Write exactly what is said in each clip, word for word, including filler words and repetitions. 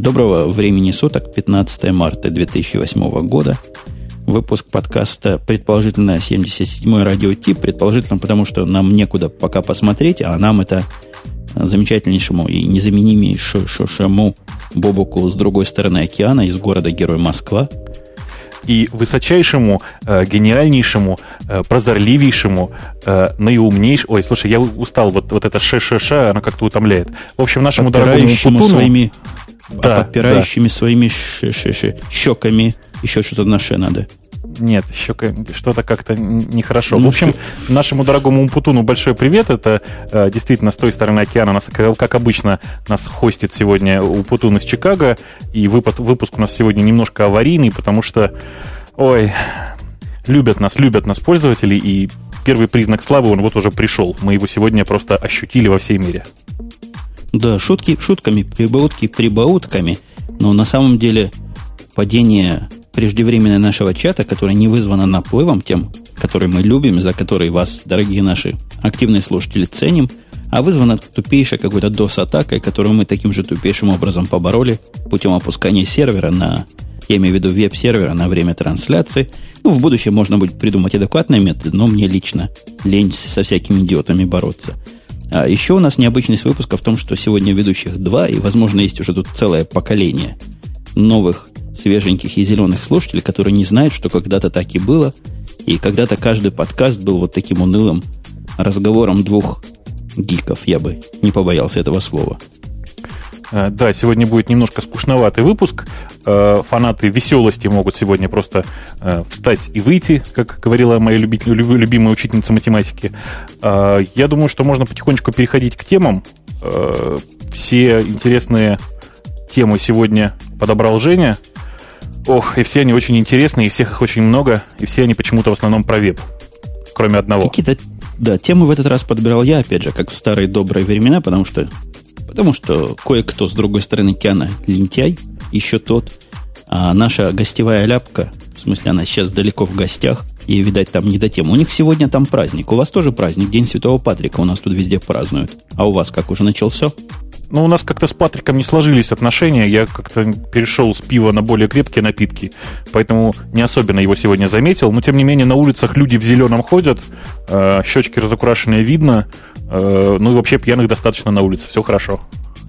Доброго времени суток, пятнадцатое марта две тысячи восьмого года. Выпуск подкаста предположительно семьдесят седьмой радиотип. Предположительно, потому что нам некуда пока посмотреть, а нам это замечательнейшему и незаменимейшему Бобуку с другой стороны океана из города-героя Москва. И высочайшему, э, гениальнейшему, э, прозорливейшему, э, наиумнейшему... Ой, слушай, я устал, вот, вот это ш-ш-ш, оно как-то утомляет. В общем, нашему дорогому Путуну... своими, да, подпирающими да. своими ш-ш-ш, щеками, еще что-то на ше надо. Нет, щека, что-то как-то нехорошо. Ну, в общем, все. Нашему дорогому Умпутуну большой привет. Это э, действительно с той стороны океана. Нас, как обычно, нас хостит сегодня Умпутун из Чикаго. И выпуск, выпуск у нас сегодня немножко аварийный, потому что, ой, любят нас, любят нас пользователи. И первый признак славы, он вот уже пришел. Мы его сегодня просто ощутили во всей мире. Да, шутки шутками, прибаутки прибаутками. Но на самом деле падение... преждевременное нашего чата, которое не вызвано наплывом тем, который мы любим, за который вас, дорогие наши активные слушатели, ценим, а вызвано тупейшей какой-то дос-атакой, которую мы таким же тупейшим образом побороли путем опускания сервера на, я имею в виду веб-сервера, на время трансляции. Ну, в будущем можно будет придумать адекватные методы, но мне лично лень со всякими идиотами бороться. А еще у нас необычность выпуска в том, что сегодня ведущих два, и, возможно, есть уже тут целое поколение новых свеженьких и зеленых слушателей, которые не знают, что когда-то так и было, и когда-то каждый подкаст был вот таким унылым разговором двух гиков, я бы не побоялся этого слова. Да, сегодня будет немножко скучноватый выпуск. Фанаты веселости могут сегодня просто встать и выйти, как говорила моя любимая учительница математики. Я думаю, что можно потихонечку переходить к темам. Все интересные темы сегодня подобрал Женя. Ох, и все они очень интересные, и всех их очень много, и все они почему-то в основном про веб, кроме одного. Какие-то, да, темы в этот раз подбирал я, опять же, как в старые добрые времена, потому что, потому что кое-кто с другой стороны океана лентяй, еще тот, а наша гостевая ляпка, в смысле, она сейчас далеко в гостях, и, видать, там не до темы. У них сегодня там праздник, у вас тоже праздник, День Святого Патрика, у нас тут везде празднуют. А у вас как, уже начался? Ну, у нас как-то с Патриком не сложились отношения. Я как-то перешел с пива на более крепкие напитки, поэтому не особенно его сегодня заметил. Но, тем не менее, на улицах люди в зеленом ходят, э, щечки разукрашенные видно. Э, ну и вообще пьяных достаточно на улице. Все хорошо.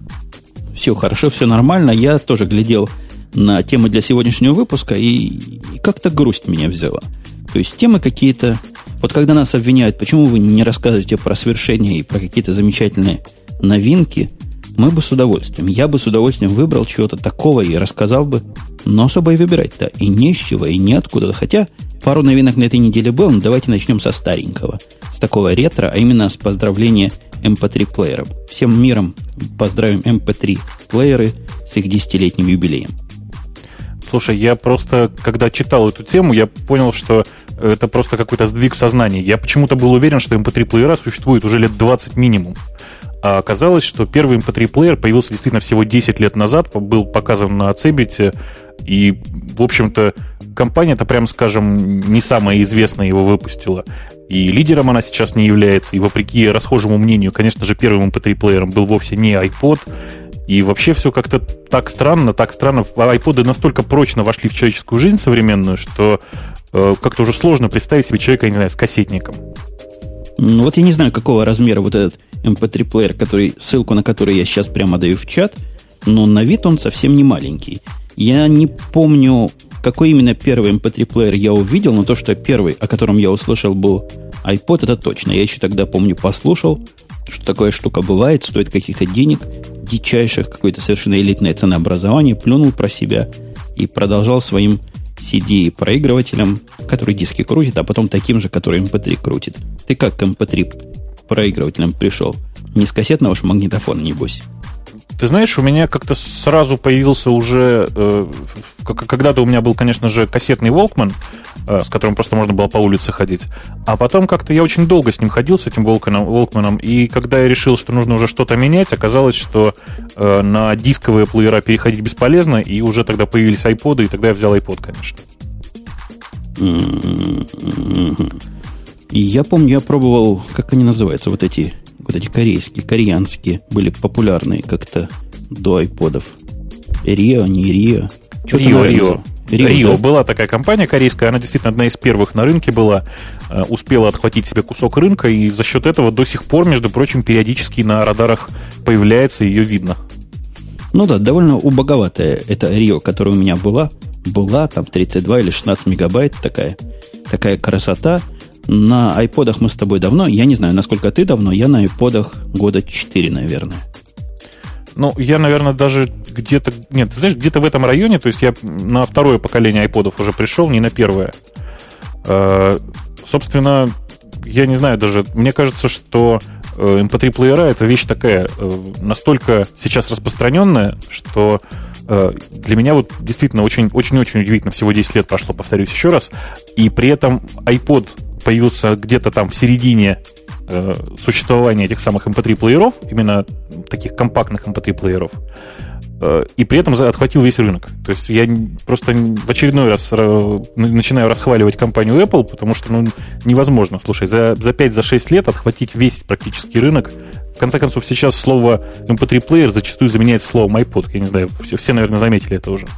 Все хорошо, все нормально. Я тоже глядел на темы для сегодняшнего выпуска, и, и как-то грусть меня взяла. То есть темы какие-то... Вот когда нас обвиняют, почему вы не рассказываете про свершения и про какие-то замечательные новинки... Мы бы с удовольствием. Я бы с удовольствием выбрал чего-то такого и рассказал бы. Но особо и выбирать-то и не с чего, и неоткуда. Хотя пару новинок на этой неделе было, но давайте начнем со старенького. С такого ретро, а именно с поздравления эм пи три плееров. Всем миром поздравим эм пи три плееры с их десятилетним юбилеем. Слушай, я просто, когда читал эту тему, я понял, что это просто какой-то сдвиг в сознании. Я почему-то был уверен, что эм пи три плеера существует уже лет двадцать минимум. А оказалось, что первый эм пи три плеер появился действительно всего десять лет назад, был показан на Цебите, и, в общем-то, компания-то, прям скажем, не самая известная его выпустила. И лидером она сейчас не является, и вопреки расхожему мнению, конечно же, первым эм пи три плеером был вовсе не iPod, и вообще все как-то так странно, так странно. iPod'ы настолько прочно вошли в человеческую жизнь современную, что э, как-то уже сложно представить себе человека, я не знаю, с кассетником. Ну вот я не знаю, какого размера вот этот эм пи три плеер, который, ссылку на который я сейчас прямо даю в чат, но на вид он совсем не маленький. Я не помню, какой именно первый эм пи три плеер я увидел, но то, что первый, о котором я услышал, был iPod, это точно. Я еще тогда, помню, послушал, что такая штука бывает, стоит каких-то денег, дичайших, какое-то совершенно элитное ценообразование, плюнул про себя и продолжал своим си ди-проигрывателем, который диски крутит, а потом таким же, который эм пи три крутит. Ты как к эм пи три проигрывателем пришел? Не с кассетного ж магнитофона, небось? Ты знаешь, у меня как-то сразу появился уже... Э, когда-то у меня был, конечно же, кассетный Walkman, э, с которым просто можно было по улице ходить. А потом как-то я очень долго с ним ходил, с этим Walkman. И когда я решил, что нужно уже что-то менять, оказалось, что э, на дисковые плеера переходить бесполезно, и уже тогда появились iPod'ы, и тогда я взял iPod, конечно. Я помню, я пробовал, как они называются, вот эти... Вот эти корейские, кореянские были популярные как-то до айподов. Рио, не Рио. Рио, Рио. Рио, Рио да? Была такая компания корейская, она действительно одна из первых на рынке была, э, успела отхватить себе кусок рынка, и за счет этого до сих пор, между прочим, периодически на радарах появляется, ее видно. Ну да, довольно убоговатая эта Рио, которая у меня была. Была там тридцать два или шестнадцать мегабайт, такая, такая красота. На айподах мы с тобой давно, я не знаю, насколько ты давно, я на айподах года четыре, наверное. Ну, я, наверное, даже где-то... Нет, ты знаешь, где-то в этом районе, то есть я на второе поколение айподов уже пришел, не на первое. Э, собственно, я не знаю даже... Мне кажется, что эм пи три-плеера — это вещь такая э, настолько сейчас распространенная, что э, для меня вот действительно очень-очень удивительно. Всего десять лет прошло, повторюсь еще раз. И при этом iPod появился где-то там в середине существования этих самых эм пи три-плееров, именно таких компактных эм пи три-плееров, и при этом отхватил весь рынок. То есть я просто в очередной раз начинаю расхваливать компанию Apple, потому что ну, невозможно, слушай, за, за пять-шесть лет отхватить весь практически рынок. В конце концов, сейчас слово эм пи три-плеер зачастую заменяется словом iPod. Я не знаю, все, все, наверное, заметили это уже.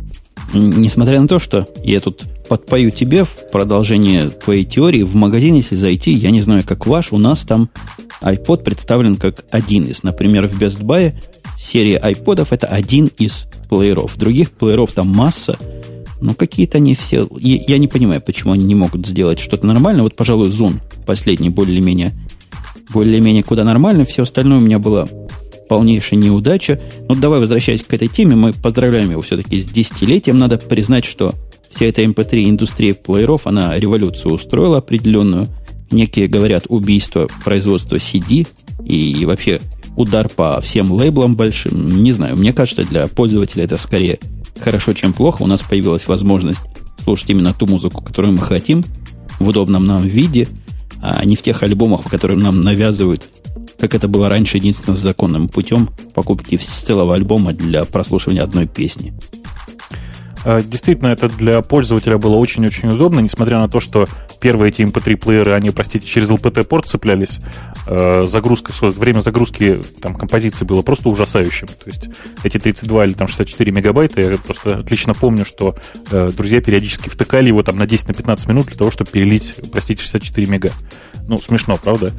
Несмотря на то, что я тут подпою тебе в продолжение твоей теории, в магазин, если зайти, я не знаю, как ваш, у нас там iPod представлен как один из. Например, в Best Buy серия iPod'ов это один из плееров. Других плееров там масса, но какие-то они все... Я, я не понимаю, почему они не могут сделать что-то нормальное. Вот, пожалуй, Zune последний более-менее, более-менее куда нормально. Все остальное у меня было... полнейшая неудача. Но давай, возвращаясь к этой теме, мы поздравляем его все-таки с десятилетием. Надо признать, что вся эта эм пи три-индустрия плееров, она революцию устроила определенную. Некие говорят убийство производства си ди и вообще удар по всем лейблам большим. Не знаю, мне кажется, для пользователя это скорее хорошо, чем плохо. У нас появилась возможность слушать именно ту музыку, которую мы хотим, в удобном нам виде, а не в тех альбомах, в которых нам навязывают, как это было раньше, единственно законным путем покупки целого альбома для прослушивания одной песни. Действительно, это для пользователя было очень-очень удобно, несмотря на то, что первые эти эм пи три-плееры, они, простите, через эл пи ти-порт цеплялись. Загрузка, время загрузки там, композиции было просто ужасающим. То есть эти тридцать два или там, шестьдесят четыре мегабайта, я просто отлично помню, что э, друзья периодически втыкали его там, на десять-пятнадцать минут для того, чтобы перелить, простите, шестьдесят четыре мега. Ну, смешно, правда?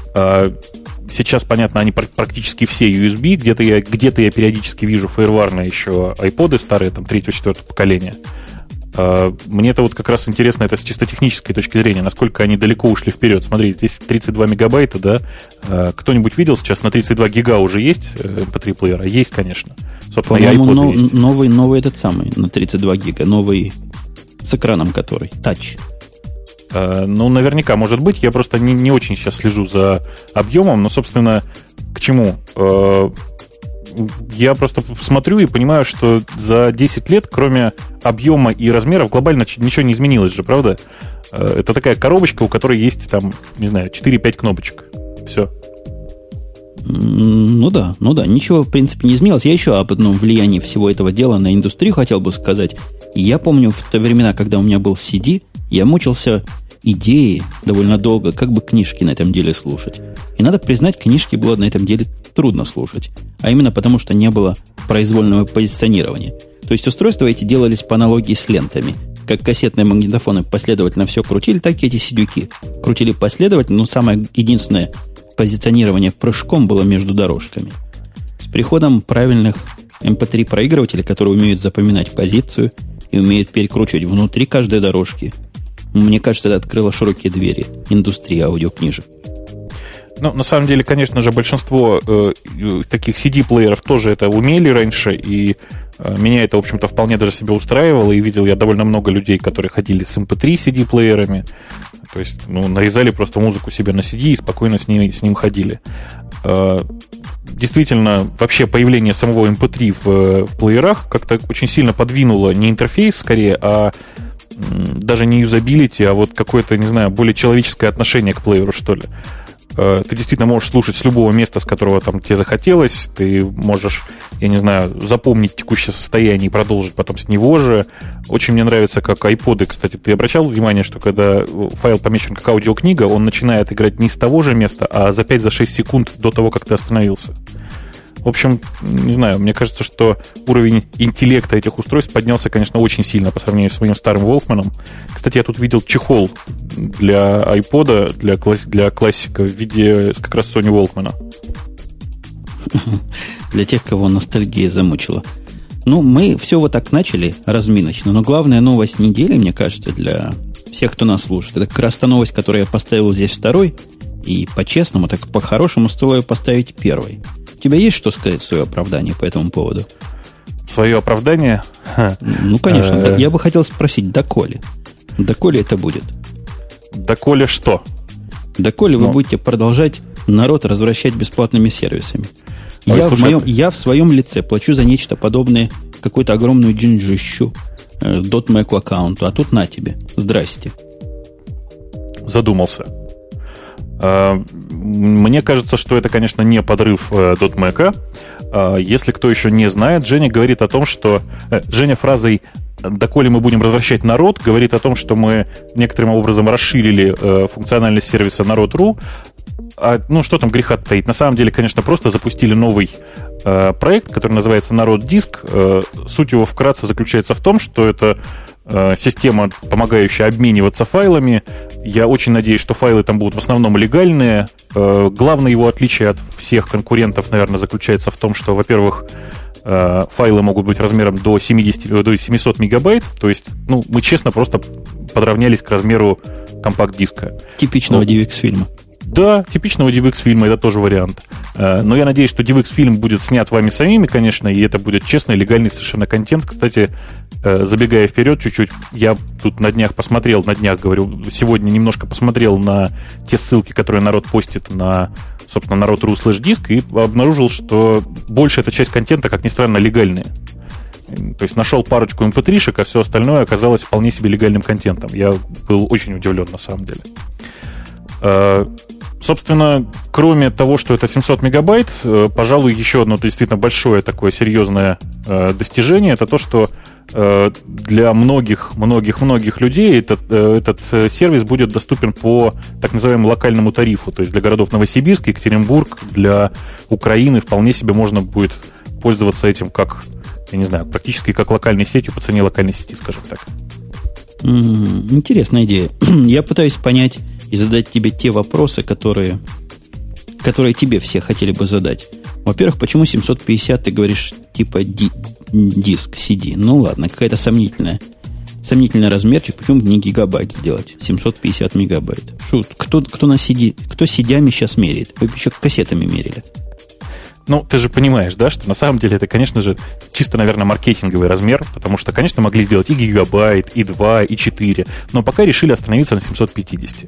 Сейчас, понятно, они практически все ю эс би. Где-то я, где-то я периодически вижу фаерварные еще айподы старые, там, третьего-четвертого поколения. Мне это вот как раз интересно, это с чисто технической точки зрения, насколько они далеко ушли вперед. Смотри, здесь тридцать два мегабайта, да? Кто-нибудь видел сейчас на тридцать два гига уже есть эм пи три-плеера? Есть, конечно. Собственно, по-моему, но, есть. Новый, новый этот самый на тридцать два гига, новый с экраном который, Touch. Ну, наверняка, может быть. Я просто не, не очень сейчас слежу за объемом, но, собственно, к чему? Я просто смотрю и понимаю, что за десять лет, кроме объема и размеров, глобально ничего не изменилось же, правда? Это такая коробочка, у которой есть, там, не знаю, четыре-пять кнопочек. Все. Ну да, ну да, ничего, в принципе, не изменилось. Я еще об одном влиянии всего этого дела на индустрию хотел бы сказать. Я помню в те времена, когда у меня был си ди, я мучился идеей довольно долго, как бы книжки на этом деле слушать. И надо признать, книжки было на этом деле трудно слушать. А именно потому, что не было произвольного позиционирования. То есть устройства эти делались по аналогии с лентами. Как кассетные магнитофоны последовательно все крутили, так и эти сидюки крутили последовательно, но самое единственное позиционирование прыжком было между дорожками. С приходом правильных эм пи три-проигрывателей, которые умеют запоминать позицию и умеют перекручивать внутри каждой дорожки, мне кажется, это открыло широкие двери индустрии аудиокнижек. Ну, на самом деле, конечно же, большинство э, таких си ди-плееров тоже это умели раньше, и э, меня это, в общем-то, вполне даже себя устраивало, и видел я довольно много людей, которые ходили с эм пи три си ди-плеерами, то есть, ну, нарезали просто музыку себе на си ди и спокойно с ним, с ним ходили. Э, действительно, вообще появление самого эм пи три в, в плеерах как-то очень сильно подвинуло не интерфейс, скорее, а даже не юзабилити, а вот какое-то, не знаю, более человеческое отношение к плееру, что ли. Ты действительно можешь слушать с любого места, с которого там тебе захотелось. Ты можешь, я не знаю, запомнить текущее состояние и продолжить потом с него же. Очень мне нравится, как айподы, кстати. Ты обращал внимание, что когда файл помечен как аудиокнига, он начинает играть не с того же места, а за пять-шесть секунд до того, как ты остановился. В общем, не знаю, мне кажется, что уровень интеллекта этих устройств поднялся, конечно, очень сильно по сравнению с моим старым Walkman. Кстати, я тут видел чехол для iPod, для, класс, для классика в виде как раз Sony Walkman. Для тех, кого ностальгия замучила. Ну, мы все вот так начали разминочно, но главная новость недели, мне кажется, для всех, кто нас слушает, это как раз та новость, которую я поставил здесь второй, и по-честному, так по-хорошему стоило ее поставить первой. У тебя есть что сказать в свое оправдание по этому поводу? Свое оправдание? Ну, конечно. Да, я бы хотел спросить, доколе? Доколе это будет? Доколе что? Доколе вы будете продолжать народ развращать бесплатными сервисами? Ой, я, слушай, в моем, я в своем лице плачу за нечто подобное какую-то огромную джинджищу э, .Mac аккаунту, а тут на тебе. Здрасте. Задумался. Мне кажется, что это, конечно, не подрыв .Mac. Если кто еще не знает, Женя говорит о том, что... Женя фразой «доколе мы будем возвращать народ» говорит о том, что мы некоторым образом расширили функциональность сервиса народ.ру. А, ну, что там греха таить? На самом деле, конечно, просто запустили новый э, проект, который называется «Народ Диск». Э, суть его вкратце заключается в том, что это э, система, помогающая обмениваться файлами. Я очень надеюсь, что файлы там будут в основном легальные. Э, главное его отличие от всех конкурентов, наверное, заключается в том, что, во-первых, э, файлы могут быть размером до, семьдесят, до семьсот мегабайт. То есть, ну, мы честно просто подравнялись к размеру компакт-диска. Типичного ди ви экс-фильма. Да, типичного ди ви экс-фильма, это тоже вариант. Но я надеюсь, что ди ви экс-фильм будет снят вами самими, конечно, и это будет честный, легальный совершенно контент. Кстати, забегая вперед чуть-чуть, я тут на днях посмотрел, на днях, говорю, сегодня немножко посмотрел на те ссылки, которые народ постит на, собственно, народ.ру слэш диск, и обнаружил, что большая эта часть контента, как ни странно, легальная. То есть нашел парочку эм пэ три-шек, а все остальное оказалось вполне себе легальным контентом. Я был очень удивлен, на самом деле. Собственно, кроме того, что это семьсот мегабайт, пожалуй, еще одно действительно большое такое серьезное достижение, это то, что для многих-многих-многих людей этот, этот сервис будет доступен по так называемому локальному тарифу. То есть для городов Новосибирск, Екатеринбург, для Украины вполне себе можно будет пользоваться этим как, я не знаю, практически как локальной сетью по цене локальной сети, скажем так. Mm, интересная идея. Я пытаюсь понять и задать тебе те вопросы, которые, которые тебе все хотели бы задать. Во-первых, почему семьсот пятьдесят, ты говоришь, типа ди, диск, си ди? Ну ладно, какая-то сомнительная, сомнительный размерчик. Почему бы не гигабайт сделать? семьсот пятьдесят мегабайт. Шут, кто, кто на си ди, кто си ди-ами сейчас меряет? Вы еще кассетами мерили. Ну, ты же понимаешь, да, что на самом деле это, конечно же, чисто, наверное, маркетинговый размер, потому что, конечно, могли сделать и гигабайт, и два, и четыре, но пока решили остановиться на семьсот пятьдесят.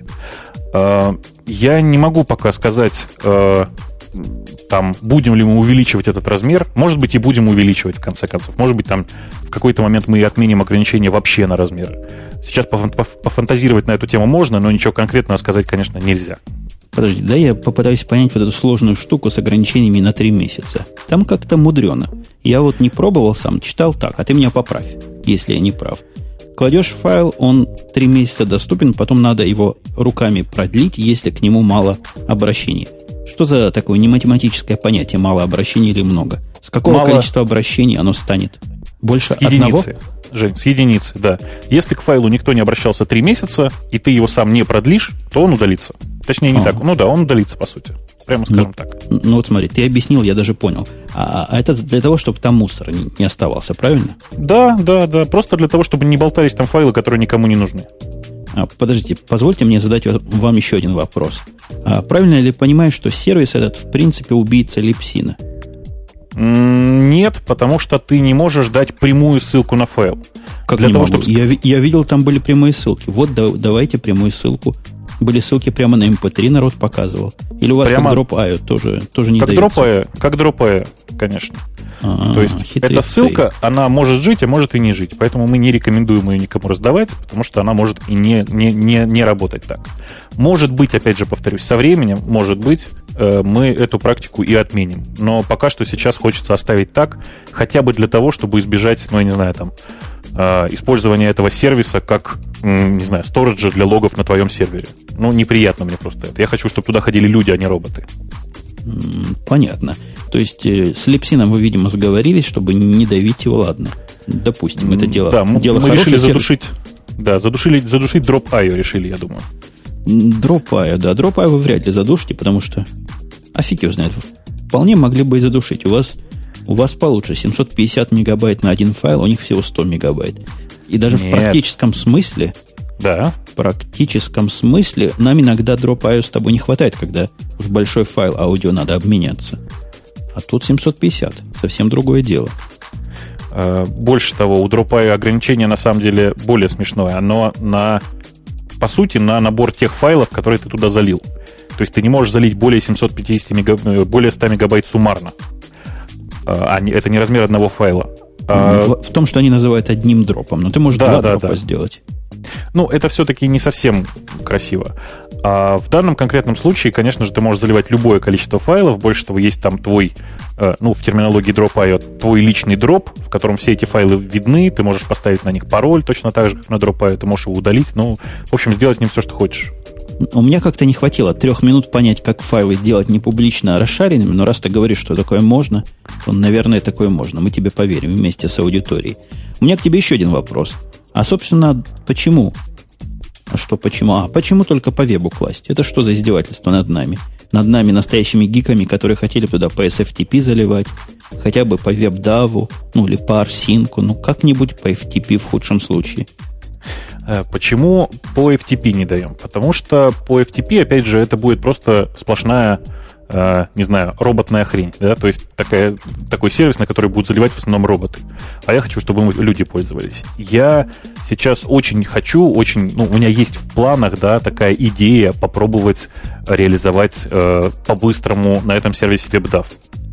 Я не могу пока сказать, там, будем ли мы увеличивать этот размер. Может быть, и будем увеличивать, в конце концов. Может быть, там в какой-то момент мы и отменим ограничения вообще на размер. Сейчас пофантазировать на эту тему можно, но ничего конкретного сказать, конечно, нельзя. Подожди, да я попытаюсь понять вот эту сложную штуку с ограничениями на три месяца. Там как-то мудрено. Я вот не пробовал сам, читал так, а ты меня поправь, если я не прав. Кладешь файл, он три месяца доступен, потом надо его руками продлить, если к нему мало обращений. Что за такое нематематическое понятие мало обращений или много? С какого мало... количества обращений оно станет? Больше с одного? Единицы. Жень, с единицы, да. Если к файлу никто не обращался три месяца, и ты его сам не продлишь, то он удалится. Точнее, не а. так. Ну да, он удалится, по сути. Прямо скажем ну, так. Ну вот смотри, ты объяснил, я даже понял. А, а это для того, чтобы там мусор не, не оставался, правильно? Да, да, да. Просто для того, чтобы не болтались там файлы, которые никому не нужны. А, подождите, позвольте мне задать вам еще один вопрос. А, правильно ли понимаю, что сервис этот, в принципе, убийца липсина? Нет, потому что ты не можешь дать прямую ссылку на файл. Как для не того, могу? Чтобы... Я, я видел, там были прямые ссылки. Вот да, давайте прямую ссылку. Были ссылки прямо на эм пэ три, народ показывал. Или у вас прямо... как Drop.io тоже, тоже не как дается? Drop.io, как Drop.io, конечно. А-а-а, то есть эта ссылка, она может жить, а может и не жить. Поэтому мы не рекомендуем ее никому раздавать, потому что она может и не, не, не, не работать так. Может быть, опять же повторюсь, со временем, может быть, мы эту практику и отменим. Но пока что сейчас хочется оставить так, хотя бы для того, чтобы избежать, ну, я не знаю, там, использования этого сервиса как, не знаю, сториджа для логов на твоем сервере. Ну, неприятно мне просто это. Я хочу, чтобы туда ходили люди, а не роботы. Понятно. То есть э, с Липсином вы, видимо, сговорились, чтобы не давить его, ладно. Допустим, это дело, да, мы, дело мы хорошее. решили задушить, да, задушили, задушить Drop.io решили, я думаю. Drop.io, да. Drop.io вы вряд ли задушите, потому что, а фиг его знает, вполне могли бы и задушить. У вас, у вас получше семьсот пятьдесят мегабайт на один файл, у них всего сто мегабайт. И даже Нет. в практическом смысле, да. в практическом смысле нам иногда Drop.io с тобой не хватает, когда в большой файл аудио надо обменяться. А тут семьсот пятьдесят. Совсем другое дело. Больше того, у Drop.io ограничение на самом деле более смешное. Оно на, по сути, на набор тех файлов, которые ты туда залил. То есть ты не можешь залить более семьсот пятьдесят мега, более ста мегабайт суммарно. А не, это не размер одного файла. В, в том, что они называют одним дропом. Но ты можешь да, два да, дропа да. сделать. Ну, это все-таки не совсем красиво. А в данном конкретном случае, конечно же, ты можешь заливать любое количество файлов. Больше того, есть там твой, э, ну, в терминологии Drop.io, твой личный дроп, в котором все эти файлы видны. Ты можешь поставить на них пароль точно так же, как на Drop.io. Ты можешь его удалить. Ну, в общем, сделать с ним все, что хочешь. У меня как-то не хватило трех минут понять, как файлы делать не публично, а расшаренными. Но раз ты говоришь, что такое можно, то, наверное, такое можно. Мы тебе поверим вместе с аудиторией. У меня к тебе еще один вопрос. А, собственно, почему? А что почему? А, почему только по вебу класть? Это что за издевательство над нами? Над нами, настоящими гиками, которые хотели туда по эс эф ти пи заливать, хотя бы по WebDAV, ну, или по Арсинку, ну, как-нибудь по эф ти пи в худшем случае. Почему по эф ти пи не даем? Потому что по эф ти пи, опять же, это будет просто сплошная, э, не знаю, роботная хрень. Да? То есть такая, такой сервис, на который будут заливать в основном роботы. А я хочу, чтобы люди пользовались. Я сейчас очень хочу, очень, ну, у меня есть в планах, да, такая идея попробовать реализовать э, по-быстрому на этом сервисе WebDAV.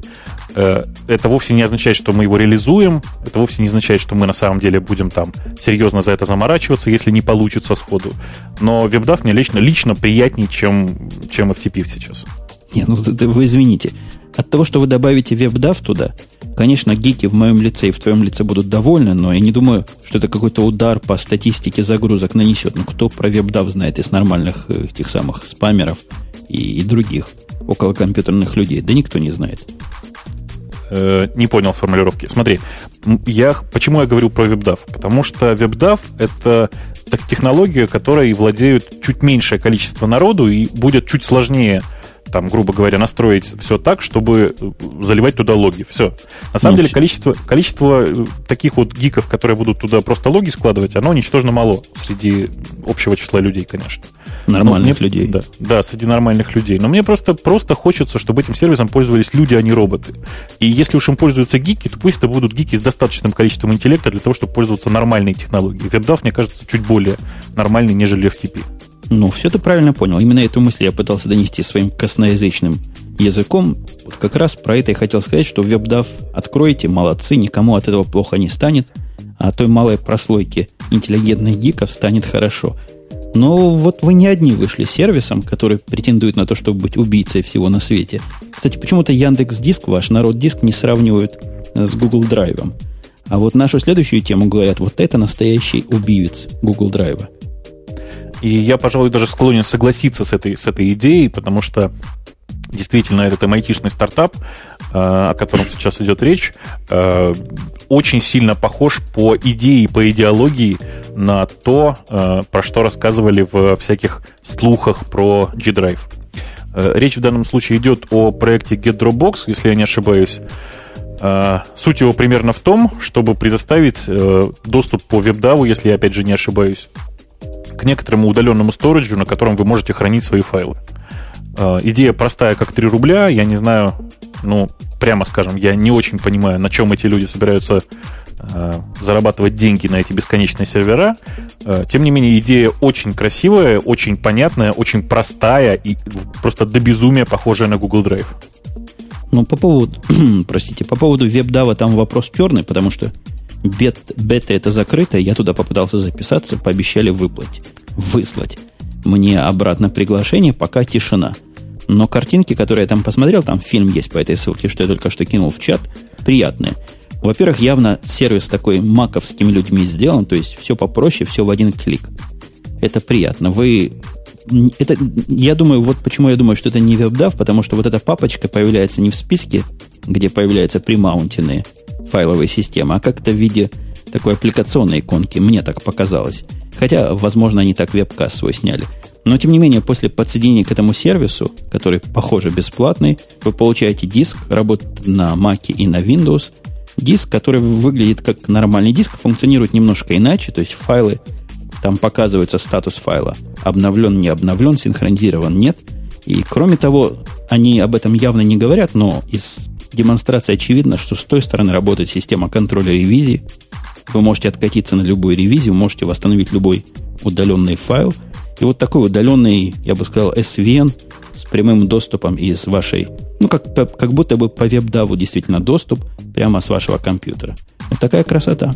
Это вовсе не означает, что мы его реализуем, это вовсе не означает, что мы на самом деле будем там серьезно за это заморачиваться, если не получится сходу. Но WebDAV мне лично, лично приятнее, чем, чем эф ти пи сейчас. Не, ну вы извините. От того, что вы добавите WebDAV туда, конечно, гики в моем лице и в твоем лице будут довольны, но я не думаю, что это какой-то удар по статистике загрузок нанесет. Ну, кто про WebDAV знает из нормальных этих самых спамеров и, и других околокомпьютерных людей? Да никто не знает. Не понял формулировки. Смотри, я, почему я говорю про WebDAV? Потому что WebDAV — это технология, которой владеют чуть меньшее количество народу, и будет чуть сложнее, там, грубо говоря, настроить все так, чтобы заливать туда логи. Все. На самом ну, деле, количество, количество таких вот гиков, которые будут туда просто логи складывать, оно ничтожно мало среди общего числа людей, конечно. Нормальных мне, людей. Да, да, среди нормальных людей. Но мне просто, просто хочется, чтобы этим сервисом пользовались люди, а не роботы. И если уж им пользуются гики, то пусть это будут гики с достаточным количеством интеллекта для того, чтобы пользоваться нормальной технологией. WebDAV, мне кажется, чуть более нормальный, нежели эф ти пи. Ну, все ты правильно понял. Именно эту мысль я пытался донести своим косноязычным языком. Вот как раз про это я хотел сказать, что WebDAV откройте, молодцы, никому от этого плохо не станет, а той малой прослойке интеллигентных гиков станет хорошо. Но вот вы не одни вышли сервисом, который претендует на то, чтобы быть убийцей всего на свете. Кстати, почему-то Яндекс.Диск, ваш народ-диск, не сравнивают с Google Драйвом. А вот нашу следующую тему говорят, вот это настоящий убивец Google Драйва. И я, пожалуй, даже склонен согласиться с этой, с этой идеей, потому что действительно этот эм ай ти-шный стартап, о котором сейчас идет речь, очень сильно похож по идее и по идеологии на то, про что рассказывали в всяких слухах про G-Drive. Речь в данном случае идет о проекте GetDropBox, если я не ошибаюсь. Суть его примерно в том, чтобы предоставить доступ по WebDAV, если я опять же не ошибаюсь, к некоторому удаленному сториджу, на котором вы можете хранить свои файлы. Э, идея простая, как три рубля. Я не знаю, ну, прямо скажем, я не очень понимаю, на чем эти люди собираются э, зарабатывать деньги на эти бесконечные сервера. Э, тем не менее, идея очень красивая, очень понятная, очень простая и просто до безумия похожая на Google Drive. Ну, по поводу, простите, по поводу WebDAV там вопрос черный, потому что Бет, бета это закрыто, я туда попытался записаться, пообещали выплатить, выслать мне обратно приглашение, пока тишина. Но картинки, которые я там посмотрел, там фильм есть по этой ссылке, что я только что кинул в чат, приятные. Во-первых, явно сервис такой маковскими людьми сделан, то есть все попроще, все в один клик. Это приятно. Вы это, я думаю, вот почему я думаю, что это не WebDAV, потому что вот эта папочка появляется не в списке, где появляются примаунтенные файловые системы, а как-то в виде такой аппликационной иконки. Мне так показалось. Хотя, возможно, они так вебкаст свой сняли. Но, тем не менее, после подсоединения к этому сервису, который, похоже, бесплатный, вы получаете диск, работает на Mac и на Windows. Диск, который выглядит как нормальный диск, функционирует немножко иначе, то есть файлы, там показывается статус файла. Обновлен, не обновлен, синхронизирован, нет. И, кроме того, они об этом явно не говорят, но из демонстрации очевидно, что с той стороны работает система контроля ревизии. Вы можете откатиться на любую ревизию, можете восстановить любой удаленный файл. И вот такой удаленный, я бы сказал, эс ви эн с прямым доступом из вашей... Ну, как, как будто бы по WebDAV действительно доступ прямо с вашего компьютера. Вот такая красота.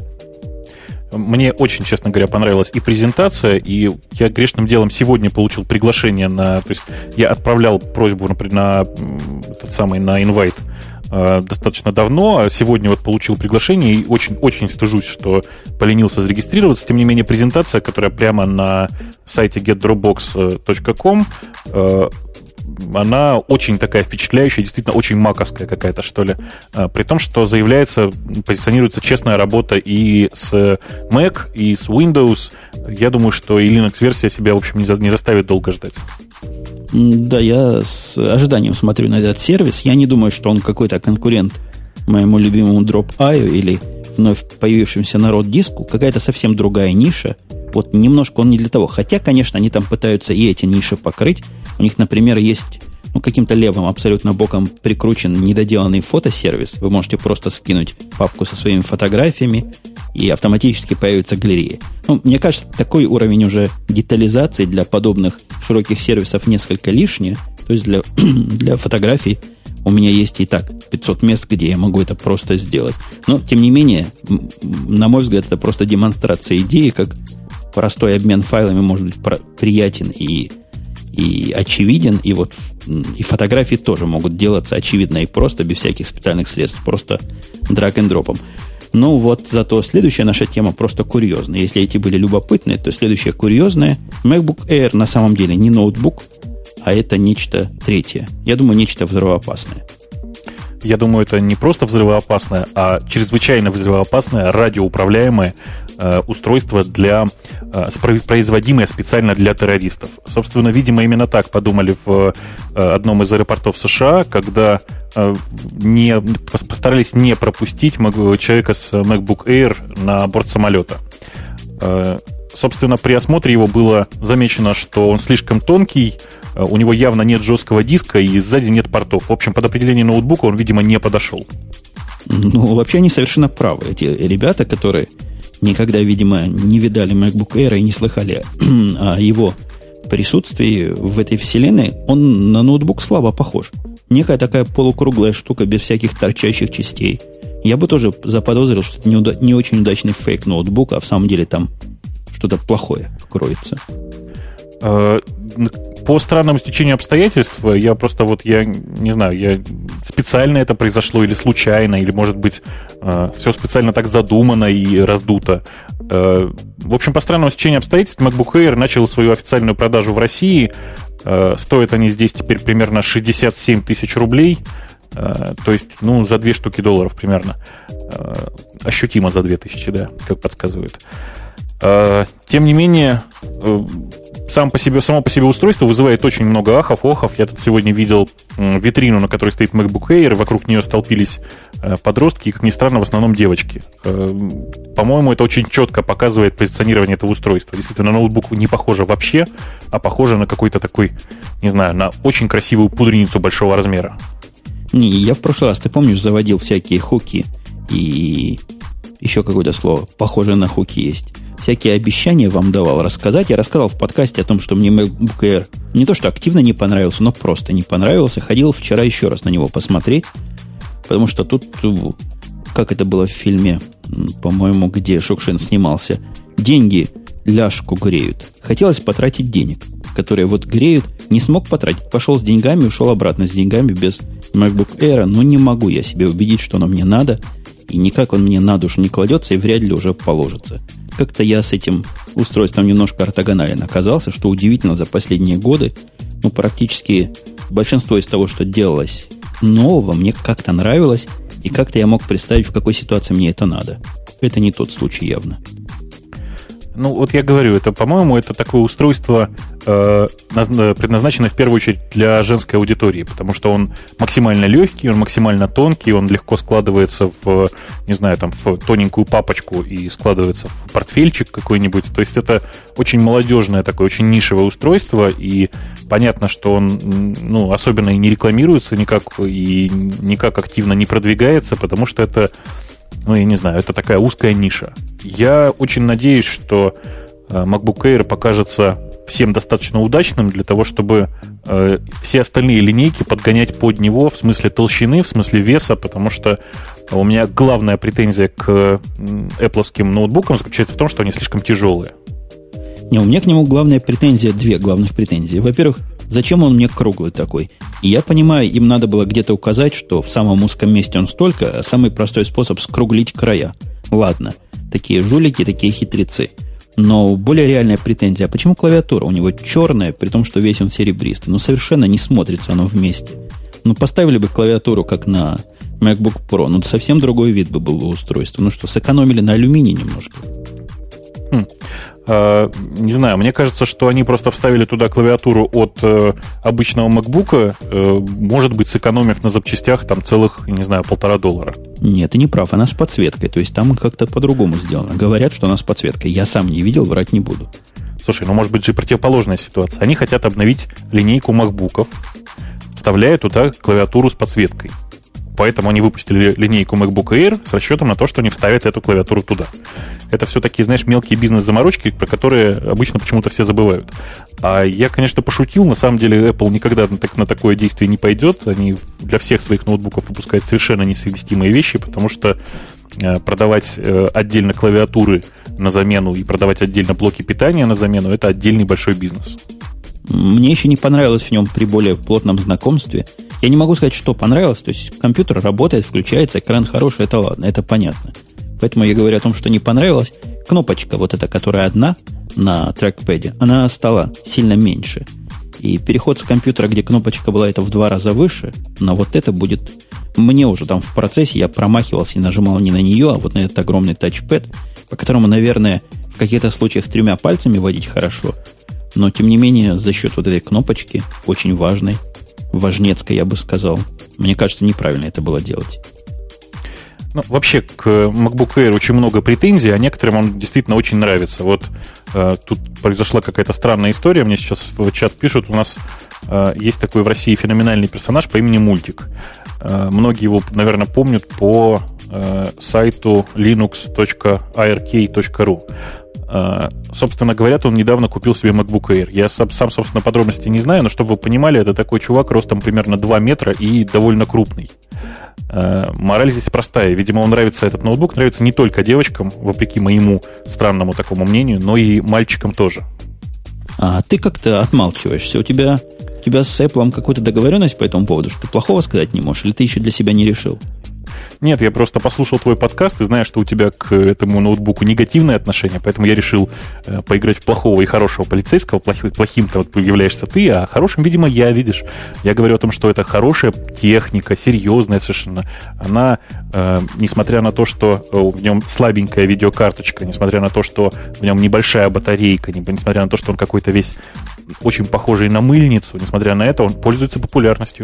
Мне очень, честно говоря, понравилась и презентация, и я грешным делом сегодня получил приглашение на... То есть я отправлял просьбу, например, на этот самый, на инвайт э, достаточно давно, а сегодня вот получил приглашение, и очень-очень стыжусь, что поленился зарегистрироваться. Тем не менее, презентация, которая прямо на сайте get dropbox точка ком, э, она очень такая впечатляющая, действительно очень маковская какая-то, что ли. При том, что заявляется, позиционируется честная работа и с Mac, и с Windows. Я думаю, что и Linux-версия себя, в общем, не, за, не заставит долго ждать. Да, я с ожиданием смотрю на этот сервис. Я не думаю, что он какой-то конкурент моему любимому Drop.io или вновь появившемуся народ-диску. Какая-то совсем другая ниша. Вот немножко он не для того. Хотя, конечно, они там пытаются и эти ниши покрыть. У них, например, есть ну, каким-то левым абсолютно боком прикручен недоделанный фотосервис. Вы можете просто скинуть папку со своими фотографиями, и автоматически появится галерея. Ну, мне кажется, такой уровень уже детализации для подобных широких сервисов несколько лишний. То есть для, для фотографий у меня есть и так пятьсот мест, где я могу это просто сделать. Но, тем не менее, на мой взгляд, это просто демонстрация идеи, как простой обмен файлами может быть приятен и, и очевиден. И вот и фотографии тоже могут делаться очевидно и просто, без всяких специальных средств. Просто драг-н-дропом. Ну вот, зато следующая наша тема просто курьезная. Если эти были любопытные, то следующая курьезная. MacBook Air на самом деле не ноутбук, а это нечто третье. Я думаю, нечто взрывоопасное. Я думаю, это не просто взрывоопасное, а чрезвычайно взрывоопасное радиоуправляемое э, устройство, для, э, производимое специально для террористов. Собственно, видимо, именно так подумали в э, одном из аэропортов США, когда э, не, постарались не пропустить человека с MacBook Air на борт самолета. Э, собственно, при осмотре его было замечено, что он слишком тонкий, у него явно нет жесткого диска и сзади нет портов. В общем, под определение ноутбука он, видимо, не подошел. Ну, вообще они совершенно правы. Эти ребята, которые никогда, видимо, не видали MacBook Air и не слыхали о его присутствии в этой вселенной, он на ноутбук слабо похож. Некая такая полукруглая штука без всяких торчащих частей. Я бы тоже заподозрил, что это не, уда- не очень удачный фейк ноутбук, а в самом деле там что-то плохое кроется. По странному стечению обстоятельств, я просто вот, я не знаю, я специально это произошло или случайно, или, может быть, все специально так задумано и раздуто. В общем, по странному стечению обстоятельств MacBook Air начал свою официальную продажу в России. Стоят они здесь теперь примерно шестьдесят семь тысяч рублей. То есть, ну, за две штуки долларов примерно. Ощутимо за две тысячи, да, как подсказывает. Тем не менее, сам по себе, само по себе устройство вызывает очень много ахов, охов. Я тут сегодня видел витрину, на которой стоит MacBook Air, и вокруг нее столпились подростки, и, как ни странно, в основном девочки. По-моему, это очень четко показывает позиционирование этого устройства. Действительно, ноутбук не похоже вообще, а похоже на какой-то такой, не знаю, на очень красивую пудреницу большого размера. Не, я в прошлый раз, ты помнишь, заводил всякие хуки и еще какое-то слово, похожее на хуки есть. Всякие обещания вам давал рассказать. Я рассказал в подкасте о том, что мне MacBook Air не то что активно не понравился, но просто не понравился. Ходил вчера еще раз на него посмотреть, потому что тут, как это было в фильме, по-моему, где Шукшин снимался, деньги ляжку греют. Хотелось потратить денег, которые вот греют. Не смог потратить. Пошел с деньгами, ушел обратно с деньгами без MacBook Air. Но не могу я себе убедить, что оно мне надо. И никак он мне на душу не кладется и вряд ли уже положится. как-то я с этим устройством немножко ортогонален оказался, что удивительно, за последние годы, ну, практически большинство из того, что делалось нового, мне как-то нравилось, и как-то я мог представить, в какой ситуации мне это надо. Это не тот случай явно. Ну, вот я говорю, это, по-моему, это такое устройство, э, предназначенное в первую очередь для женской аудитории, потому что он максимально легкий, он максимально тонкий, он легко складывается в, не знаю, там, в тоненькую папочку и складывается в портфельчик какой-нибудь. То есть это очень молодежное такое, очень нишевое устройство, и понятно, что он, ну, особенно и не рекламируется никак, и никак активно не продвигается, потому что это, ну, я не знаю, это такая узкая ниша. Я очень надеюсь, что MacBook Air покажется всем достаточно удачным для того, чтобы э, все остальные линейки подгонять под него в смысле толщины, в смысле веса, потому что у меня главная претензия к Apple-овским ноутбукам заключается в том, что они слишком тяжелые. Не, у меня к нему главная претензия, две главных претензии. Во-первых, зачем он мне круглый такой? И я понимаю, им надо было где-то указать, что в самом узком месте он столько, а самый простой способ скруглить края. Ладно, такие жулики, такие хитрецы. Но более реальная претензия, а почему клавиатура у него черная, при том, что весь он серебристый? Ну, совершенно не смотрится оно вместе. Ну, поставили бы клавиатуру, как на MacBook Pro, ну, совсем другой вид бы был у устройства. Ну что, сэкономили на алюминии немножко. Хм. Uh, не знаю, мне кажется, что они просто вставили туда клавиатуру от uh, обычного MacBook, uh, может быть, сэкономив на запчастях там целых, не знаю, полтора доллара. Нет, ты не прав, она с подсветкой, то есть там как-то по-другому сделано. Говорят, что она с подсветкой. Я сам не видел, врать не буду. Слушай, ну может быть же противоположная ситуация. Они хотят обновить линейку MacBook'ов, вставляя туда клавиатуру с подсветкой. Поэтому они выпустили линейку MacBook Air с расчетом на то, что они вставят эту клавиатуру туда. Это все такие, знаешь, мелкие бизнес-заморочки, про которые обычно почему-то все забывают. А я, конечно, пошутил. На самом деле Apple никогда на, так, на такое действие не пойдет. Они для всех своих ноутбуков выпускают совершенно несовместимые вещи, потому что э, продавать э, отдельно клавиатуры на замену и продавать отдельно блоки питания на замену — это отдельный большой бизнес. Мне еще не понравилось в нем при более плотном знакомстве. Я не могу сказать, что понравилось. То есть компьютер работает, включается, экран хороший, это ладно, это понятно. Поэтому я говорю о том, что не понравилось. Кнопочка вот эта, которая одна на трекпэде, она стала сильно меньше. И переход с компьютера, где кнопочка была это в два раза выше, на вот это будет... Мне уже там в процессе я промахивался и нажимал не на нее, а вот на этот огромный тачпэд, по которому, наверное, в каких-то случаях тремя пальцами водить хорошо. Но, тем не менее, за счет вот этой кнопочки, очень важной, важнецкой, я бы сказал, мне кажется, неправильно это было делать. Ну, вообще, к MacBook Air очень много претензий, а некоторым он действительно очень нравится. Вот э, тут произошла какая-то странная история. Мне сейчас в чат пишут, у нас э, есть такой в России феноменальный персонаж по имени Мультик. Э, многие его, наверное, помнят по э, сайту linux точка ай ар кей точка ру. Uh, собственно, говорят, он недавно купил себе MacBook Air. Я сам, сам, собственно, подробностей не знаю, но чтобы вы понимали, это такой чувак ростом примерно два метра и довольно крупный. Uh, мораль здесь простая. Видимо, он нравится, этот ноутбук нравится не только девочкам, вопреки моему странному такому мнению, но и мальчикам тоже. А ты как-то отмалчиваешься. У тебя, у тебя с Apple какая-то договоренность по этому поводу, что ты плохого сказать не можешь, или ты еще для себя не решил? Нет, я просто послушал твой подкаст и знаю, что у тебя к этому ноутбуку негативное отношение, поэтому я решил э, поиграть в плохого и хорошего полицейского. Плохим, плохим-то вот являешься ты, а хорошим, видимо, я, видишь. Я говорю о том, что это хорошая техника, серьезная совершенно. Она, э, несмотря на то, что в нем слабенькая видеокарточка, несмотря на то, что в нем небольшая батарейка, несмотря на то, что он какой-то весь очень похожий на мыльницу, несмотря на это, он пользуется популярностью.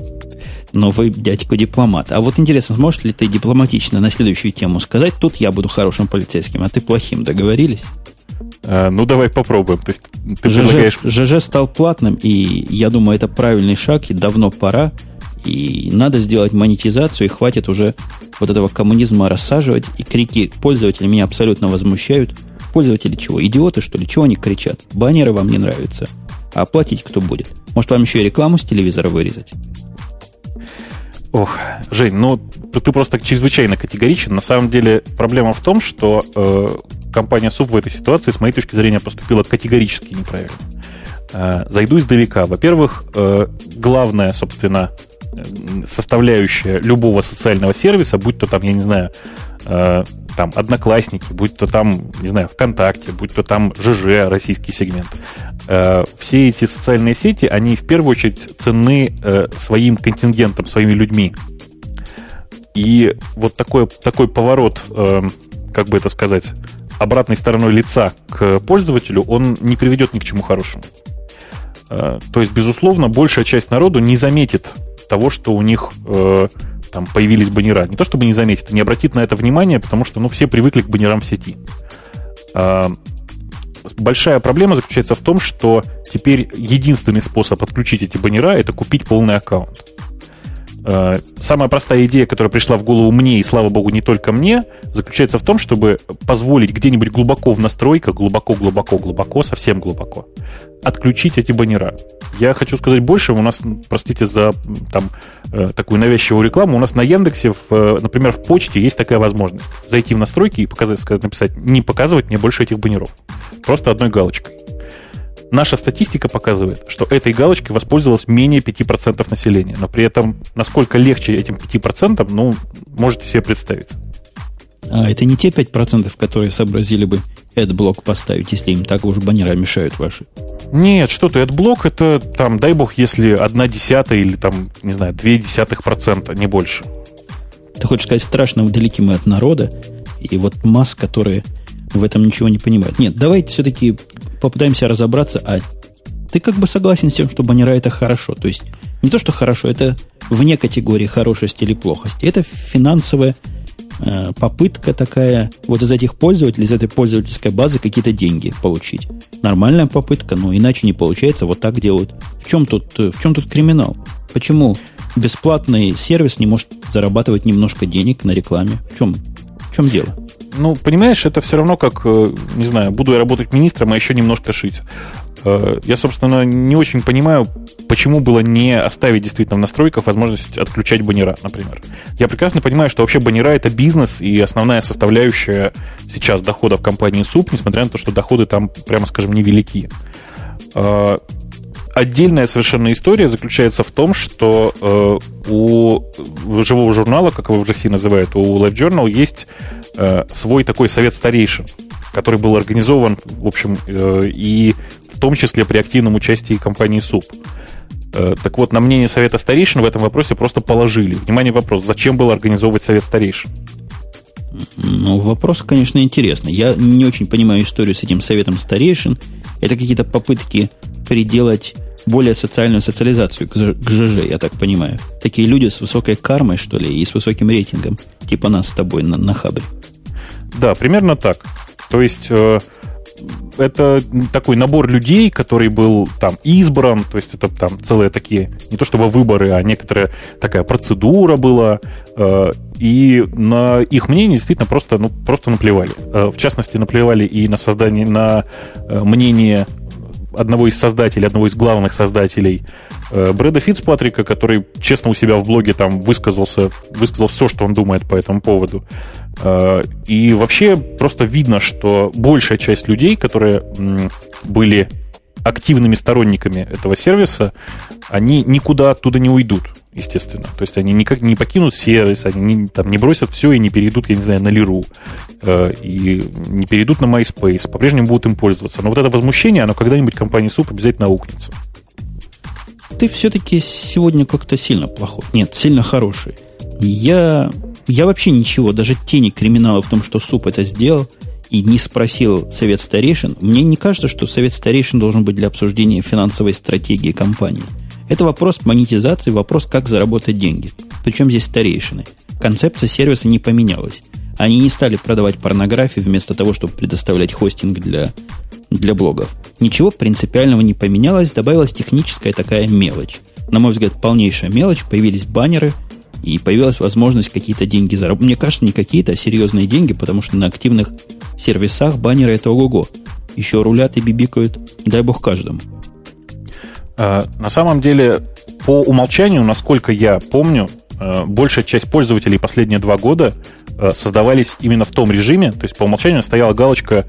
Но вы, дядька, дипломат. А вот интересно, сможешь ли ты дипломатично на следующую тему сказать, тут я буду хорошим полицейским, а ты плохим, договорились? А, ну, давай попробуем. То есть ты ЖЖ, предлагаешь... ЖЖ стал платным, и я думаю, это правильный шаг, и давно пора, и надо сделать монетизацию, и хватит уже вот этого коммунизма рассаживать, и крики пользователей меня абсолютно возмущают. Пользователи чего? Идиоты, что ли? Чего они кричат? Баннеры вам не нравятся. А платить кто будет? Может, вам еще и рекламу с телевизора вырезать? Ох, Жень, ну ты, ты просто чрезвычайно категоричен. На самом деле проблема в том, что э, компания Суп в этой ситуации, с моей точки зрения, поступила категорически неправильно. Э, зайду издалека. Во-первых, э, главная, собственно, составляющая любого социального сервиса, будь то там, я не знаю, э, там Одноклассники, будь то там, не знаю, ВКонтакте, будь то там ЖЖ, российский сегмент. Э, все эти социальные сети, они в первую очередь ценны э, своим контингентом, своими людьми. И вот такой, такой поворот, э, как бы это сказать, обратной стороной лица к пользователю, он не приведет ни к чему хорошему. Э, то есть, безусловно, большая часть народу не заметит того, что у них э, там появились баннера. Не то чтобы не заметит, не обратит на это внимание, потому что ну, все привыкли к баннерам в сети. Э, большая проблема заключается в том, что теперь единственный способ отключить эти баннера — это купить полный аккаунт. Самая простая идея, которая пришла в голову мне, и, слава богу, не только мне, заключается в том, чтобы позволить где-нибудь глубоко в настройках, глубоко-глубоко-глубоко, совсем глубоко, отключить эти баннера. Я хочу сказать больше, у нас, простите за там, такую навязчивую рекламу, у нас на Яндексе, в, например, в почте есть такая возможность зайти в настройки и показать, сказать, написать «не показывать мне больше этих баннеров». Просто одной галочкой. Наша статистика показывает, что этой галочкой воспользовалось менее пять процентов населения. Но при этом, насколько легче этим пять процентов, ну, можете себе представить. А это не те пять процентов, которые сообразили бы AdBlock поставить, если им так уж баннера мешают ваши? Нет, что ты, AdBlock это, там, дай бог, если одна десятая или, там, не знаю, две десятых процента, не больше. Ты хочешь сказать, страшно далеки мы от народа, и вот масс, которые в этом ничего не понимают. Нет, давайте все-таки попытаемся разобраться, а ты как бы согласен с тем, что баннера это хорошо. То есть не то, что хорошо, это вне категории хорошести или плохости. Это финансовая э, попытка такая, вот из этих пользователей, из этой пользовательской базы какие-то деньги получить. Нормальная попытка, но иначе не получается, вот так делают. В чем тут, в чем тут криминал? Почему бесплатный сервис не может зарабатывать немножко денег на рекламе? В чем, в чем дело? Ну, понимаешь, это все равно как, не знаю, буду я работать министром, а еще немножко шить. Я, собственно, не очень понимаю, почему было не оставить действительно в настройках возможность отключать баннера, например. Я прекрасно понимаю, что вообще баннера — это бизнес и основная составляющая сейчас доходов компании СУП, несмотря на то, что доходы там, прямо скажем, невелики. Отдельная совершенно история заключается в том, что э, у живого журнала, как его в России называют, у LiveJournal есть э, свой такой совет старейшин, который был организован, в общем, э, и в том числе при активном участии компании СУП. Э, так вот, на мнение совета старейшин в этом вопросе просто положили. Внимание, вопрос, зачем было организовывать совет старейшин? Ну, вопрос, конечно, интересный. Я не очень понимаю историю с этим советом старейшин. Это какие-то попытки приделать более социальную социализацию к ЖЖ, я так понимаю. Такие люди с высокой кармой, что ли, и с высоким рейтингом, типа нас с тобой на, на хабре. Да, примерно так. То есть э, это такой набор людей, который был там избран, то есть это там целые такие, не то чтобы выборы, а некоторая такая процедура была, э, и на их мнение действительно просто, ну, просто наплевали. Э, в частности, наплевали и на создание, на э, мнение одного из создателей, одного из главных создателей э, Брэда Фицпатрика, который честно у себя в блоге там высказался, высказал все, что он думает по этому поводу. Э, и вообще просто видно, что большая часть людей, которые м, были активными сторонниками этого сервиса, они никуда оттуда не уйдут, естественно. То есть они никак не покинут сервис, они не, там, не бросят все и не перейдут, я не знаю, на Лиру, э, и не перейдут на MySpace, по-прежнему будут им пользоваться. Но вот это возмущение, оно когда-нибудь компании СУП обязательно аукнется. Ты все-таки сегодня как-то сильно плохой. Нет, сильно хороший. Я, я вообще ничего, даже тени криминала в том, что СУП это сделал, и не спросил совет старейшин. Мне не кажется, что совет старейшин должен быть для обсуждения финансовой стратегии компании. Это вопрос монетизации, вопрос, как заработать деньги. Причем здесь старейшины. Концепция сервиса не поменялась. Они не стали продавать порнографию вместо того, чтобы предоставлять хостинг для, для блогов. Ничего принципиального не поменялось, добавилась техническая такая мелочь. На мой взгляд, полнейшая мелочь. Появились баннеры, и появилась возможность какие-то деньги заработать. Мне кажется, не какие-то, а серьезные деньги, потому что на активных сервисах баннеры это ого-го. Еще рулят и бибикают, дай бог каждому. На самом деле, по умолчанию, насколько я помню, большая часть пользователей последние два года создавались именно в том режиме, то есть по умолчанию стояла галочка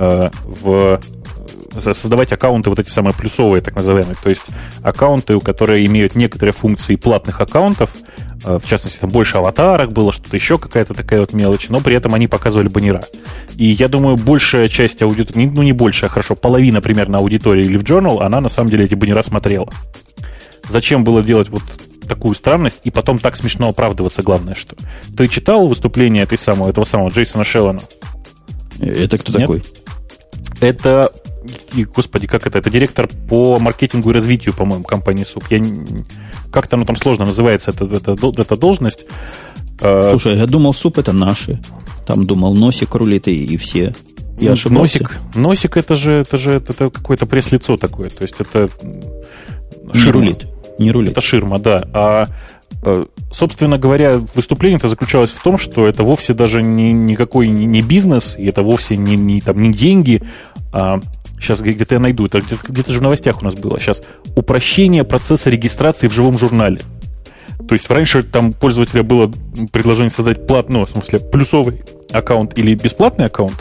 в создавать аккаунты, вот эти самые плюсовые, так называемые, то есть аккаунты, которые имеют некоторые функции платных аккаунтов, В частности, там больше аватарок было, что-то еще, какая-то такая вот мелочь, но при этом они показывали баннера. И я думаю, большая часть аудитории, ну не большая, хорошо, половина примерно аудитории LiveJournal, она на самом деле эти баннера смотрела. Зачем было делать вот такую странность и потом так смешно оправдываться, главное, что? Ты читал выступление этой самого, этого самого Джейсона Шеллона? Это кто Нет? такой? Это, господи, как это? Это директор по маркетингу и развитию, по-моему, компании СУП. Я... Как-то оно там сложно называется, эта, эта, эта должность. Слушай, я думал, СУП это наши. Там думал, Носик рулит и, и все. Я ошибался. Носик, Носик это же, это же это какое-то пресс-лицо такое. То есть это не ширма. рулит. Не рулит. Это ширма, да. А, собственно говоря, выступление-то заключалось в том, что это вовсе даже не, никакой не бизнес, и это вовсе не, не, там, не деньги, а сейчас где-то я найду, это где-то, где-то же в новостях у нас было. Сейчас упрощение процесса регистрации в живом журнале. То есть раньше там пользователя было предложение создать платный, ну, в смысле, плюсовый аккаунт или бесплатный аккаунт.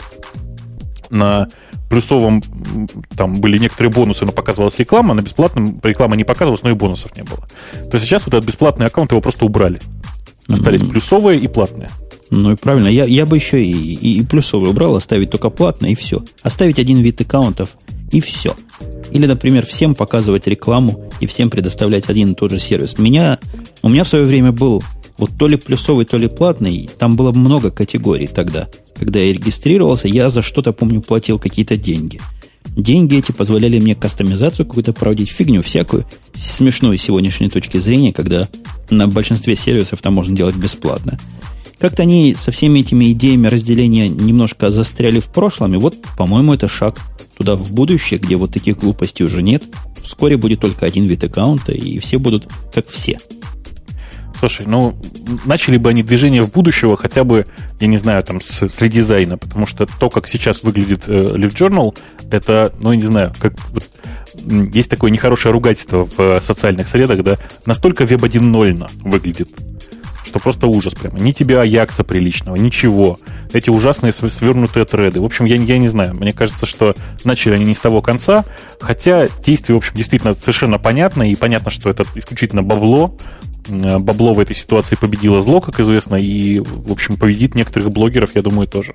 На плюсовом там были некоторые бонусы, но показывалась реклама, на бесплатном реклама не показывалась, но и бонусов не было. То есть сейчас вот этот бесплатный аккаунт его просто убрали. Остались mm-hmm. плюсовые и платные. Ну и правильно. Я, я бы еще и, и, и плюсовый убрал, оставить только платное, и все. Оставить один вид аккаунтов, и все. Или, например, всем показывать рекламу и всем предоставлять один и тот же сервис. Меня, у меня в свое время был вот то ли плюсовый, то ли платный. Там было много категорий тогда. Когда я регистрировался, я за что-то, помню, платил какие-то деньги. Деньги эти позволяли мне кастомизацию какую-то проводить, фигню всякую, смешную с сегодняшней точки зрения, когда на большинстве сервисов там можно делать бесплатно. Как-то они со всеми этими идеями разделения немножко застряли в прошлом, и вот, по-моему, это шаг туда в будущее, где вот таких глупостей уже нет. Вскоре будет только один вид аккаунта, и все будут как все. Слушай, ну, начали бы они движение в будущего хотя бы, я не знаю, там, с редизайна, потому что то, как сейчас выглядит э, LiveJournal, это, ну, я не знаю, как вот, есть такое нехорошее ругательство в э, социальных средах, да, настолько веб один ноль выглядит, что просто ужас прямо. Ни тебе Аякса приличного, ничего. Эти ужасные свернутые треды. В общем, я, я не знаю. Мне кажется, что начали они не с того конца, хотя действие, в общем, действительно совершенно понятно, и понятно, что это исключительно бабло. Бабло в этой ситуации победило зло, как известно, и, в общем, победит некоторых блогеров, я думаю, тоже.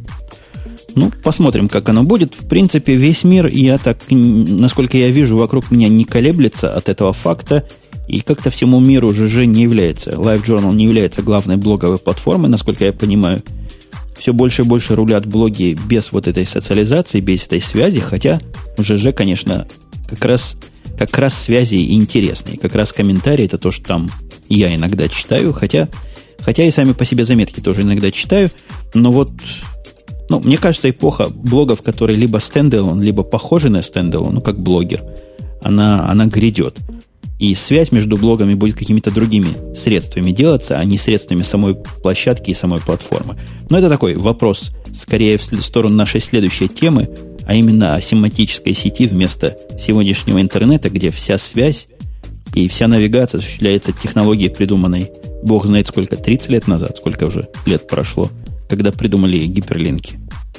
Ну, посмотрим, как оно будет. В принципе, весь мир, я так, насколько я вижу, вокруг меня не колеблется от этого факта, и как-то всему миру ЖЖ не является, LiveJournal не является главной блоговой платформой, насколько я понимаю. Все больше и больше рулят блоги без вот этой социализации, без этой связи, хотя в ЖЖ, конечно, как раз, как раз связи и интересные, как раз комментарии, это то, что там я иногда читаю, хотя, хотя и сами по себе заметки тоже иногда читаю, но вот, ну, мне кажется, эпоха блогов, которые либо стендалон, либо похожи на стендалон, ну, как блогер, она, она грядет. И связь между блогами будет какими-то другими средствами делаться, а не средствами самой площадки и самой платформы. Но это такой вопрос, скорее в сторону нашей следующей темы, а именно о семантической сети вместо сегодняшнего интернета, где вся связь и вся навигация осуществляется технологией, придуманной, бог знает сколько, тридцать лет назад, сколько уже лет прошло, когда придумали гиперлинки.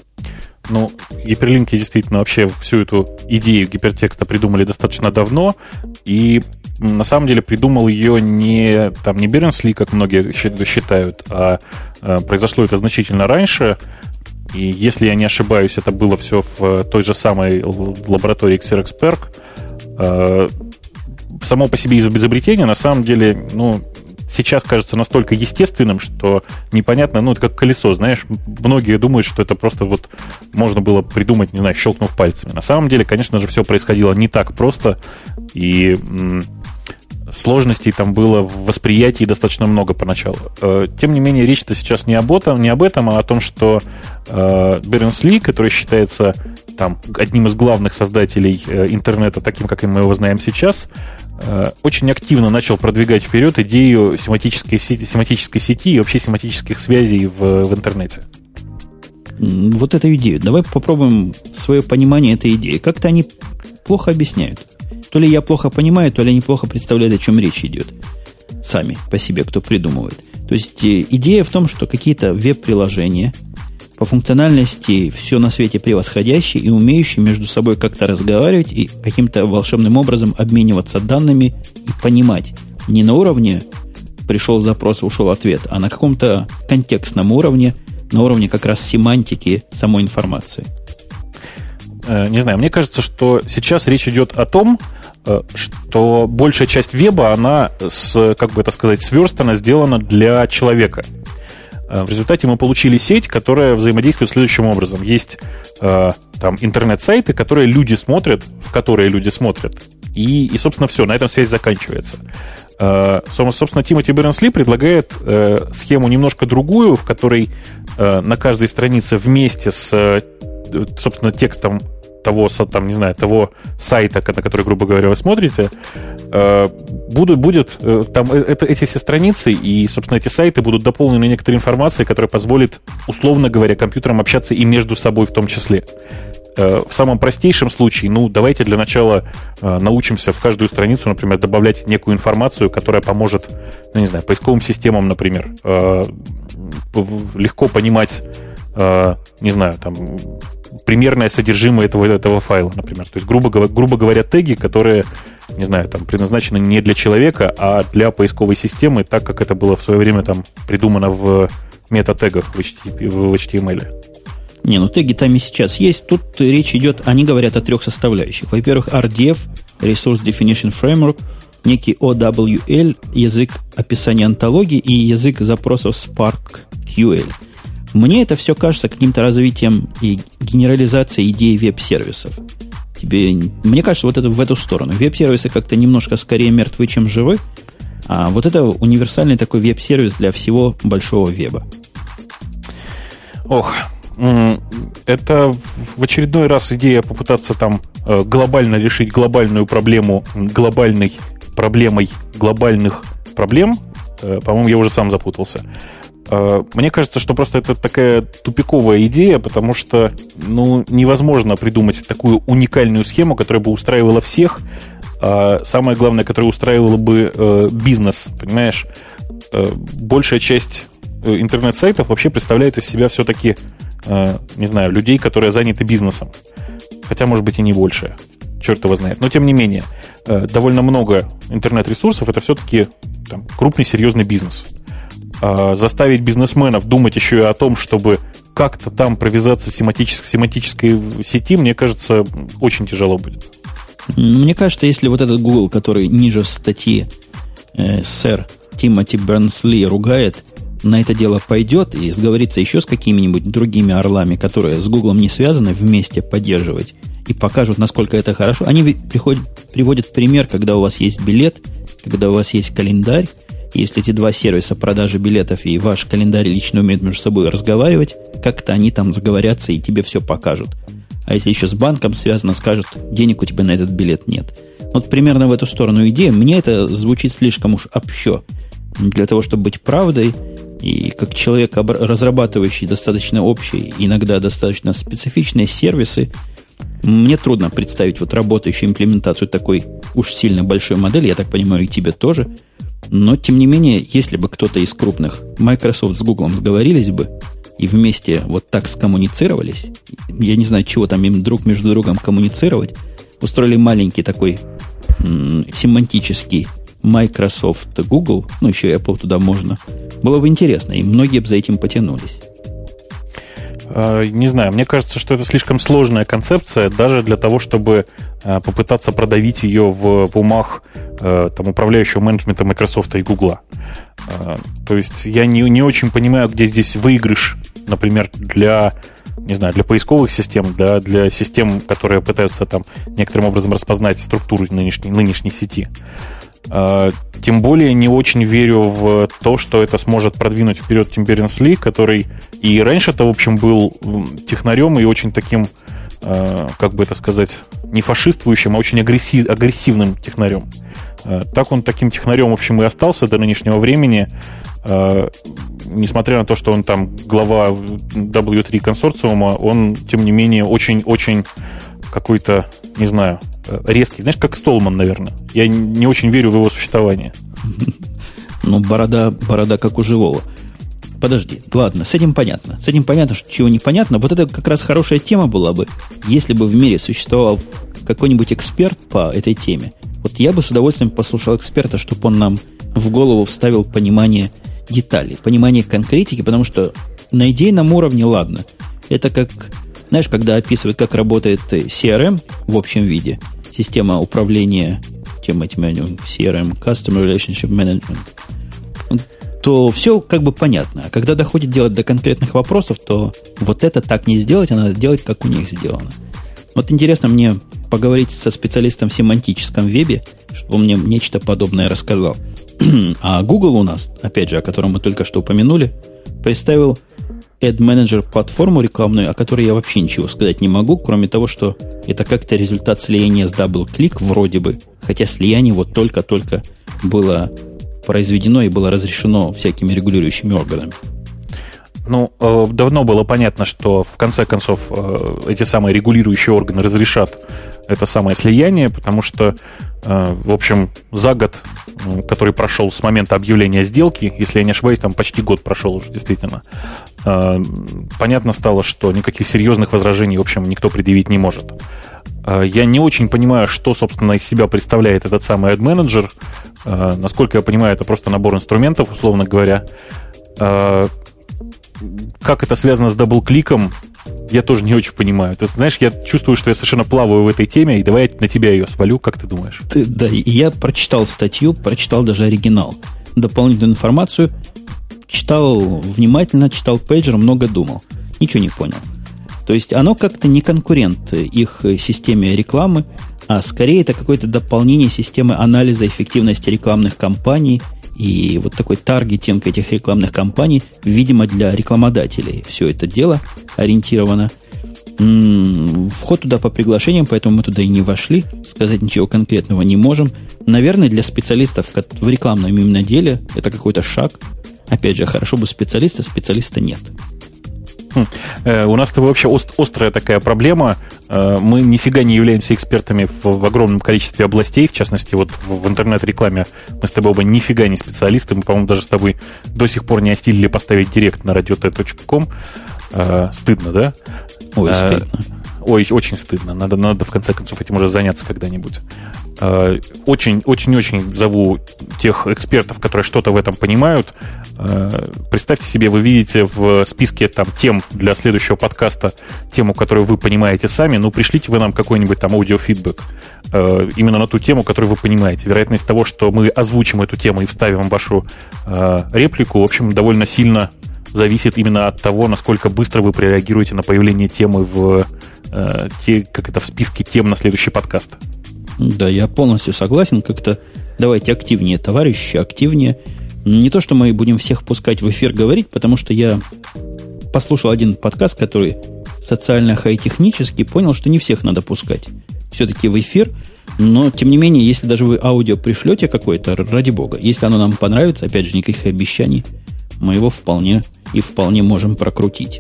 Ну, гиперлинки действительно вообще всю эту идею гипертекста придумали достаточно давно, и на самом деле придумал ее не, там, не Бернс-Ли, как многие считают, а, а произошло это значительно раньше, и если я не ошибаюсь, это было все в той же самой лаборатории Xerox-Perc. А, само по себе изобретение, на самом деле, ну, сейчас кажется настолько естественным, что непонятно, ну, это как колесо, знаешь, многие думают, что это просто вот можно было придумать, не знаю, щелкнув пальцами. На самом деле, конечно же, все происходило не так просто, и м- сложностей там было в восприятии достаточно много поначалу. Тем не менее, речь-то сейчас не об этом, не об этом, а о том, что э, Бернс-Ли, который считается там одним из главных создателей э, интернета, таким, как мы его знаем сейчас, э, очень активно начал продвигать вперед идею семантической сети, семантической сети и вообще семантических связей в, в интернете. Вот эту идею. Давай попробуем свое понимание этой идеи. Как-то они плохо объясняют. То ли я плохо понимаю, то ли они плохо представляют, о чем речь идет. Сами по себе, кто придумывает. То есть идея в том, что какие-то веб-приложения по функциональности все на свете превосходящие и умеющие между собой как-то разговаривать и каким-то волшебным образом обмениваться данными и понимать не на уровне пришел запрос, ушел ответ, а на каком-то контекстном уровне, на уровне как раз семантики самой информации. Не знаю, мне кажется, что сейчас речь идет о том, что большая часть веба, она, с, как бы это сказать, сверстана, сделана для человека. В результате мы получили сеть, которая взаимодействует следующим образом. Есть э, там интернет-сайты, которые люди смотрят, в которые люди смотрят. И, и собственно, все, на этом связь заканчивается. Э, собственно, Тимоти Бернс-Ли предлагает э, схему немножко другую, в которой э, на каждой странице вместе с, э, собственно, текстом того, там, не знаю, того сайта, на который, грубо говоря, вы смотрите, будут, будет там это, эти все страницы и, собственно, эти сайты будут дополнены некоторой информацией, которая позволит, условно говоря, компьютерам общаться и между собой в том числе. В самом простейшем случае, ну, давайте для начала научимся в каждую страницу, например, добавлять некую информацию, которая поможет, ну, не знаю, поисковым системам, например, легко понимать, не знаю, там, примерное содержимое этого, этого файла, например. То есть, грубо, грубо говоря, теги, которые, не знаю, там, предназначены не для человека, а для поисковой системы, так как это было в свое время там придумано в метатегах в эйч ти эм эл. Не, ну теги там и сейчас есть. Тут речь идет, они говорят о трех составляющих. Во-первых, ар ди эф, Resource Definition Framework, некий о дабл ю эл, язык описания антологии и язык запросов Spark кью эл. Мне это все кажется каким-то развитием и генерализацией идеи веб-сервисов. Тебе, мне кажется, вот это в эту сторону. Веб-сервисы как-то немножко скорее мертвы, чем живы, а вот это универсальный такой веб-сервис для всего большого веба. Ох, это в очередной раз идея попытаться там глобально решить глобальную проблему глобальной проблемой глобальных проблем. По-моему, я уже сам запутался. Мне кажется, что просто это такая тупиковая идея, потому что, ну, невозможно придумать такую уникальную схему, которая бы устраивала всех, а самое главное, которая устраивала бы э, бизнес, понимаешь? Э, большая часть интернет-сайтов вообще представляет из себя все-таки, э, не знаю, людей, которые заняты бизнесом. Хотя, может быть, и не большая. Черт его знает. Но, тем не менее, э, довольно много интернет-ресурсов — это все-таки там, крупный, серьезный бизнес. Заставить бизнесменов думать еще и о том, чтобы как-то там провязаться в семантической, семантической сети, мне кажется, очень тяжело будет. Мне кажется, если вот этот Google, который ниже в статье э, сэр Тимоти Бернс-Ли ругает, на это дело пойдет и сговорится еще с какими-нибудь другими орлами, которые с Google не связаны, вместе поддерживать и покажут, насколько это хорошо. Они приходят, приводят пример, когда у вас есть билет, когда у вас есть календарь. Если эти два сервиса продажи билетов и ваш календарь лично умеют между собой разговаривать, как-то они там заговорятся и тебе все покажут. А если еще с банком связано, скажут, денег у тебя на этот билет нет. Вот примерно в эту сторону идея. Мне это звучит слишком уж общо. Для того, чтобы быть правдой, и как человек, разрабатывающий достаточно общие, иногда достаточно специфичные сервисы, мне трудно представить вот работающую имплементацию такой уж сильно большой модели. Я так понимаю, и тебе тоже. Но, тем не менее, если бы кто-то из крупных, Microsoft с Google, сговорились бы и вместе вот так скоммуницировались, я не знаю, чего там им друг между другом коммуницировать, устроили маленький такой м- семантический Microsoft Google, ну, еще и Apple туда можно, было бы интересно, и многие бы за этим потянулись. Не знаю, мне кажется, что это слишком сложная концепция даже для того, чтобы попытаться продавить ее в, в умах там, управляющего менеджмента Microsoft и Google. То есть я не, не очень понимаю, где здесь выигрыш, например, для, не знаю, для поисковых систем, для, для систем, которые пытаются там некоторым образом распознать структуру нынешней, нынешней сети. Тем более не очень верю в то, что это сможет продвинуть вперед Тим Бернс-Ли, который и раньше-то, в общем, был технарем и очень таким, как бы это сказать, не фашистствующим, а очень агрессив, агрессивным технарем. Так он таким технарем, в общем, и остался до нынешнего времени, несмотря на то, что он там глава дабл ю три консорциума, он, тем не менее, очень-очень какой-то, не знаю, резкий. Знаешь, как Столман, наверное. Я не очень верю в его существование. Ну, борода, борода как у живого. Подожди, ладно, с этим понятно. С этим понятно, что чего не понятно. Вот это как раз хорошая тема была бы, если бы в мире существовал какой-нибудь эксперт по этой теме. Вот я бы с удовольствием послушал эксперта, чтобы он нам в голову вставил понимание деталей, понимание конкретики, потому что на идейном уровне, ладно, это как, знаешь, когда описывают, как работает си ар эм в общем виде, система управления тем этим си ар эм, Customer Relationship Management, то все как бы понятно. А когда доходит дело до конкретных вопросов, то вот это так не сделать, а надо делать, как у них сделано. Вот интересно мне поговорить со специалистом в семантическом вебе, чтобы он мне нечто подобное рассказал. А Google у нас, опять же, о котором мы только что упомянули, представил Ad Manager платформу рекламную, о которой я вообще ничего сказать не могу, кроме того, что это как-то результат слияния с DoubleClick вроде бы, хотя слияние вот только-только было произведено и было разрешено всякими регулирующими органами. Ну, э, давно было понятно, что в конце концов э, эти самые регулирующие органы разрешат это самое слияние, потому что, э, в общем, за год, э, который прошел с момента объявления сделки, если я не ошибаюсь, там почти год прошел уже, действительно, э, понятно стало, что никаких серьезных возражений, в общем, никто предъявить не может. Э, я не очень понимаю, что, собственно, из себя представляет этот самый Ad Manager. Э, насколько я понимаю, это просто набор инструментов, условно говоря. Э, Как это связано с даблкликом, я тоже не очень понимаю. Ты знаешь, я чувствую, что я совершенно плаваю в этой теме, и давай я на тебя ее свалю, как ты думаешь? Ты, да, я прочитал статью, прочитал даже оригинал, дополнительную информацию, читал внимательно, читал пейджер, много думал. Ничего не понял. То есть оно как-то не конкурент их системе рекламы, а скорее это какое-то дополнение системы анализа эффективности рекламных кампаний. И вот такой таргетинг этих рекламных кампаний, видимо, для рекламодателей все это дело ориентировано. М-м, вход туда по приглашениям, поэтому мы туда и не вошли. Сказать ничего конкретного не можем. Наверное, для специалистов в рекламном именно деле это какой-то шаг. Опять же, хорошо бы специалиста, специалиста нет. Хм. Э, у нас-то вообще ост- острая такая проблема. Э, мы нифига не являемся экспертами в, в огромном количестве областей. В частности, вот в, в интернет-рекламе мы с тобой оба нифига не специалисты. Мы, по-моему, даже с тобой до сих пор не осилили поставить директ на радио тэ точка ком. Э, стыдно, да? Ой, стыдно. Э, ой, очень стыдно. Надо, надо, в конце концов, этим уже заняться когда-нибудь. Очень-очень-очень зову тех экспертов, которые что-то в этом понимают. Представьте себе, вы видите в списке там тем для следующего подкаста тему, которую вы понимаете сами, ну, пришлите вы нам какой-нибудь там аудиофидбэк именно на ту тему, которую вы понимаете. Вероятность того, что мы озвучим эту тему и вставим вашу реплику, в общем, довольно сильно зависит именно от того, насколько быстро вы прореагируете на появление темы в, те, как это, в списке тем на следующий подкаст. Да, я полностью согласен. Как-то давайте активнее, товарищи, активнее. Не то, что мы будем всех пускать в эфир говорить, потому что я послушал один подкаст, который социально-хай-технический, понял, что не всех надо пускать все-таки в эфир. Но, тем не менее, если даже вы аудио пришлете какое-то, ради бога, если оно нам понравится, опять же, никаких обещаний, мы его вполне и вполне можем прокрутить.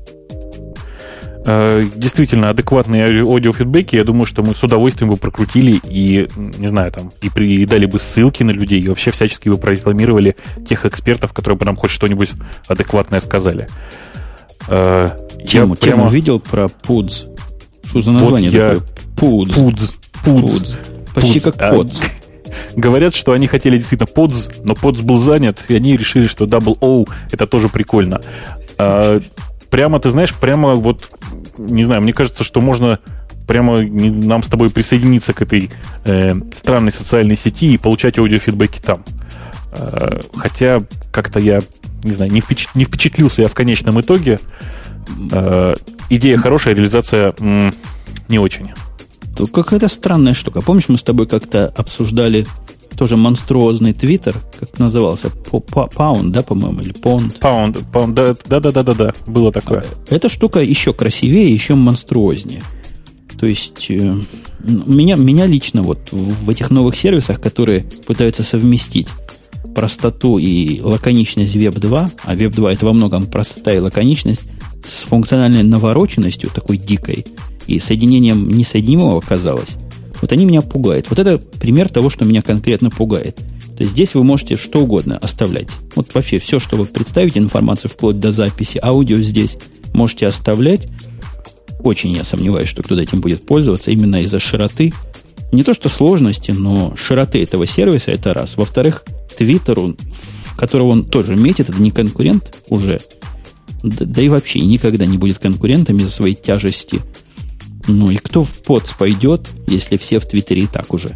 Действительно, адекватные аудиофидбэки, я думаю, что мы с удовольствием бы прокрутили и, не знаю, там, и, при, и дали бы ссылки на людей, и вообще всячески бы прорекламировали тех экспертов, которые бы нам хоть что-нибудь адекватное сказали. Тему, прямо... тему видел про пудз. Что за название вот такое? Пудз. Пудз. Пудз. Почти как подз. Говорят, что они хотели действительно подз, но подз был занят, и они решили, что Double O это тоже прикольно. Прямо, ты знаешь, прямо вот, не знаю, мне кажется, что можно прямо нам с тобой присоединиться к этой э, странной социальной сети и получать аудиофидбэки там. Э, хотя как-то я, не знаю, не, впечат, не впечатлился я в конечном итоге. Э, идея хорошая, реализация м, не очень. Тут какая-то странная штука. Помнишь, мы с тобой как-то обсуждали тоже монструозный твиттер, как назывался, Pound, да, по-моему, или Pond. Pound, Pound, да, да, да, да, да, было такое. Эта штука еще красивее, еще монструознее. То есть э, меня, меня лично вот в этих новых сервисах, которые пытаются совместить простоту и лаконичность веб два, а веб два это во многом простота и лаконичность, с функциональной навороченностью такой дикой и соединением несоединимого оказалось. Вот они меня пугают. Вот это пример того, что меня конкретно пугает. То есть здесь вы можете что угодно оставлять. Вот вообще все, что вы представите, информацию вплоть до записи, аудио здесь можете оставлять. Очень я сомневаюсь, что кто-то этим будет пользоваться именно из-за широты. Не то что сложности, но широты этого сервиса, это раз. Во-вторых, Твиттеру, в которого он тоже метит, это не конкурент уже. Да, да и вообще никогда не будет конкурентом из-за своей тяжести. Ну и кто в поц пойдет, если все в Твиттере и так уже?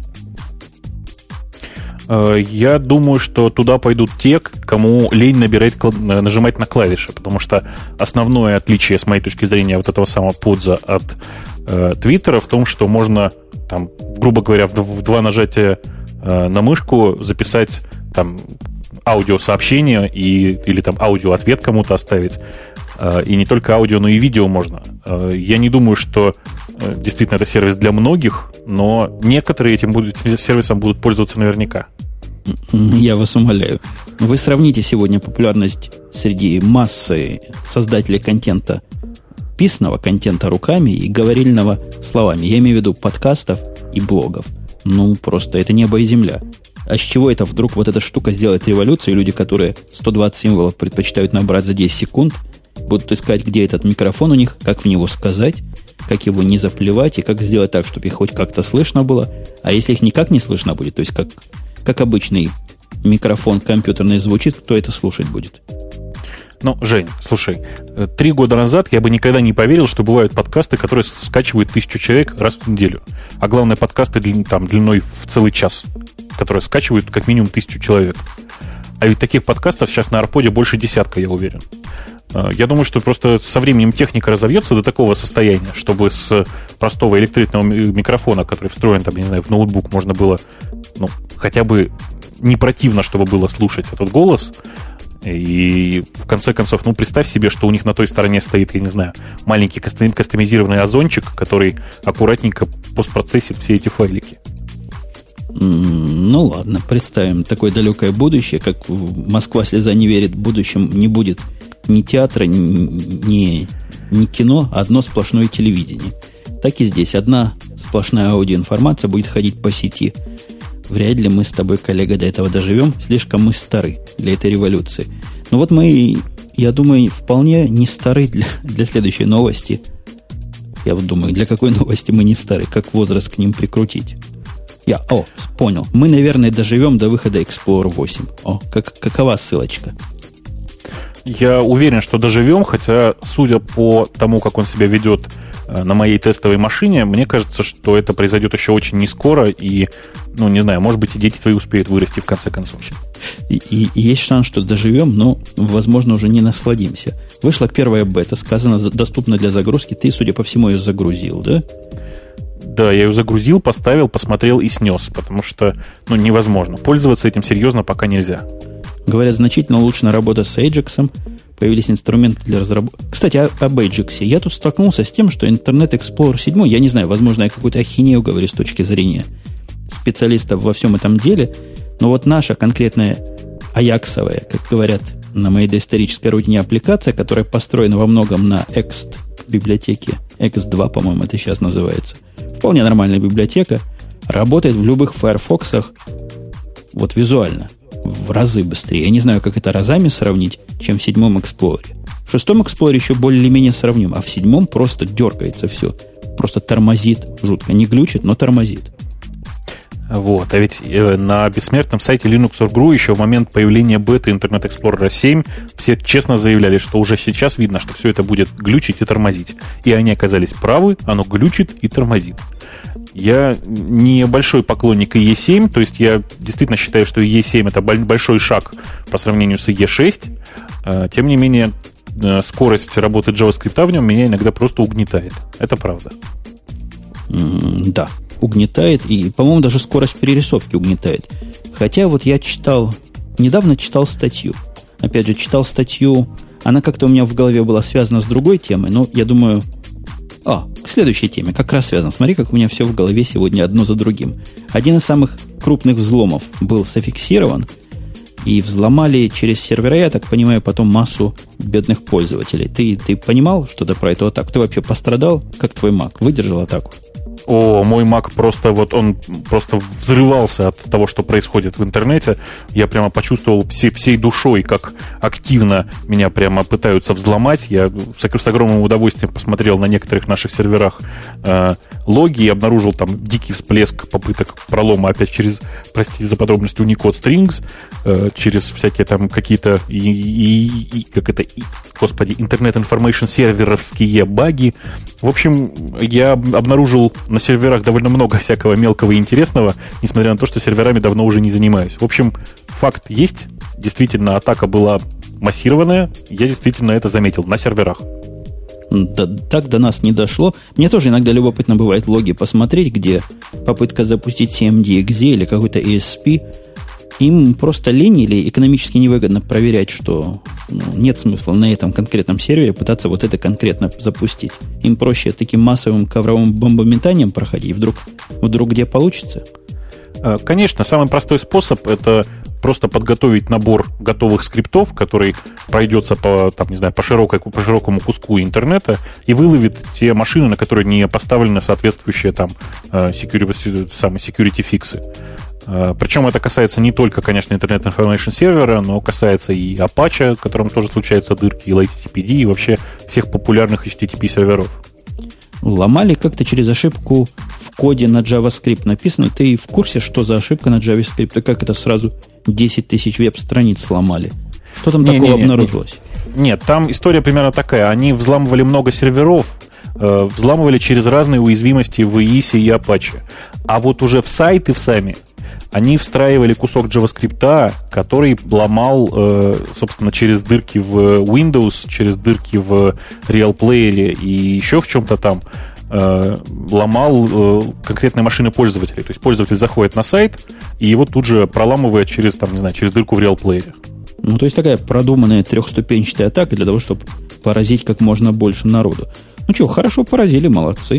Я думаю, что туда пойдут те, кому лень набирать, нажимать на клавиши, потому что основное отличие, с моей точки зрения, вот этого самого подза от э, Твиттера в том, что можно, там, грубо говоря, в, в два нажатия э, на мышку записать там аудиосообщение и, или там аудиоответ кому-то оставить. Э, и не только аудио, но и видео можно. Э, я не думаю, что э, действительно это сервис для многих, но некоторые этим будут, сервисом будут пользоваться наверняка. Я вас умоляю. Вы сравните сегодня популярность среди массы создателей контента, писанного контента руками и говорильного словами. Я имею в виду подкастов и блогов. Ну, просто это небо и земля. А с чего это вдруг вот эта штука сделает революцию, и люди, которые сто двадцать символов предпочитают набрать за десять секунд, будут искать, где этот микрофон у них, как в него сказать, как его не заплевать, и как сделать так, чтобы их хоть как-то слышно было. А если их никак не слышно будет, то есть как, как обычный микрофон компьютерный звучит, кто это слушать будет? Ну, Жень, слушай, три года назад я бы никогда не поверил, что бывают подкасты, которые скачивают тысячу человек раз в неделю. А главное, подкасты длин, там, длиной в целый час, которые скачивают как минимум тысячу человек. А ведь таких подкастов сейчас на Арподе больше десятка, я уверен. Я думаю, что просто со временем техника разовьется до такого состояния, чтобы с простого электритного микрофона, который встроен там, я не знаю, в ноутбук, можно было, ну, хотя бы не противно, чтобы было слушать этот голос. И в конце концов, ну, представь себе, что у них на той стороне стоит, я не знаю, маленький кастомизированный озончик, который аккуратненько постпроцессит все эти файлики. Ну ладно, представим такое далекое будущее, как Москва слеза не верит, в будущем не будет ни театра, ни, ни, ни кино, а одно сплошное телевидение. Так и здесь одна сплошная аудиоинформация будет ходить по сети. Вряд ли мы с тобой, коллега, до этого доживем. Слишком мы стары для этой революции. Но вот мы, я думаю, вполне не стары для, для следующей новости. Я вот думаю, для какой новости мы не стары, как возраст к ним прикрутить. Я, о, понял. Мы, наверное, доживем до выхода Explorer восемь. О, как, какова ссылочка? Я уверен, что доживем, хотя, судя по тому, как он себя ведет на моей тестовой машине, мне кажется, что это произойдет еще очень не скоро, и, ну, не знаю, может быть, и дети твои успеют вырасти в конце концов. И, и, и есть шанс, что доживем, но, возможно, уже не насладимся. Вышла первая бета, сказано, доступна для загрузки. Ты, судя по всему, ее загрузил, да? Да, я ее загрузил, поставил, посмотрел и снес, потому что, ну, невозможно. Пользоваться этим серьезно пока нельзя. Говорят, значительно улучшена работа с Ajax. Появились инструменты для разработки. Кстати, об Ajax. Я тут столкнулся с тем, что Internet Explorer семь, я не знаю, возможно, я какую-то ахинею говорю с точки зрения специалистов во всем этом деле, но вот наша конкретная аяксовая, как говорят на моей доисторической родине, аппликация, которая построена во многом на Ext библиотеке, экс два, по-моему, это сейчас называется, вполне нормальная библиотека, работает в любых Firefox'ах вот визуально в разы быстрее. Я не знаю, как это разами сравнить, чем в седьмом Explorer. В шестом Explorer еще более-менее сравним, а в седьмом просто дергается все. Просто тормозит жутко. Не глючит, но тормозит. Вот. А ведь э, на бессмертном сайте Linux точка орг точка ру еще в момент появления беты Internet Explorer семь все честно заявляли, что уже сейчас видно, что все это будет глючить и тормозить. И они оказались правы, оно глючит и тормозит. Я не большой поклонник и и семь, то есть я действительно считаю, что и и семь это большой шаг по сравнению с и и шесть. Тем не менее, скорость работы JavaScript в нем меня иногда просто угнетает. Это правда. Mm, да, угнетает. И, по-моему, даже скорость перерисовки угнетает. Хотя вот я читал, недавно читал статью. Опять же, читал статью, она как-то у меня в голове была связана с другой темой, но я думаю... А, к следующей теме, как раз связано. Смотри, как у меня все в голове сегодня одно за другим. Один из самых крупных взломов был зафиксирован, и взломали через сервера, я так понимаю, потом массу бедных пользователей. Ты, ты понимал что-то про эту атаку? Ты вообще пострадал? Как твой Mac? Выдержал атаку? О, мой Mac просто вот он просто взрывался от того, что происходит в интернете. Я прямо почувствовал всей, всей душой, как активно меня прямо пытаются взломать. Я с огромным удовольствием посмотрел на некоторых наших серверах э, логи и обнаружил там дикий всплеск попыток пролома опять через, простите за подробности, Unicode Strings, э, через всякие там какие-то и, и, и, как это, и, господи, Internet Information серверовские баги. В общем, я обнаружил на серверах довольно много всякого мелкого и интересного, несмотря на то, что серверами давно уже не занимаюсь. В общем, факт есть. Действительно, атака была массированная. Я действительно это заметил на серверах. Да, так до нас не дошло. Мне тоже иногда любопытно бывает логи посмотреть, где попытка запустить си эм ди экс и или какой-то и эс пи. Им просто лень или экономически невыгодно проверять, что ну, нет смысла на этом конкретном сервере пытаться вот это конкретно запустить. Им проще таким массовым ковровым бомбометанием проходить, и вдруг, вдруг где получится. Конечно, самый простой способ – это просто подготовить набор готовых скриптов, который пройдется по, там, не знаю, по, широкой, по широкому куску интернета и выловит те машины, на которые не поставлены соответствующие там security, самые security фиксы. Причем это касается не только, конечно, Internet Information сервера, но касается и Apache, в котором тоже случаются дырки, и эйч ти ти пи ди, и вообще всех популярных эйч ти ти пи серверов. Ломали как-то через ошибку в коде на JavaScript написано. Ты в курсе, что за ошибка на JavaScript? И как это сразу десять тысяч веб-страниц сломали? Что там не, такого не, не, обнаружилось? Нет, нет, там история примерно такая. Они взламывали много серверов, э, взламывали через разные уязвимости в и ай эс и Apache. А вот уже в сайты в сами они встраивали кусок JavaScript, который ломал, э, собственно, через дырки в Windows, через дырки в Real Player и еще в чем-то там, э, ломал э, конкретные машины пользователей. То есть пользователь заходит на сайт, и его тут же проламывает через, там, не знаю, через дырку в Real Player. Ну, то есть такая продуманная трехступенчатая атака для того, чтобы поразить как можно больше народу. Ну что, хорошо поразили, молодцы.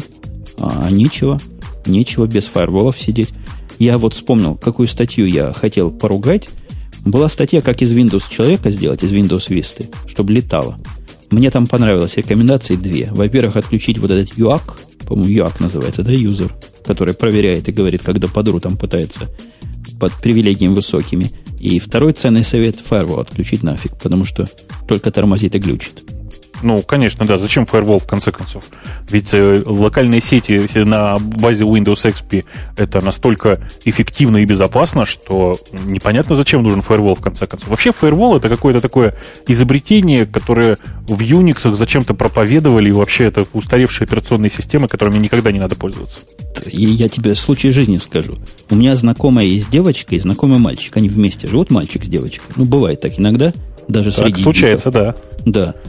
А нечего, нечего без фаерволов сидеть. Я вот вспомнил, какую статью я хотел поругать. Была статья, как из Windows человека сделать, из Windows Vista, чтобы летало. Мне там понравилось рекомендации две. Во-первых, отключить вот этот ю эй си, по-моему, ю эй си называется, да, юзер, который проверяет и говорит, когда под рутом пытается под привилегиями высокими. И второй ценный совет – Firewall отключить нафиг, потому что только тормозит и глючит. Ну, конечно, да. Зачем Firewall, в конце концов? Ведь э, локальные сети на базе Windows икс пи это настолько эффективно и безопасно, что непонятно, зачем нужен Firewall, в конце концов. Вообще, Firewall — это какое-то такое изобретение, которое в Unix зачем-то проповедовали, и вообще это устаревшие операционные системы, которыми никогда не надо пользоваться. И я тебе случай жизни скажу. У меня знакомая есть девочка и знакомый мальчик. Они вместе живут, мальчик с девочкой. Ну, бывает так иногда, даже так среди случается, гиков. Да. Да.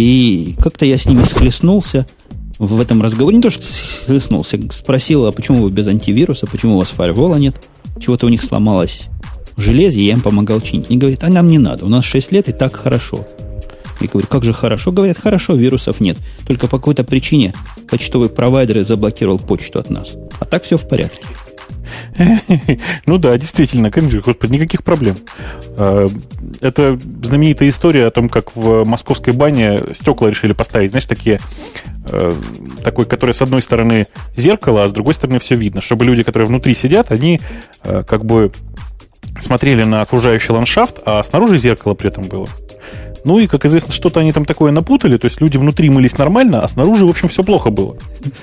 И как-то я с ними схлестнулся в этом разговоре. Не то, что схлестнулся. Спросил, а почему вы без антивируса, почему у вас фаервола нет? Чего-то у них сломалось в железе, я им помогал чинить. Они говорят, а нам не надо, у нас шесть лет и так хорошо. Я говорю, как же хорошо? Говорят, хорошо, вирусов нет. Только по какой-то причине почтовый провайдер заблокировал почту от нас. А так все в порядке. Ну да, действительно, конечно, господи, никаких проблем. Это знаменитая история о том, как в московской бане стекла решили поставить, знаешь, такие, такой, который с одной стороны зеркало, а с другой стороны все видно, чтобы люди, которые внутри сидят, они как бы смотрели на окружающий ландшафт, а снаружи зеркало при этом было. Ну и, как известно, что-то они там такое напутали, то есть люди внутри мылись нормально, а снаружи, в общем, все плохо было.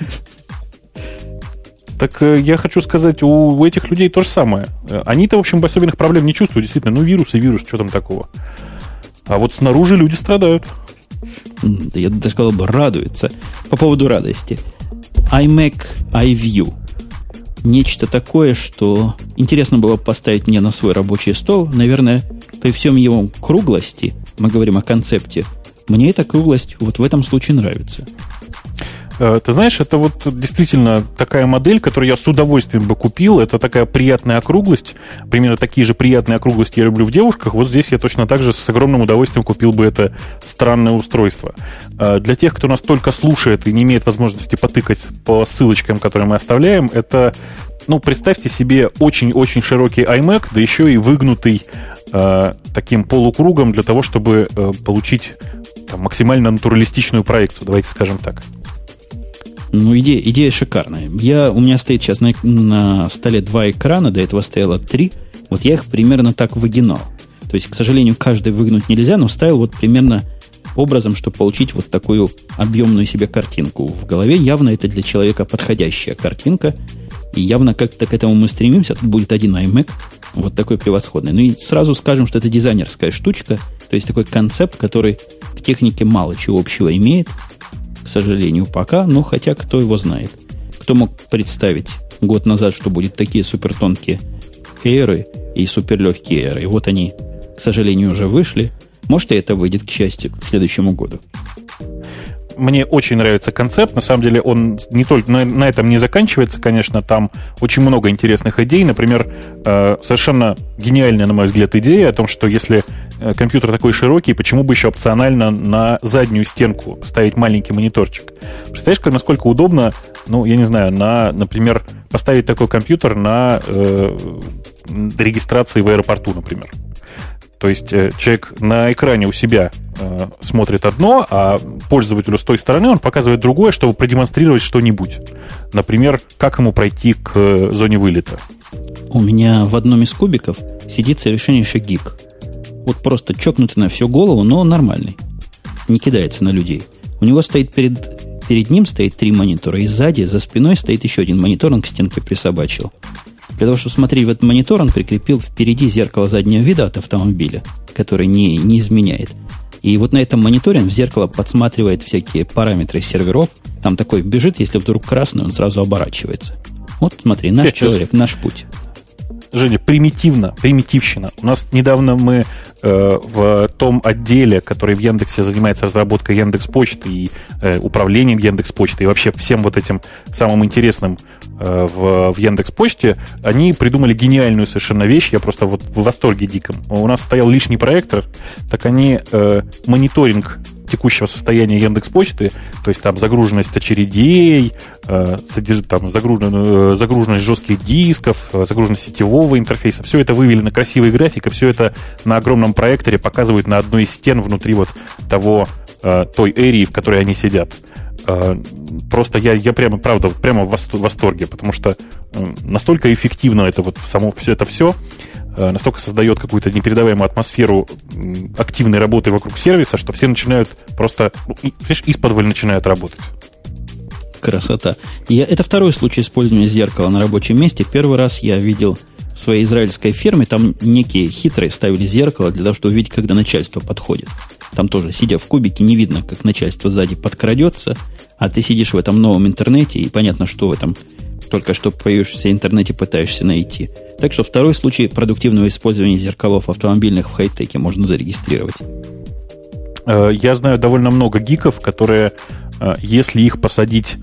Так я хочу сказать, у, у этих людей то же самое. Они-то, в общем, особенных проблем не чувствуют, действительно. Ну, вирус и вирус, что там такого. А вот снаружи люди страдают. Да я даже сказал бы, радуются. По поводу радости. iMac iView. Нечто такое, что интересно было поставить мне на свой рабочий стол. Наверное, при всем его круглости, мы говорим о концепте, мне эта круглость вот в этом случае нравится. Ты знаешь, это вот действительно такая модель, которую я с удовольствием бы купил. Это такая приятная округлость. Примерно такие же приятные округлости я люблю в девушках. Вот здесь я точно так же с огромным удовольствием купил бы это странное устройство. Для тех, кто нас только слушает и не имеет возможности потыкать по ссылочкам, которые мы оставляем, это, ну, представьте себе очень-очень широкий iMac, да еще и выгнутый э, таким полукругом для того, чтобы э, получить там, максимально натуралистичную проекцию, давайте скажем так. Ну, идея, идея шикарная. Я, у меня стоит сейчас на, на столе два экрана, до этого стояло три. Вот я их примерно так выгинал. То есть, к сожалению, каждый выгнуть нельзя, но ставил вот примерно образом, чтобы получить вот такую объемную себе картинку. В голове явно это для человека подходящая картинка, и явно как-то к этому мы стремимся. Тут будет один iMac, вот такой превосходный. Ну и сразу скажем, что это дизайнерская штучка, то есть такой концепт, который к технике мало чего общего имеет, к сожалению, пока, но хотя кто его знает. Кто мог представить год назад, что будет такие супертонкие Air'ы и суперлегкие Air'ы. И вот они, к сожалению, уже вышли. Может, и это выйдет, к счастью, к следующему году. Мне очень нравится концепт. На самом деле он не только на, на этом не заканчивается, конечно. Там очень много интересных идей. Например, э, совершенно гениальная, на мой взгляд, идея о том, что если э, компьютер такой широкий, почему бы еще опционально на заднюю стенку поставить маленький мониторчик? Представляешь, как, насколько удобно, ну, я не знаю, на, например, поставить такой компьютер на э, регистрации в аэропорту, например. То есть э, человек на экране у себя э, смотрит одно, а пользователю с той стороны он показывает другое, чтобы продемонстрировать что-нибудь. Например, как ему пройти к э, зоне вылета. У меня в одном из кубиков сидит совершеннейший гик. Вот просто чокнутый на всю голову, но нормальный. Не кидается на людей. У него стоит перед, перед ним стоит три монитора, и сзади, за спиной стоит еще один монитор, он к стенке присобачил. Для того, чтобы смотреть в этот монитор, он прикрепил впереди зеркало заднего вида от автомобиля, которое не, не изменяет. И вот на этом мониторе он в зеркало подсматривает всякие параметры серверов. Там такой бежит, если вдруг красный, он сразу оборачивается. Вот смотри, наш человек, наш путь. Женя, примитивно, примитивщина. У нас недавно мы э, в том отделе, который в Яндексе занимается разработкой Яндекс.Почты и э, управлением Яндекс.Почты и вообще всем вот этим самым интересным э, в, в Яндекс.Почте, они придумали гениальную совершенно вещь. Я просто вот в восторге диком. У нас стоял лишний проектор, так они э, мониторинг текущего состояния Яндекс.Почты, то есть там загруженность очередей, э, содержит, там, загруженность, загруженность жестких дисков, загруженность сетевого интерфейса, все это вывели на красивый график, и все это на огромном проекторе показывают на одной из стен внутри вот того, э, той эрии, в которой они сидят. Э, просто я, я прямо, правда, прямо в восторге, потому что э, настолько эффективно это вот само все это все, настолько создает какую-то непередаваемую атмосферу активной работы вокруг сервиса, что все начинают просто, ну, исподволь начинают работать. Красота. Я, это второй случай использования зеркала на рабочем месте. Первый раз я видел в своей израильской фирме, там некие хитрые ставили зеркало для того, чтобы увидеть, когда начальство подходит. Там тоже, сидя в кубике, не видно, как начальство сзади подкрадется, а ты сидишь в этом новом интернете, и понятно, что в этом только что появившемся интернете пытаешься найти. Так что второй случай продуктивного использования зеркалов автомобильных в хай-теке можно зарегистрировать. Я знаю довольно много гиков, которые, если их посадить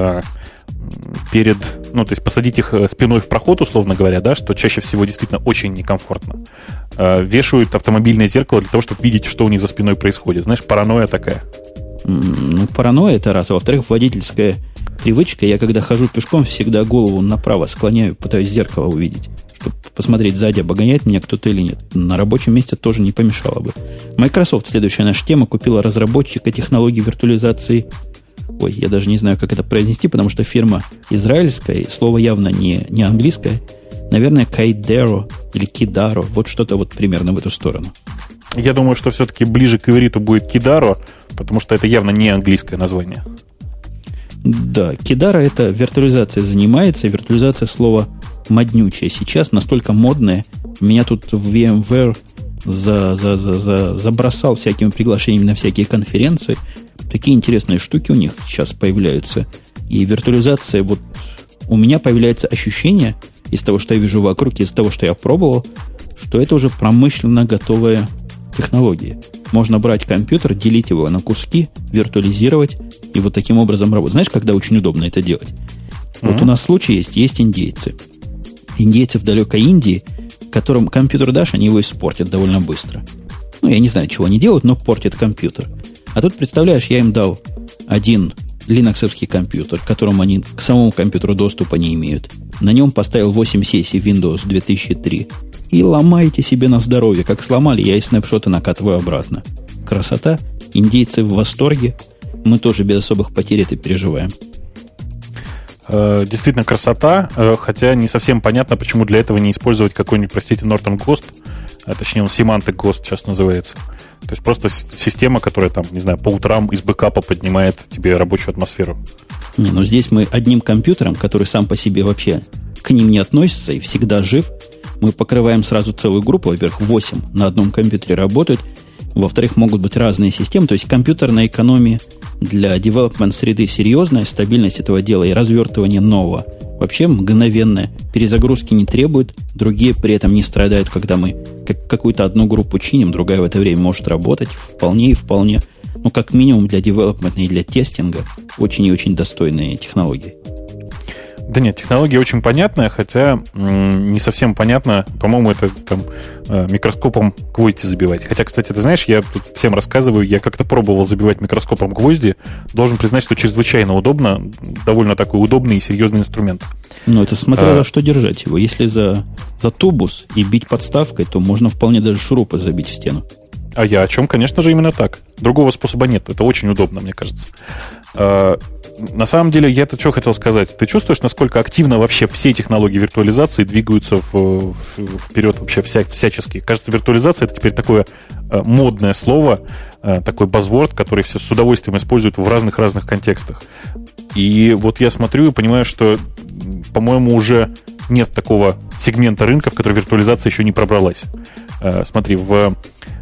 перед, ну, то есть посадить их спиной в проход, условно говоря, да, что чаще всего действительно очень некомфортно, вешают автомобильное зеркало для того, чтобы видеть, что у них за спиной происходит. Знаешь, паранойя такая. Ну, паранойя это раз. А во-вторых, водительская привычка. Я, когда хожу пешком, всегда голову направо склоняю, пытаюсь зеркало увидеть, чтобы посмотреть сзади, обгоняет меня кто-то или нет. На рабочем месте тоже не помешало бы. Microsoft, следующая наша тема, купила разработчика технологий виртуализации. Ой, я даже не знаю, как это произнести, потому что фирма израильская, слово явно не, не английское. Наверное, Кайдеро или Кидаро. Вот что-то вот примерно в эту сторону. Я думаю, что все-таки ближе к ивриту будет Кидаро, потому что это явно не английское название. Да, Кидара это виртуализация занимается. Виртуализация слова моднючее сейчас, настолько модное. Меня тут в VMware за, за, за, за, забросал всякими приглашениями на всякие конференции. Такие интересные штуки у них сейчас появляются. И виртуализация, вот у меня появляется ощущение из того, что я вижу вокруг, из того, что я пробовал, что это уже промышленно готовая технология. Можно брать компьютер, делить его на куски, виртуализировать и вот таким образом работать. Знаешь, когда очень удобно это делать? Mm-hmm. Вот у нас случай есть, есть индейцы. Индейцы в далекой Индии, которым компьютер дашь, они его испортят довольно быстро. Ну, я не знаю, чего они делают, но портят компьютер. А тут, представляешь, я им дал один линоксовский компьютер, к которому они к самому компьютеру доступа не имеют. На нем поставил восемь сессий Windows две тысячи три. И ломайте себе на здоровье. Как сломали, я и снапшоты накатываю обратно. Красота. Индейцы в восторге. Мы тоже без особых потерь это переживаем. Действительно красота, хотя не совсем понятно, почему для этого не использовать какой-нибудь, простите, Norton Ghost, а точнее он Semantic гост сейчас называется. То есть просто система, которая там, не знаю, по утрам из бэкапа поднимает тебе рабочую атмосферу. Не, ну здесь мы одним компьютером, который сам по себе вообще к ним не относится и всегда жив, мы покрываем сразу целую группу. Во-первых, восемь на одном компьютере работают. Во-вторых, могут быть разные системы. То есть компьютерная экономия для development среды серьезная, стабильность этого дела и развертывание нового вообще мгновенная. Перезагрузки не требует, другие при этом не страдают, когда мы как, какую-то одну группу чиним, другая в это время может работать вполне и вполне. Ну, как минимум для девелопмента и для тестинга очень и очень достойные технологии. Да нет, технология очень понятная, хотя м- не совсем понятно, по-моему, это там э, микроскопом гвозди забивать. Хотя, кстати, ты знаешь, я тут всем рассказываю, я как-то пробовал забивать микроскопом гвозди, должен признать, что чрезвычайно удобно, довольно такой удобный и серьезный инструмент. Ну, это смотря а, за что держать его. Если за, за тубус и бить подставкой, то можно вполне даже шурупы забить в стену. А я о чем? Конечно же, именно так. Другого способа нет. Это очень удобно, мне кажется. А, на самом деле, я это что хотел сказать. Ты чувствуешь, насколько активно вообще все технологии виртуализации двигаются в, в, вперед вообще вся, всячески? Кажется, виртуализация — это теперь такое а, модное слово, а, такой базворд, который все с удовольствием используют в разных-разных контекстах. И вот я смотрю и понимаю, что, по-моему, уже нет такого сегмента рынка, в который виртуализация еще не пробралась. А, смотри, в...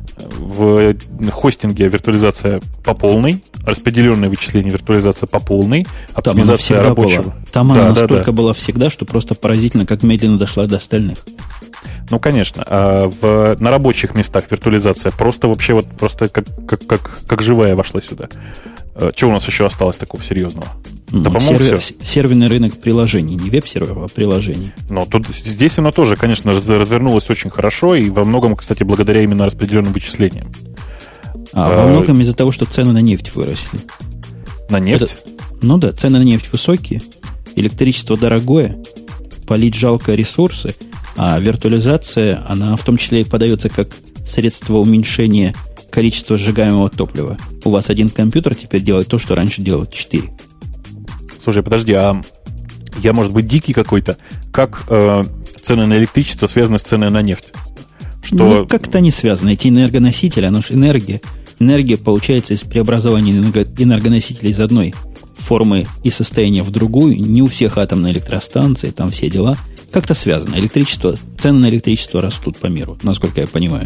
В хостинге виртуализация по полной, распределенное вычисление виртуализация по полной, оптимизация там рабочего. Была. Там да, она да, настолько да. была всегда, что просто поразительно, как медленно дошла до остальных. Ну, конечно. А в, на рабочих местах виртуализация просто вообще вот просто как, как, как, как живая вошла сюда. Что у нас еще осталось такого серьезного? Ну, да, по-моему, сервер, все. Серверный рынок приложений, не веб-серверов, а приложений. Но тут, здесь оно тоже, конечно, развернулось очень хорошо, и во многом, кстати, благодаря именно распределенным вычислениям. А, а во многом из-за того, что цены на нефть выросли. На нефть? Это, ну да, цены на нефть высокие, электричество дорогое, полить жалко ресурсы, а виртуализация, она в том числе и подается как средство уменьшения количества сжигаемого топлива. У вас один компьютер теперь делает то, что раньше делал четыре. Слушай, подожди, а я, может быть, дикий какой-то? Как э, цены на электричество связаны с ценой на нефть? Что... Ну, как-то они связаны. Эти энергоносители, оно же энергия. Энергия получается из преобразования энергоносителей из одной формы и состояния в другую. Не у всех атомные электростанции, там все дела. Как-то связано. Электричество, цены на электричество растут по миру, насколько я понимаю.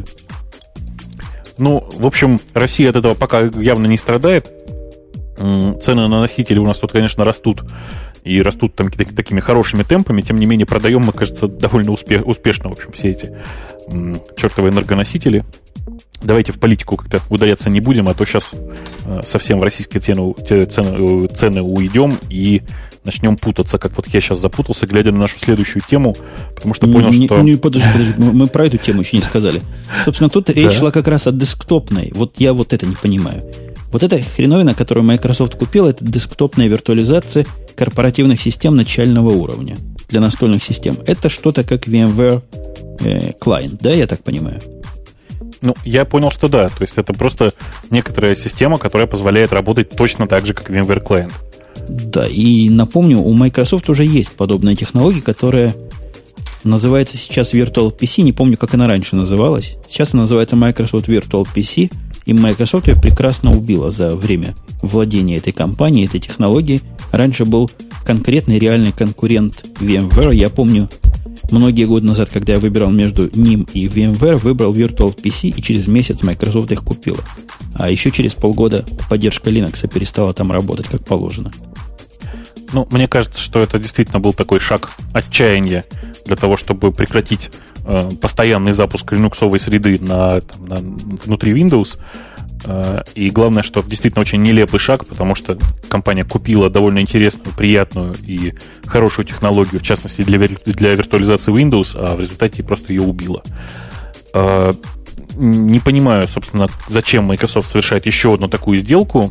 Ну, в общем, Россия от этого пока явно не страдает. Цены на носители у нас тут, конечно, растут. И растут там такими хорошими темпами. Тем не менее, продаем мы, кажется, довольно успе- успешно, в общем, все эти м- чертовы энергоносители. Давайте в политику как-то ударяться не будем, а то сейчас э, совсем в российские цены, цены, цены уйдем и начнем путаться, как вот я сейчас запутался, глядя на нашу следующую тему, потому что понял, не, что... Не, подожди, подожди, мы про эту тему еще не сказали. Собственно, тут речь шла как раз о десктопной. Вот я вот это не понимаю. Вот эта хреновина, которую Microsoft купила, это десктопная виртуализация корпоративных систем начального уровня для настольных систем. Это что-то как VMware э, Client, да, я так понимаю? Ну, я понял, что да. То есть это просто некоторая система, которая позволяет работать точно так же, как VMware Client. Да, и напомню, у Microsoft уже есть подобная технология, которая называется сейчас Virtual пи си. Не помню, как она раньше называлась. Сейчас она называется Microsoft Virtual пи си. И Microsoft ее прекрасно убила за время владения этой компанией, этой технологией. Раньше был конкретный реальный конкурент VMware. Я помню, многие годы назад, когда я выбирал между ним и VMware, выбрал Virtual пи си, и через месяц Microsoft их купила. А еще через полгода поддержка Linux перестала там работать как положено. Ну, мне кажется, что это действительно был такой шаг отчаяния для того, чтобы прекратить э, постоянный запуск линуксовой среды на, там, на, внутри Windows. Э, и главное, что действительно очень нелепый шаг, потому что компания купила довольно интересную, приятную и хорошую технологию, в частности для, для виртуализации Windows, а в результате просто ее убила. Э, не понимаю, собственно, зачем Microsoft совершает еще одну такую сделку.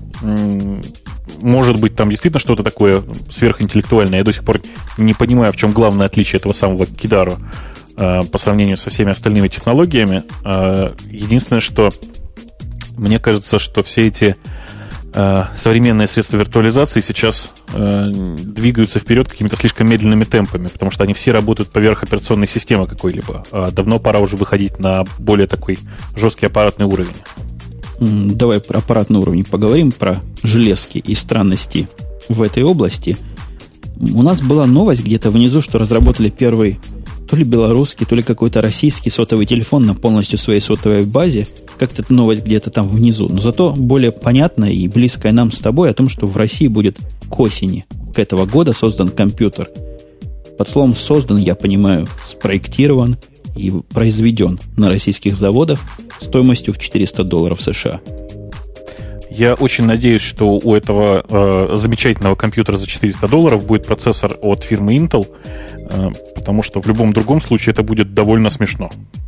Может быть, там действительно что-то такое сверхинтеллектуальное. Я до сих пор не понимаю, в чем главное отличие этого самого Kidaru э, по сравнению со всеми остальными технологиями. Э, единственное, что мне кажется, что все эти э, современные средства виртуализации сейчас э, двигаются вперед какими-то слишком медленными темпами, потому что они все работают поверх операционной системы какой-либо. А давно пора уже выходить на более такой жесткий аппаратный уровень. Давай про аппаратный уровень поговорим, про железки и странности в этой области. У нас была новость где-то внизу, что разработали первый то ли белорусский, то ли какой-то российский сотовый телефон на полностью своей сотовой базе. Как-то эта новость где-то там внизу. Но зато более понятная и близкая нам с тобой о том, что в России будет к осени к этого года создан компьютер. Под словом «создан» я понимаю спроектирован и произведен на российских заводах стоимостью в четыреста долларов США. Я очень надеюсь, что у этого э, замечательного компьютера за четыреста долларов будет процессор от фирмы Intel, э, потому что в любом другом случае это будет довольно смешно.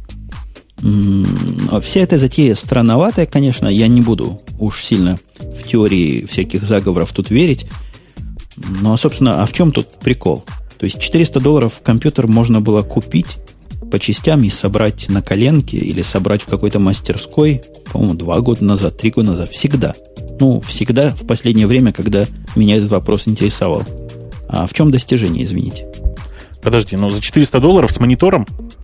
Mm, вся эта затея странноватая, конечно. Я не буду уж сильно в теории всяких заговоров тут верить. Но, собственно, а в чем тут прикол? То есть четыреста долларов компьютер можно было купить по частям и собрать на коленке или собрать в какой-то мастерской, по-моему, два года назад, три года назад. Всегда. Ну, всегда в последнее время, когда меня этот вопрос интересовал. А в чем достижение, извините? Подожди, ну за четыреста долларов с монитором?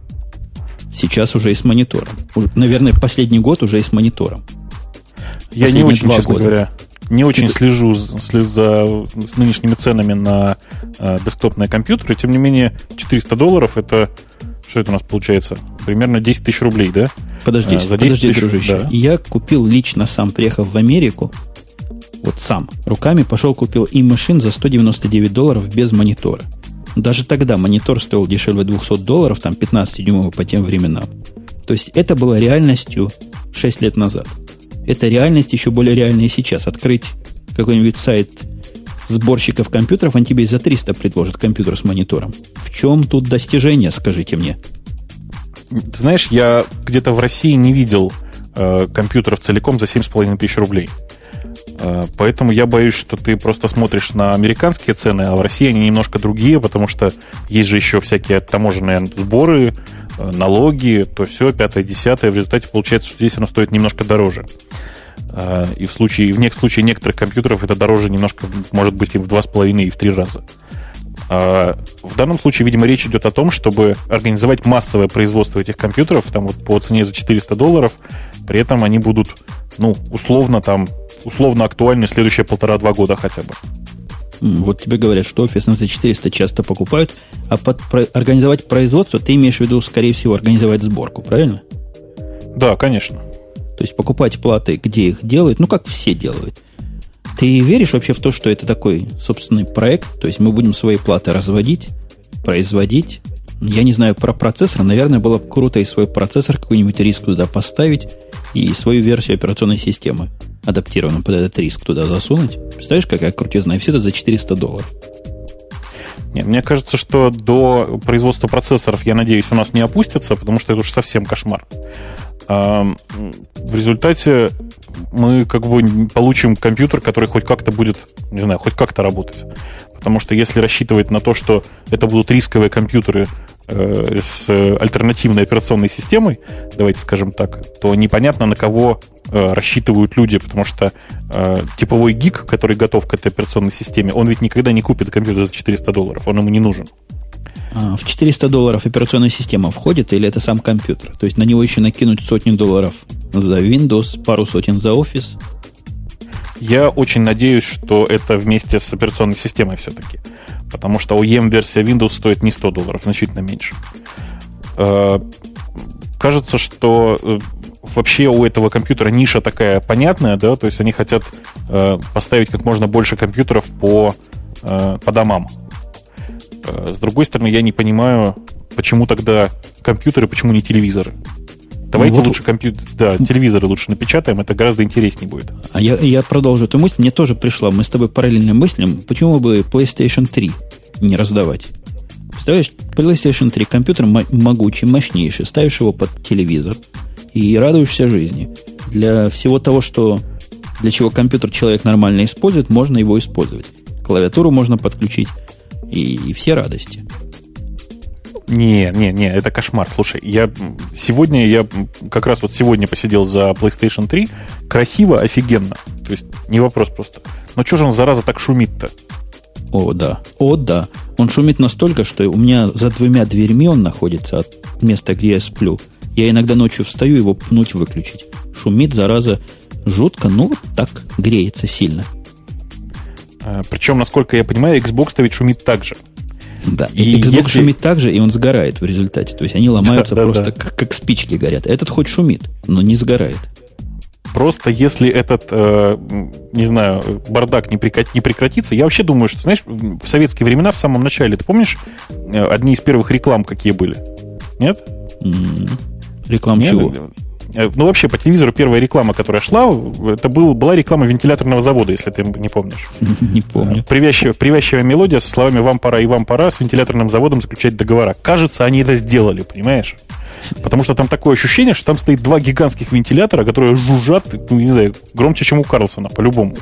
Сейчас уже и с монитором. Наверное, последний год уже и с монитором. Я не очень, честно года. говоря, не очень Ты... слежу за, за нынешними ценами на э, десктопные компьютеры. Тем не менее, четыреста долларов это... Что это у нас получается? Примерно десять тысяч рублей, да? Подожди, а, подожди, тысяч, дружище. Да. Я купил лично сам, приехав в Америку, вот сам, руками пошел купил и-машин за сто девяносто девять долларов без монитора. Даже тогда монитор стоил дешевле двести долларов, там пятнадцатидюймовый по тем временам. То есть это было реальностью шесть лет назад. Это реальность еще более реальная сейчас. Открыть какой-нибудь сайт сборщиков компьютеров, он тебе за триста предложит компьютер с монитором. В чем тут достижение, скажите мне? Ты знаешь, я где-то в России не видел э, компьютеров целиком за семь с половиной тысяч рублей. Э, поэтому я боюсь, что ты просто смотришь на американские цены, а в России они немножко другие, потому что есть же еще всякие таможенные сборы, э, налоги, то все, пятое, десятое. В результате получается, что здесь оно стоит немножко дороже. И в случае, в некоторых случаях некоторых компьютеров это дороже немножко, может быть, и в два с половиной, и в три раза. В данном случае, видимо, речь идет о том, чтобы организовать массовое производство этих компьютеров там вот по цене за четыреста долларов, при этом они будут, ну, условно там, условно актуальны следующие полтора-два года хотя бы. Вот тебе говорят, что офисные за четыреста часто покупают, а под про, организовать производство ты имеешь в виду, скорее всего, организовать сборку, правильно? Да, конечно. То есть покупать платы, где их делают, ну, как все делают. Ты веришь вообще в то, что это такой собственный проект? То есть мы будем свои платы разводить, производить. Я не знаю про процессор. Наверное, было бы круто и свой процессор, какой-нибудь риск туда поставить, и свою версию операционной системы, адаптированную под этот риск, туда засунуть. Представляешь, какая крутизна? И все это за четыреста долларов. Нет, мне кажется, что до производства процессоров, я надеюсь, у нас не опустится, потому что это уж совсем кошмар. В результате мы как бы получим компьютер, который хоть как-то будет, не знаю, хоть как-то работать. Потому что если рассчитывать на то, что это будут рисковые компьютеры э, с альтернативной операционной системой, давайте скажем так, то непонятно, на кого э, рассчитывают люди, потому что э, типовой гик, который готов к этой операционной системе, он ведь никогда не купит компьютер за четыреста долларов, он ему не нужен. А в четыреста долларов операционная система входит или это сам компьютер? То есть на него еще накинуть сотню долларов за Windows, пару сотен за Office? Я очень надеюсь, что это вместе с операционной системой все-таки. Потому что о и эм-версия Windows стоит не сто долларов, значительно меньше. Кажется, что вообще у этого компьютера ниша такая понятная, да, то есть они хотят поставить как можно больше компьютеров по, по домам. С другой стороны, я не понимаю, почему тогда компьютеры, почему не телевизоры. Давайте вот лучше компьютер, да, телевизоры лучше напечатаем, это гораздо интереснее будет. А я, я продолжу эту мысль. Мне тоже пришла, мы с тобой параллельно мыслим, почему бы PlayStation три не раздавать? Представляешь, PlayStation три компьютер могучий, мощнейший, ставишь его под телевизор и радуешься жизни. Для всего того, что для чего компьютер человек нормально использует, можно его использовать. Клавиатуру можно подключить и, и все радости. Не, не, не, это кошмар. Слушай, я сегодня, я как раз вот сегодня посидел за PlayStation три. Красиво, офигенно. То есть не вопрос просто. Но что же он, зараза, так шумит-то? О, да. О, да. Он шумит настолько, что у меня за двумя дверьми он находится от места, где я сплю. Я иногда ночью встаю его пнуть, выключить. Шумит, зараза, жутко, но вот так греется сильно. Причем, насколько я понимаю, Xbox-то ведь шумит так же. Да, и Xbox если... шумит так же, и он сгорает в результате. То есть они ломаются да, просто да, да. Как, как спички горят. Этот хоть шумит, но не сгорает. Просто если этот, э, не знаю, бардак не, прекратится, не прекратится, я вообще думаю, что, знаешь, в советские времена, в самом начале, ты помнишь, одни из первых реклам какие были? Нет? Mm-hmm. Реклам Нет? чего? Ну, вообще, по телевизору первая реклама, которая шла, это был, была реклама вентиляторного завода, если ты не помнишь. Не помню. Привязчивая, привязчивая мелодия со словами «Вам пора и вам пора» с вентиляторным заводом заключать договора. Кажется, они это сделали, понимаешь? Потому что там такое ощущение, что там стоит два гигантских вентилятора, которые жужжат, ну, не знаю, громче, чем у Карлсона, по-любому.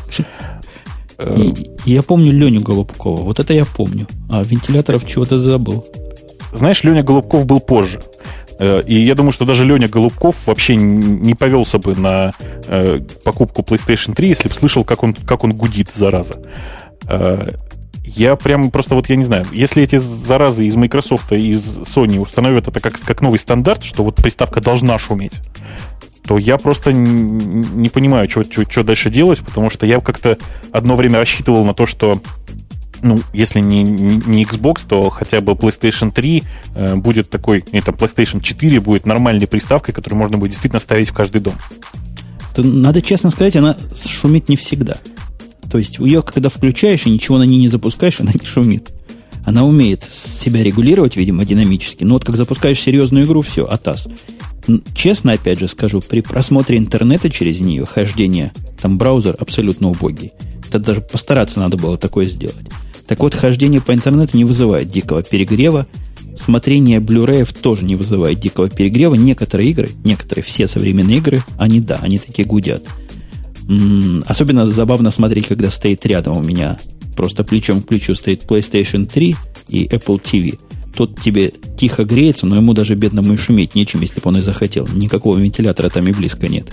И, я помню Леню Голубкова. Вот это я помню. А вентиляторов чего-то забыл. Знаешь, Леня Голубков был позже. И я думаю, что даже Леня Голубков вообще не повелся бы на э, покупку PlayStation три, если бы слышал, как он, как он гудит, зараза. Э, я прям просто вот, я не знаю, если эти заразы из Microsoft и из Sony установят это как, как новый стандарт, что вот приставка должна шуметь, то я просто не, не понимаю, что, что, что дальше делать, потому что я как-то одно время рассчитывал на то, что ну, если не, не Xbox, то хотя бы PlayStation три э, будет такой, или там PlayStation четыре будет нормальной приставкой, которую можно будет действительно ставить в каждый дом. То, надо честно сказать, она шумит не всегда. То есть ее, когда включаешь и ничего на ней не запускаешь, она не шумит. Она умеет себя регулировать, видимо, динамически. Но вот как запускаешь серьезную игру, все, атас. Честно, опять же скажу, при просмотре интернета через нее, хождение, там браузер абсолютно убогий. Это даже постараться надо было такое сделать. Так вот, хождение по интернету не вызывает дикого перегрева. Смотрение блюреев тоже не вызывает дикого перегрева. Некоторые игры, некоторые, все современные игры, они, да, они такие гудят. М-м, особенно забавно смотреть, когда стоит рядом у меня, просто плечом к плечу стоит PlayStation три и Apple ти ви. Тот тебе тихо греется, но ему даже бедному и шуметь нечем, если бы он и захотел. Никакого вентилятора там и близко нет.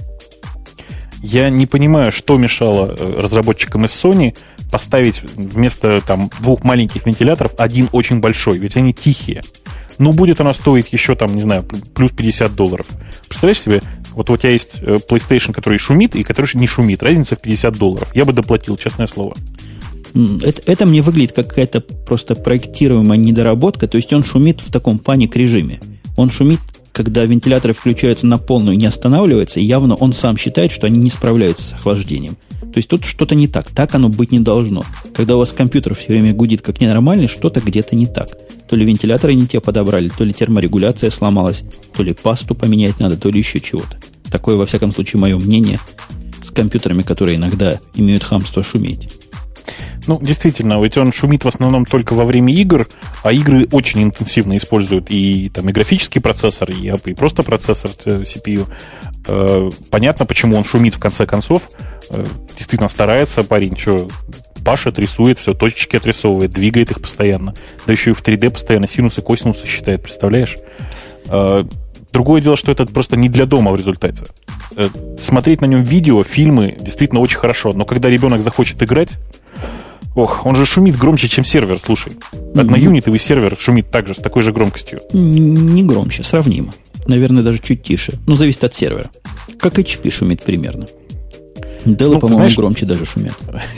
Я не понимаю, что мешало разработчикам из Sony поставить вместо там, двух маленьких вентиляторов один очень большой, ведь они тихие. Ну, будет она стоить еще, там, не знаю, плюс пятьдесят долларов. Представляешь себе, вот у тебя есть PlayStation, который шумит, и который не шумит. Разница в пятьдесят долларов. Я бы доплатил, честное слово. Это, это мне выглядит как какая-то просто проектируемая недоработка. То есть он шумит в таком паник-режиме. Он шумит, когда вентиляторы включаются на полную и не останавливаются, и явно он сам считает, что они не справляются с охлаждением. То есть тут что-то не так. Так оно быть не должно. Когда у вас компьютер все время гудит как ненормальный, что-то где-то не так. То ли вентиляторы не те подобрали, то ли терморегуляция сломалась, то ли пасту поменять надо, то ли еще чего-то. Такое, во всяком случае, мое мнение с компьютерами, которые иногда имеют хамство шуметь. Ну, действительно, ведь он шумит в основном только во время игр, а игры очень интенсивно используют и, там, и графический процессор, и, и просто процессор си пи ю. Э, понятно, почему он шумит в конце концов. Э, действительно старается парень, что пашет, рисует, все, точечки отрисовывает, двигает их постоянно. Да еще и в три дэ постоянно синусы, косинусы считает, представляешь? Э, другое дело, что это просто не для дома в результате. Э, смотреть на нем видео, фильмы действительно очень хорошо, но когда ребенок захочет играть, ох, он же шумит громче, чем сервер, слушай. Одноюнитовый сервер шумит также, с такой же громкостью. Не громче, сравнимо. Наверное, даже чуть тише. Ну, зависит от сервера. Как эйч пи шумит примерно. Dell, ну, по-моему, знаешь, громче даже шумят.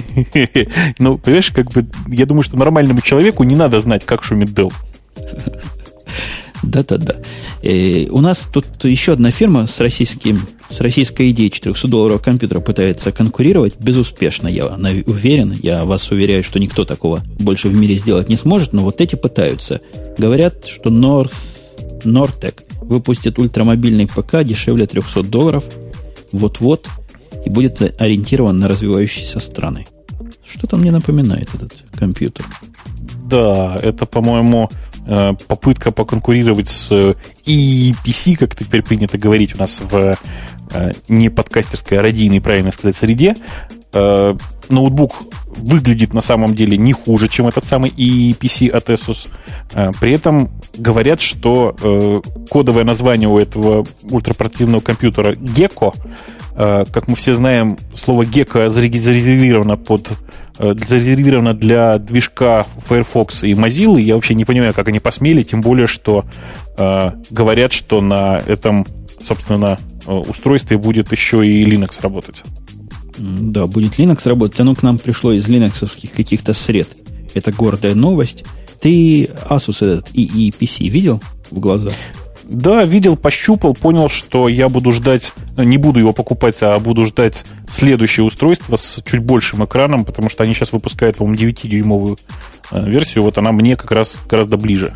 Ну, понимаешь, как бы, я думаю, что нормальному человеку не надо знать, как шумит Dell. Да-да-да. И у нас тут еще одна фирма с, российским, с российской идеей четырехсотдолларового компьютера пытается конкурировать безуспешно, я уверен. Я вас уверяю, что никто такого больше в мире сделать не сможет, но вот эти пытаются. Говорят, что North, Nortec выпустит ультрамобильный ПК дешевле трехсот долларов вот-вот и будет ориентирован на развивающиеся страны. Что-то мне напоминает этот компьютер. Да, это, по-моему, попытка поконкурировать с и пи си, как теперь принято говорить у нас в не подкастерской, а радийной, правильно сказать, среде. Э, ноутбук выглядит на самом деле не хуже, чем этот самый и и пи си от Asus. Э, при этом говорят, что э, кодовое название у этого ультрапортативного компьютера Gecko. Э, как мы все знаем, слово Gecko зарезервировано, под, э, зарезервировано для движка Firefox и Mozilla. Я вообще не понимаю, как они посмели, тем более, что э, говорят, что на этом, собственно, устройстве будет еще и Linux работать. Да, будет Linux работать. Оно к нам пришло из линоксовских каких-то сред. Это гордая новость. Ты Asus этот и и пи си видел в глаза? Да, видел, пощупал, понял, что я буду ждать, не буду его покупать, а буду ждать следующее устройство с чуть большим экраном, потому что они сейчас выпускают, по-моему, девятидюймовую версию. Вот она мне как раз гораздо ближе.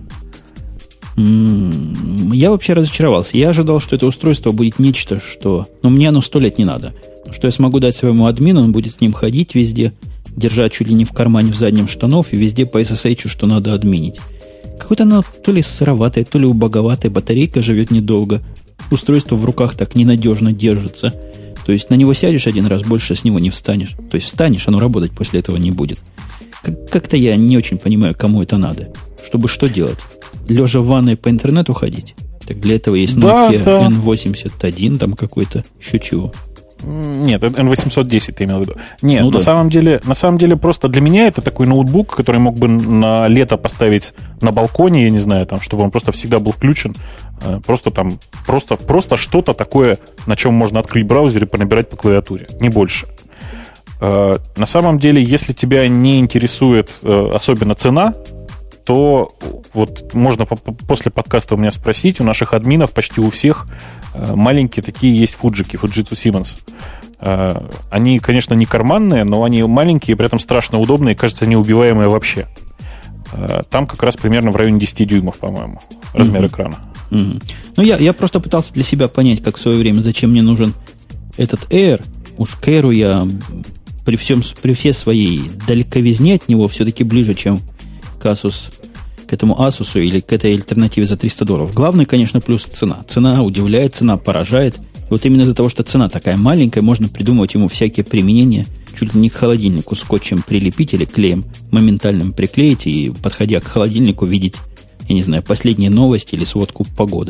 Я вообще разочаровался. Я ожидал, что это устройство будет нечто, что... Ну, мне оно сто лет не надо. Что я смогу дать своему админу, он будет с ним ходить везде, держать чуть ли не в кармане в заднем штанов и везде по эс эс эйч, что надо админить. Какое-то оно то ли сыроватое, то ли убоговатое, батарейка живет недолго, устройство в руках так ненадежно держится. То есть на него сядешь один раз, больше с него не встанешь. То есть встанешь, оно работать после этого не будет. Как-то я не очень понимаю, кому это надо. Чтобы что делать? Лежа в ванной по интернету ходить? Так для этого есть Nokia да, да. эн восемьдесят один, там какой-то, еще чего. Нет, эн восемьсот десять ты имел в виду. Нет, ну, на, да. самом деле, на самом деле просто для меня это такой ноутбук, который мог бы на лето поставить на балконе, я не знаю, там, чтобы он просто всегда был включен. Просто там, просто, просто что-то такое, на чем можно открыть браузер и понабирать по клавиатуре, не больше. На самом деле, если тебя не интересует особенно цена, то вот можно после подкаста у меня спросить, у наших админов почти у всех маленькие такие есть фуджики, Fujitsu Siemens. Они, конечно, не карманные, но они маленькие, при этом страшно удобные, кажется, неубиваемые вообще. Там как раз примерно в районе десять дюймов, по-моему, размер mm-hmm. экрана. Mm-hmm. Ну, я, я просто пытался для себя понять, как в свое время, зачем мне нужен этот Air. Уж к Air я при, всем, при всей своей далековизне от него все-таки ближе, чем к Asus, к этому Asus или к этой альтернативе за триста долларов. Главный, конечно, плюс цена. Цена удивляет, цена поражает. И вот именно из-за того, что цена такая маленькая, можно придумывать ему всякие применения, чуть ли не к холодильнику скотчем прилепить или клеем моментальным приклеить и, подходя к холодильнику, видеть, я не знаю, последние новости или сводку погоды.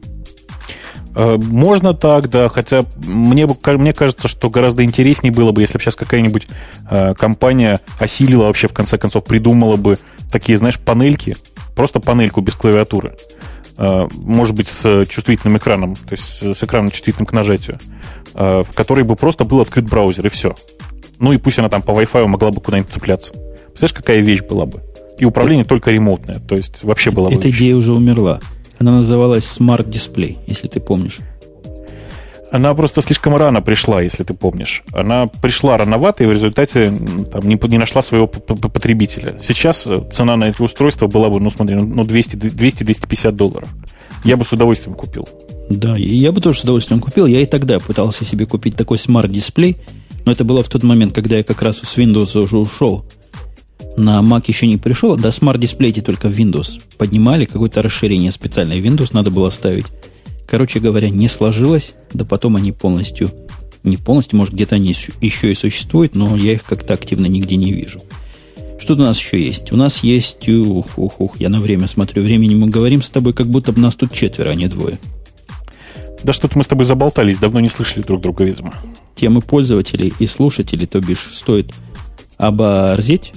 Можно так, да, хотя мне, мне кажется, что гораздо интереснее было бы, если бы сейчас какая-нибудь э, компания осилила вообще, в конце концов, придумала бы такие, знаешь, панельки, просто панельку без клавиатуры, э, может быть, с чувствительным экраном, то есть с экраном чувствительным к нажатию, э, в которой бы просто был открыт браузер, и все. Ну и пусть она там по Wi-Fi могла бы куда-нибудь цепляться. Представляешь, какая вещь была бы? И управление только ремоутное, то есть вообще была бы Эта вещь. Идея уже умерла. Она называлась Smart Display, если ты помнишь. Она просто слишком рано пришла, если ты помнишь. Она пришла рановато и в результате там, не, не нашла своего потребителя. Сейчас цена на это устройство была бы, ну смотри, ну двести-двести пятьдесят долларов. Я бы с удовольствием купил. Да, я бы тоже с удовольствием купил. Я и тогда пытался себе купить такой Smart Display, но это было в тот момент, когда я как раз с Windows уже ушел. На Mac еще не пришел, да Smart Display только в Windows поднимали, какое-то расширение специальное Windows надо было ставить. Короче говоря, не сложилось, да потом они полностью, не полностью, может где-то они еще и существуют, но я их как-то активно нигде не вижу. Что у нас еще есть? У нас есть, ух, ух, ух, я на время смотрю, времени мы говорим с тобой, как будто бы нас тут четверо, а не двое. Да что-то мы с тобой заболтались, давно не слышали друг друга, видимо. Темы пользователей и слушателей, то бишь, стоит оборзеть.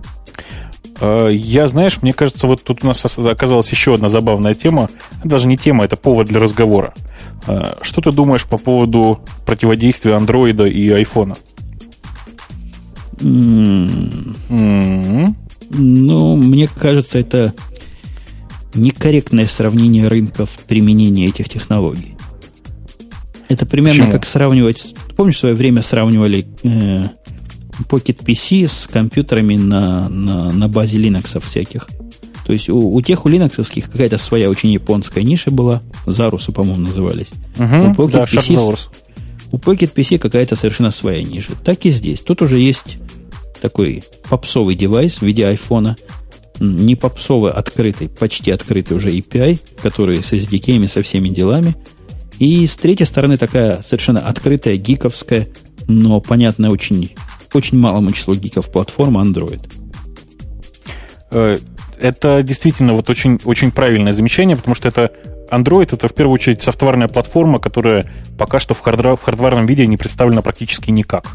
Я, знаешь, мне кажется, вот тут у нас оказалась еще одна забавная тема. Даже не тема, это повод для разговора. Что ты думаешь по поводу противодействия андроида и айфона? Mm. Mm-hmm. Ну, мне кажется, это некорректное сравнение рынков применения этих технологий. Это примерно Почему? Как сравнивать... Помнишь, в свое время сравнивали... Э, Pocket пи си с компьютерами на, на, на базе Linux всяких. То есть у, у тех у Linux какая-то своя очень японская ниша была. Зарусы, по-моему, назывались. Угу, у, Pocket да, пи си, у Pocket пи си какая-то совершенно своя ниша. Так и здесь. Тут уже есть такой попсовый девайс в виде айфона. Не попсовый, открытый, почти открытый уже эй пи ай, который с эс ди кей-ами, со всеми делами. И с третьей стороны такая совершенно открытая, гиковская, но понятная очень очень малому числу гиков платформа Android. Это действительно вот очень, очень правильное замечание, потому что это Android — это в первую очередь софтварная платформа, которая пока что в, хардвар, в хардварном виде не представлена практически никак.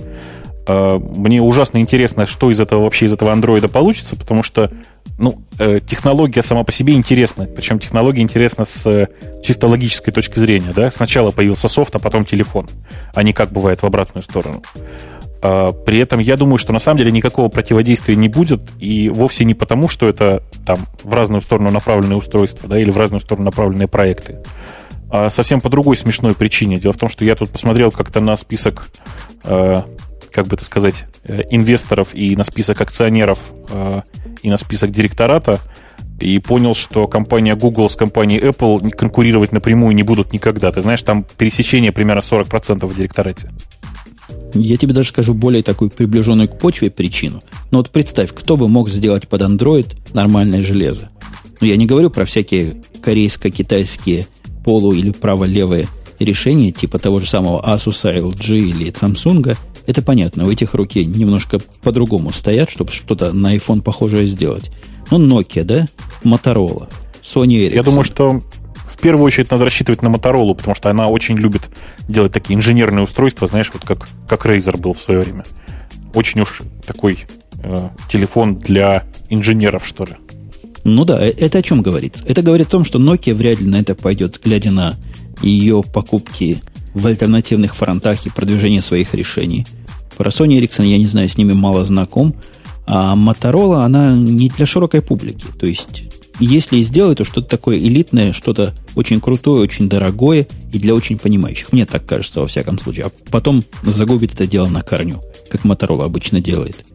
Мне ужасно интересно, что из этого вообще из этого Android получится, потому что ну, технология сама по себе интересна. Причем технология интересна с чисто логической точки зрения. Да? Сначала появился софт, а потом телефон, а не как бывает в обратную сторону. При этом я думаю, что на самом деле никакого противодействия не будет, и вовсе не потому, что это там в разную сторону направленные устройства, да, или в разную сторону направленные проекты, а совсем по другой смешной причине. Дело в том, что я тут посмотрел как-то на список, э, как бы это сказать, инвесторов и на список акционеров э, и на список директората, и понял, что компания Google с компанией Apple конкурировать напрямую не будут никогда. Ты знаешь, там пересечение примерно сорок процентов в директорате. Я тебе даже скажу более такую приближенную к почве причину. Но вот представь, кто бы мог сделать под Android нормальное железо. Ну, я не говорю про всякие корейско-китайские полу- или право-левые решения, типа того же самого Asus, эл джи или Samsung. Это понятно, у этих руки немножко по-другому стоят, чтобы что-то на iPhone похожее сделать. Ну, Nokia, да? Motorola, Sony Ericsson. Я думаю, что в первую очередь надо рассчитывать на Motorola, потому что она очень любит делать такие инженерные устройства, знаешь, вот как, как Razer был в свое время. Очень уж такой э, телефон для инженеров, что ли. Ну да, это о чем говорится? Это говорит о том, что Nokia вряд ли на это пойдет, глядя на ее покупки в альтернативных фронтах и продвижение своих решений. Про Sony Ericsson я не знаю, с ними мало знаком. А Motorola, она не для широкой публики. То есть, если и сделают, то что-то такое элитное, что-то очень крутое, очень дорогое и для очень понимающих. Мне так кажется, во всяком случае. А потом загубит это дело на корню, как Motorola обычно делает.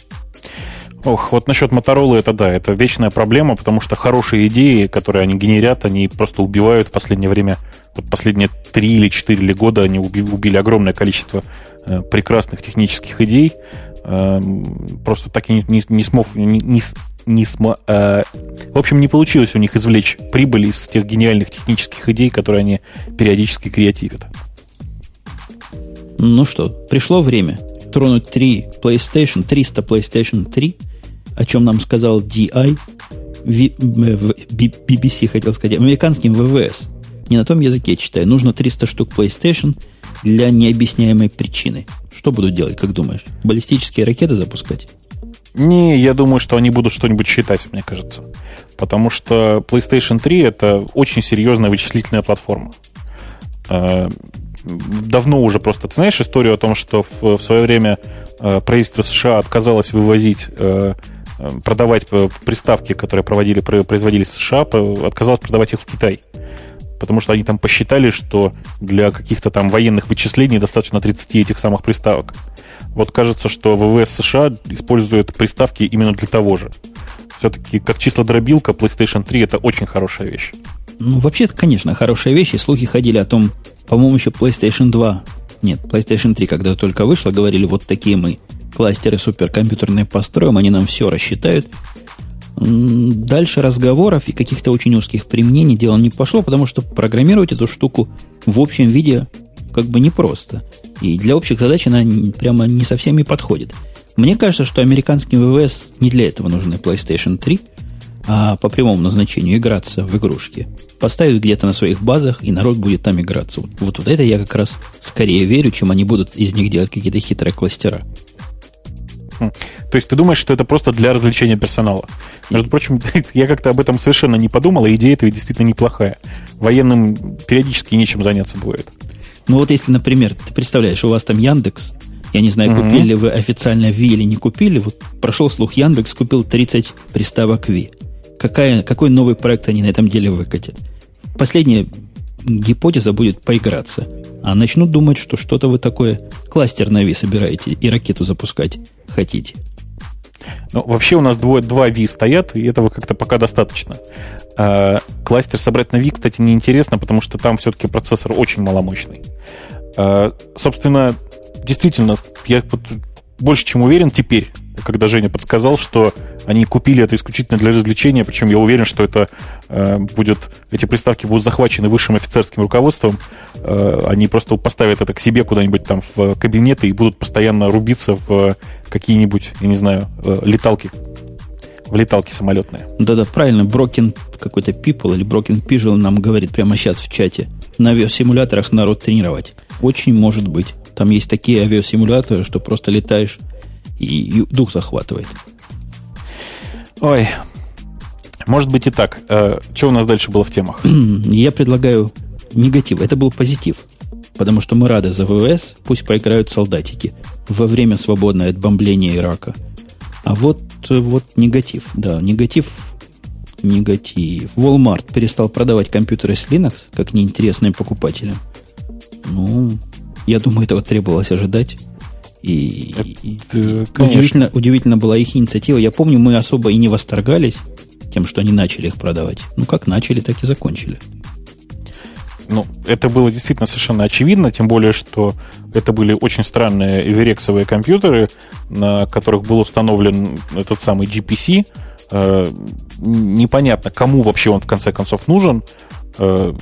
Ох, вот насчет Motorola, это да, это вечная проблема, потому что хорошие идеи, которые они генерят, они просто убивают в последнее время. Вот последние три или четыре года они уби- убили огромное количество э, прекрасных технических идей. Э, просто так и не, не, не смог... Не, не, не смо, э, в общем, не получилось у них извлечь прибыль из тех гениальных технических идей, которые они периодически креативят. Ну что, пришло время тронуть три PlayStation, триста PlayStation три, о чем нам сказал ди ай, би би си, хотел сказать, американским ви ви эс. Не на том языке читаю. Нужно триста штук PlayStation для необъясняемой причины. Что будут делать, как думаешь? Баллистические ракеты запускать? Не, я думаю, что они будут что-нибудь считать, мне кажется. Потому что PlayStation три — это очень серьезная вычислительная платформа. Давно уже просто... Ты знаешь историю о том, что в, в свое время правительство США отказалось вывозить, продавать приставки, которые проводили, производились в США, отказалось продавать их в Китай. Потому что они там посчитали, что для каких-то там военных вычислений достаточно тридцать этих самых приставок. Вот кажется, что вэ вэ эс США использует приставки именно для того же. Все-таки как числодробилка PlayStation три — это очень хорошая вещь. Ну, вообще-то, конечно, хорошая вещь. И слухи ходили о том, по-моему, еще PlayStation два. Нет, PlayStation три, когда только вышла, говорили, вот такие мы кластеры суперкомпьютерные построим, они нам все рассчитают. Дальше разговоров и каких-то очень узких применений дело не пошло, потому что программировать эту штуку в общем виде как бы непросто. И для общих задач она прямо не совсем и подходит. Мне кажется, что американским вэ вэ эс не для этого нужны PlayStation три, а по прямому назначению играться в игрушки. Поставят где-то на своих базах, и народ будет там играться. Вот, вот, вот это я как раз скорее верю, чем они будут из них делать какие-то хитрые кластера. То есть ты думаешь, что это просто для развлечения персонала? Между прочим, я как-то об этом совершенно не подумал, и идея эта действительно неплохая. Военным периодически нечем заняться бывает. Ну вот если, например, ты представляешь, у вас там Яндекс, я не знаю, mm-hmm. купили ли вы официально Ви или не купили, вот прошел слух, Яндекс купил тридцать приставок Ви. Какая, какой новый проект они на этом деле выкатят? Последняя гипотеза будет поиграться. А начнут думать, что что-то вы такое кластер на Ви собираете и ракету запускать хотите. Ну, вообще у нас двое, два Ви стоят, и этого как-то пока достаточно. А, кластер собрать на Ви, кстати, неинтересно, потому что там все-таки процессор очень маломощный. А, собственно, действительно, я вот больше чем уверен теперь, когда Женя подсказал, что они купили это исключительно для развлечения, причем я уверен, что это э, будет, эти приставки будут захвачены высшим офицерским руководством, э, они просто поставят это к себе куда-нибудь там в кабинеты и будут постоянно рубиться в какие-нибудь, я не знаю, э, леталки, в леталки самолетные. Да-да, правильно, Broken какой-то People или Broken Pigeon нам говорит прямо сейчас в чате, на авиасимуляторах народ тренировать. Очень может быть. Там есть такие авиасимуляторы, что просто летаешь и, и дух захватывает. Ой, может быть и так. А, что у нас дальше было в темах? Я предлагаю негатив. Это был позитив. Потому что мы рады за ВВС. Пусть поиграют солдатики во время свободное от бомбления Ирака. А вот, вот негатив. Да, негатив. Негатив. Walmart перестал продавать компьютеры с Linux как неинтересным покупателям. Ну, я думаю, этого требовалось ожидать. И, и, и удивительно, удивительно была их инициатива. Я помню, мы особо и не восторгались тем, что они начали их продавать. Ну, как начали, так и закончили. Ну, это было действительно совершенно очевидно, тем более, что это были очень странные эверексовые компьютеры, на которых был установлен этот самый джи пи си. Э, непонятно, кому вообще он в конце концов нужен. Э,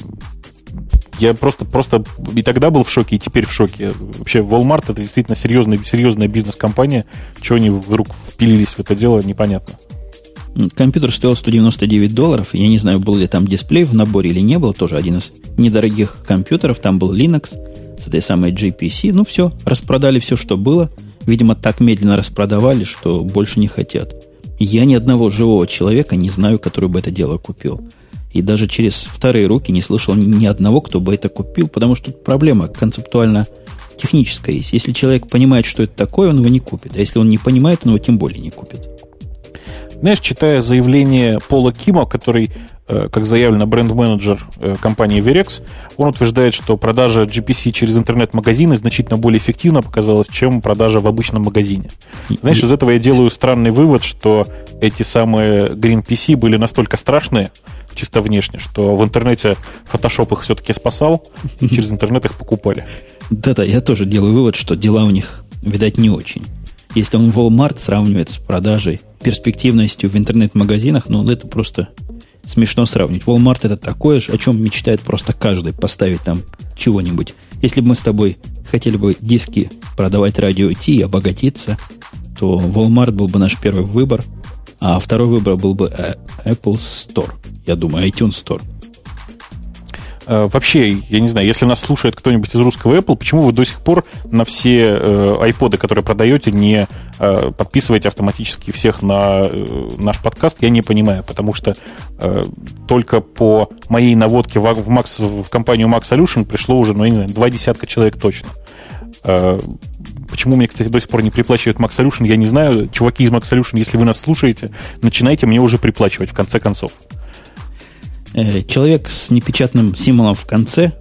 Я просто, просто и тогда был в шоке, и теперь в шоке. Вообще, Walmart — это действительно серьезная, серьезная бизнес-компания. Чего они вдруг впилились в это дело, непонятно. Компьютер стоил сто девяносто девять долларов. Я не знаю, был ли там дисплей в наборе или не был. Тоже один из недорогих компьютеров. Там был Linux с этой самой джи пи си. Ну, все, распродали все, что было. Видимо, так медленно распродавали, что больше не хотят. Я ни одного живого человека не знаю, который бы это дело купил. И даже через вторые руки не слышал ни одного, кто бы это купил, потому что тут проблема концептуально техническая есть. Если человек понимает, что это такое, он его не купит. А если он не понимает, он его тем более не купит. Знаешь, читая заявление Пола Кима, который, как заявлено, бренд-менеджер компании Verex, он утверждает, что продажа джи пи си через интернет-магазины значительно более эффективно показалась, чем продажа в обычном магазине. Знаешь, из этого я делаю странный вывод, что эти самые Green пи си были настолько страшные, чисто внешне, что в интернете Photoshop их все-таки спасал, и через интернет их покупали. Да-да, я тоже делаю вывод, что дела у них, видать, не очень. Если он Walmart сравнивает с продажей, перспективностью в интернет-магазинах, ну, это просто смешно сравнивать. Walmart — это такое же, о чем мечтает просто каждый, поставить там чего-нибудь. Если бы мы с тобой хотели бы диски продавать радио Ти и обогатиться, то Walmart был бы наш первый выбор, а второй выбор был бы Apple Store, я думаю, iTunes Store. Вообще, я не знаю, если нас слушает кто-нибудь из русского Apple, почему вы до сих пор на все iPod'ы, которые продаете, не подписываете автоматически всех на наш подкаст, я не понимаю, потому что только по моей наводке в, Mac, в компанию Mac Solution пришло уже, ну, я не знаю, два десятка человек точно. Почему мне, кстати, до сих пор не приплачивают Mac Solution, я не знаю. Чуваки из Mac Solution, если вы нас слушаете, начинайте мне уже приплачивать, в конце концов. Человек с непечатным символом в конце,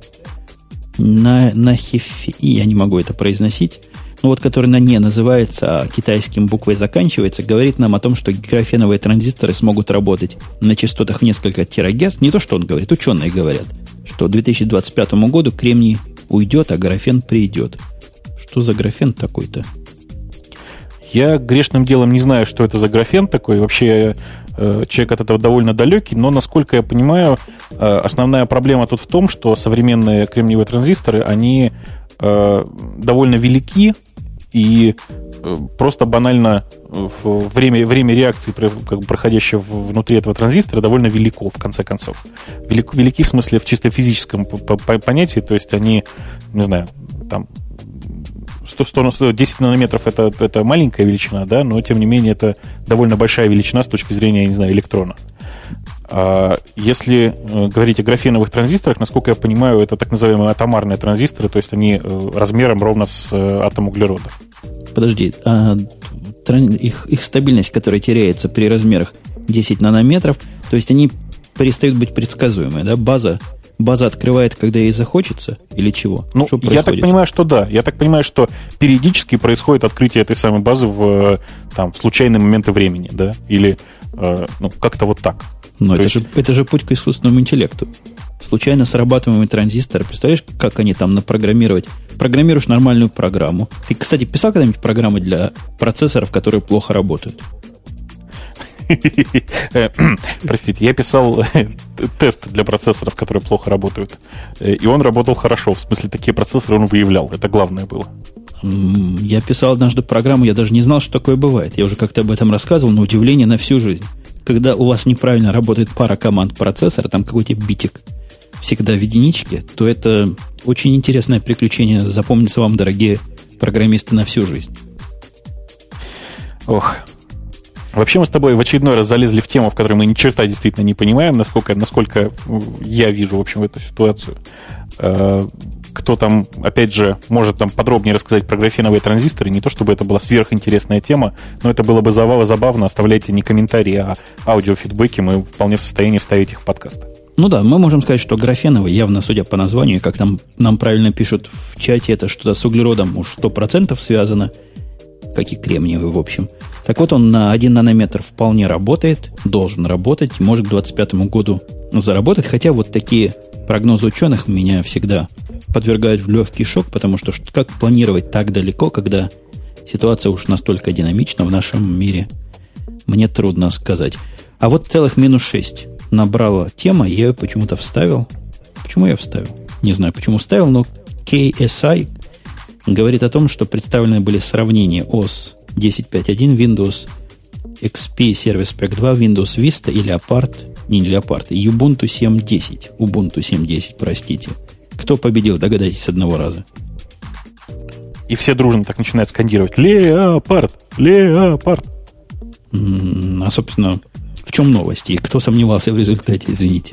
на, на хифи, я не могу это произносить, но вот который на «не» называется, а китайским буквой заканчивается, говорит нам о том, что графеновые транзисторы смогут работать на частотах в несколько терагерц. Не то, что он говорит, ученые говорят, что к две тысячи двадцать пятому году кремний уйдет, а графен придет. Что за графен такой-то? Я грешным делом не знаю, что это за графен такой. Вообще э, человек от этого довольно далекий, но, насколько я понимаю, э, основная проблема тут в том, что современные кремниевые транзисторы, они э, довольно велики, и э, просто банально время, время реакции, как бы, проходящее внутри этого транзистора, довольно велико, в конце концов. Велик, велики в смысле в чисто физическом понятии, то есть они, не знаю, там... десять нанометров это, это маленькая величина, да, но тем не менее это довольно большая величина с точки зрения, я не знаю, электрона. А если говорить о графеновых транзисторах, насколько я понимаю, это так называемые атомарные транзисторы, то есть они размером ровно с атом углерода. Подожди, а их, их стабильность, которая теряется при размерах десять нанометров, то есть они перестают быть предсказуемой, да, база База открывает, когда ей захочется, или чего? Ну, я так понимаю, что да. Я так понимаю, что периодически происходит открытие этой самой базы в, там, в случайные моменты времени, да? Или э, ну, как-то вот так. Но это, есть... же, это же путь к искусственному интеллекту. Случайно срабатываемый транзистор. Представляешь, как они там напрограммировать? Программируешь нормальную программу. Ты, кстати, писал когда-нибудь программы для процессоров, которые плохо работают? Простите, я писал тест для процессоров, которые плохо работают. И он работал хорошо. В смысле, такие процессоры он выявлял. Это главное было. Я писал однажды программу, я даже не знал, что такое бывает. Я уже как-то об этом рассказывал, но удивление на всю жизнь. Когда у вас неправильно работает пара команд процессора, там какой-то битик всегда в единичке, то это очень интересное приключение. Запомнится вам, дорогие программисты, на всю жизнь. Ох. Вообще мы с тобой в очередной раз залезли в тему, в которой мы ни черта действительно не понимаем, насколько, насколько я вижу, в общем, эту ситуацию. Кто там, опять же, может там подробнее рассказать про графеновые транзисторы, не то чтобы это была сверхинтересная тема, но это было бы забавно. Оставляйте не комментарии, а аудиофидбэки, мы вполне в состоянии вставить их в подкаст. Ну да, мы можем сказать, что графеновый, явно судя по названию, как там нам правильно пишут в чате, это что-то с углеродом уж сто процентов связано, как и кремниевый, в общем. Так вот, он на один нанометр вполне работает, должен работать, может к двадцать пятому году заработать, хотя вот такие прогнозы ученых меня всегда подвергают в легкий шок, потому что как планировать так далеко, когда ситуация уж настолько динамична в нашем мире, мне трудно сказать. А вот целых минус шесть набрала тема, я ее почему-то вставил. Почему я вставил? Не знаю, почему вставил, но кей эс ай говорит о том, что представлены были сравнения о эс десять точка пять точка один, Windows икс пи, Service Pack два, Windows Vista и Leopard, не Leopard, и Ubuntu семь точка десять. Ubuntu семь точка десять, простите. Кто победил, догадайтесь с одного раза. И все дружно так начинают скандировать: Leopard, Leopard. М-м, а, собственно, в чем новости? И кто сомневался в результате, извините?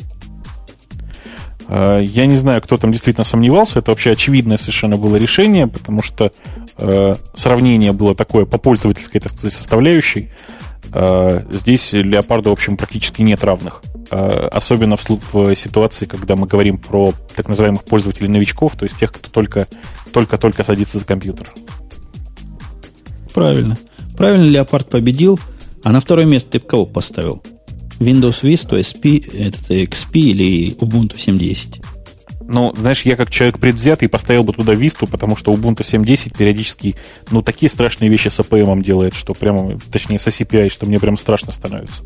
Я не знаю, кто там действительно сомневался. Это вообще очевидное совершенно было решение, потому что э, сравнение было такое по пользовательской, так сказать, составляющей. Э, здесь Леопарду, в общем, практически нет равных. Э, особенно в, в ситуации, когда мы говорим про так называемых пользователей-новичков, то есть тех, кто только, только-только садится за компьютер. Правильно. Правильно, Леопард победил. А на второе место ты кого поставил? Windows Vista, эс пи, это икс пи или Ubuntu семь точка десять? Ну, знаешь, я как человек предвзятый поставил бы туда Vista, потому что Ubuntu семь точка десять периодически, ну, такие страшные вещи с эй пи эм делает, что прямо, точнее, с эй пи ай, что мне прям страшно становится.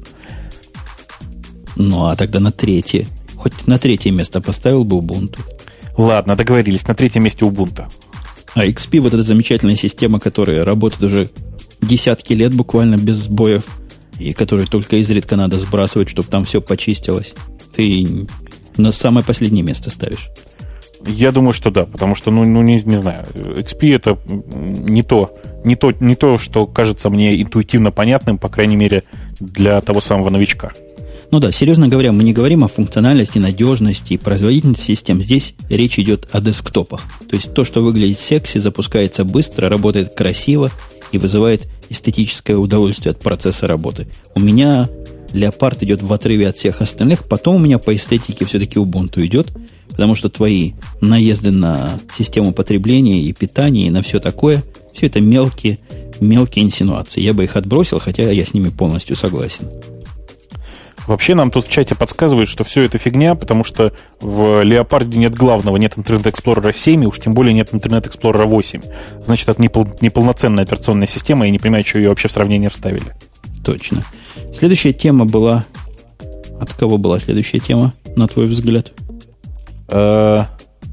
Ну, а тогда на третье. Хоть на третье место поставил бы Ubuntu. Ладно, договорились, на третьем месте Ubuntu. А икс пи, вот эта замечательная система, которая работает уже десятки лет буквально без сбоев, и которую только изредка надо сбрасывать, чтобы там все почистилось. Ты на самое последнее место ставишь. Я думаю, что да, потому что, ну, ну не, не знаю, икс пи это не то, не, то, не то, что кажется мне интуитивно понятным, по крайней мере, для того самого новичка. Ну да, серьезно говоря, мы не говорим о функциональности, надежности и производительности систем. Здесь речь идет о десктопах. То есть то, что выглядит секси, запускается быстро, работает красиво и вызывает эстетическое удовольствие от процесса работы. У меня Leopard идет в отрыве от всех остальных, потом у меня по эстетике все-таки Ubuntu идет, потому что твои наезды на систему потребления и питания и на все такое, все это мелкие, мелкие инсинуации. Я бы их отбросил, хотя я с ними полностью согласен. Вообще нам тут в чате подсказывают, что все это фигня, потому что в Леопарде нет главного, нет Internet Explorer семь, и уж тем более нет Internet Explorer восемь. Значит, это непол- неполноценная операционная система, и не понимаю, что ее вообще в сравнение вставили. Точно. Следующая тема была... От кого была следующая тема, на твой взгляд? Про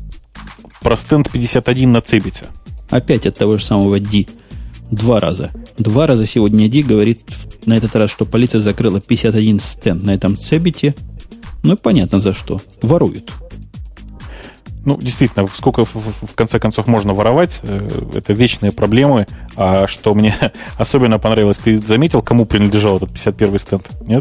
стенд пятьдесят один на Цебите. Опять от того же самого Ди. Два раза. Два раза сегодня Ди говорит на этот раз, что полиция закрыла пятьдесят один стенд на этом Цебите. Ну, понятно за что. Воруют. Ну, действительно, сколько в, в конце концов можно воровать, это вечные проблемы. А что мне особенно понравилось, ты заметил, кому принадлежал этот пятьдесят первый стенд? Нет?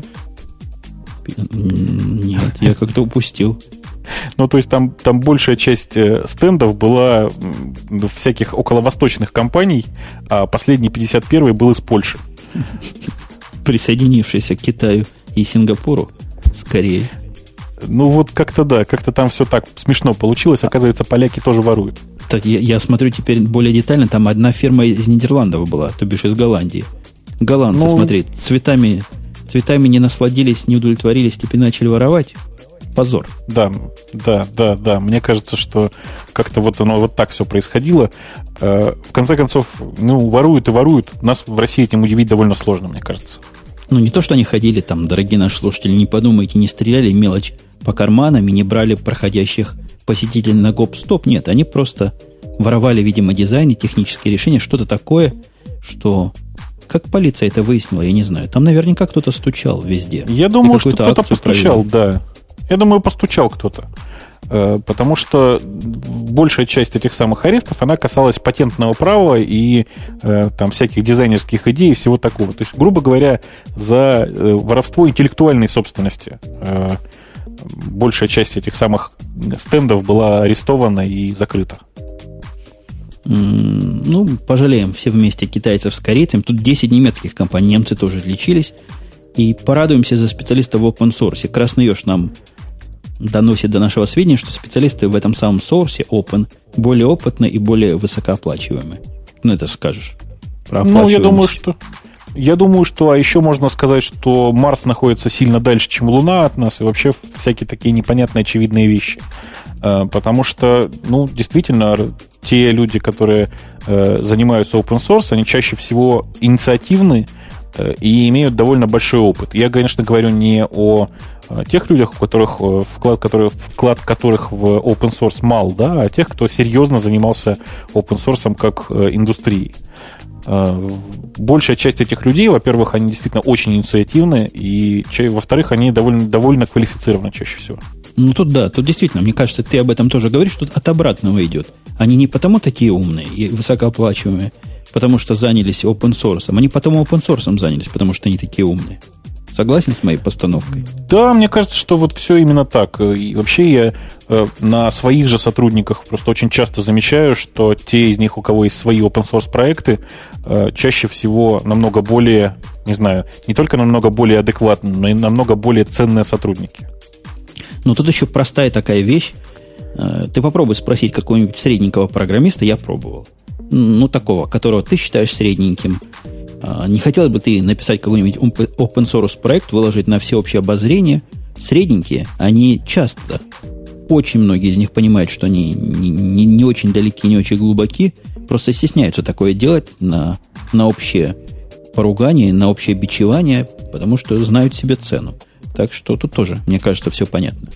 Нет, я как-то упустил. Ну, то есть там, там большая часть стендов была всяких околовосточных компаний, а последний пятьдесят первый был из Польши. Присоединившийся к Китаю и Сингапуру скорее. Ну, вот как-то да, как-то там все так смешно получилось. Оказывается, поляки тоже воруют. Так, я, я смотрю теперь более детально. Там одна фирма из Нидерландов была, то бишь из Голландии. Голландцы, ну, смотри, цветами цветами не насладились, не удовлетворились, теперь начали воровать. Позор. Да, да, да, да. Мне кажется, что как-то вот оно вот так все происходило. В конце концов, ну, воруют и воруют. Нас в России этим удивить довольно сложно, мне кажется. Ну, не то, что они ходили там, дорогие наши слушатели, не подумайте, не стреляли мелочь по карманам и не брали проходящих посетителей на гоп-стоп. Нет, они просто воровали, видимо, дизайн и технические решения, что-то такое, что... Как полиция это выяснила, я не знаю. Там наверняка кто-то стучал везде. Я думаю, что кто-то постучал, да. Я думаю, постучал кто-то. Потому что большая часть этих самых арестов, она касалась патентного права и там всяких дизайнерских идей и всего такого. То есть, грубо говоря, за воровство интеллектуальной собственности большая часть этих самых стендов была арестована и закрыта. Ну, пожалеем все вместе китайцев с корейцами. Тут десять немецких компаний, немцы тоже отличились. И порадуемся за специалистов в open source. Красный еж нам доносит до нашего сведения, что специалисты в этом самом source open более опытны и более высокооплачиваемые. Ну, это скажешь. Про ну, я думаю, что... Я думаю, что... А еще можно сказать, что Марс находится сильно дальше, чем Луна от нас, и вообще всякие такие непонятные, очевидные вещи. Потому что, ну, действительно, те люди, которые занимаются open source, они чаще всего инициативны и имеют довольно большой опыт. Я, конечно, говорю не о тех людях, у которых вклад, которые, вклад которых в open source мал, да, а тех, кто серьезно занимался open source как индустрией. Большая часть этих людей, во-первых, они действительно очень инициативны, и, во-вторых, они довольно, довольно квалифицированы чаще всего. Ну, тут да, тут действительно, мне кажется, ты об этом тоже говоришь, тут от обратного идет. Они не потому такие умные и высокооплачиваемые, потому что занялись open source, они потому open source занялись, потому что они такие умные. Согласен с моей постановкой? Да, мне кажется, что вот все именно так. И вообще я э, на своих же сотрудниках просто очень часто замечаю, что те из них, у кого есть свои open source проекты, э, чаще всего намного более, не знаю, не только намного более адекватные, но и намного более ценные сотрудники. Ну, тут еще простая такая вещь. Э, ты попробуй спросить какого-нибудь средненького программиста, я пробовал. Ну, такого, которого ты считаешь средненьким. Не хотел бы ты написать какой-нибудь open source проект, выложить на всеобщее обозрение? Средненькие, они часто, очень многие из них понимают, что они не, не, не очень далеки, не очень глубоки, просто стесняются такое делать на, на общее поругание, на общее бичевание, потому что знают себе цену. Так что тут тоже, мне кажется, все понятно.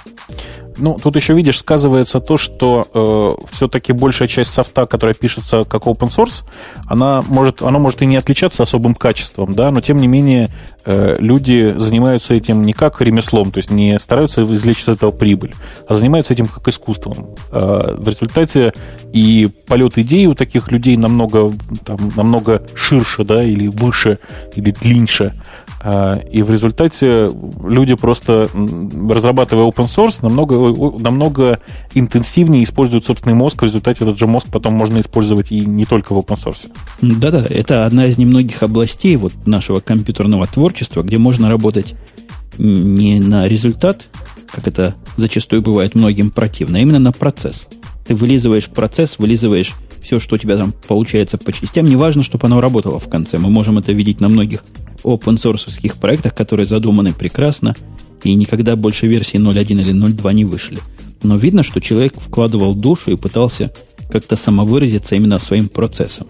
Ну, тут еще, видишь, сказывается то, что э, все-таки большая часть софта, которая пишется как open source, она может, она может и не отличаться особым качеством, да, но тем не менее э, люди занимаются этим не как ремеслом, то есть не стараются извлечь из этого прибыль, а занимаются этим как искусством. Э, в результате и полет идей у таких людей намного, там, намного ширше, да, или выше, или длиннее. И в результате люди просто, разрабатывая open source, намного, намного интенсивнее используют собственный мозг. В результате этот же мозг потом можно использовать и не только в open source. Да-да, это одна из немногих областей вот нашего компьютерного творчества, где можно работать не на результат, как это зачастую бывает многим противно, а именно на процесс. Ты вылизываешь процесс, вылизываешь все, что у тебя там получается по частям. Не важно, чтобы оно работало в конце. Мы можем это видеть на многих open-source проектах, которые задуманы прекрасно и никогда больше версии ноль один или ноль два не вышли. Но видно, что человек вкладывал душу и пытался как-то самовыразиться именно своим процессом.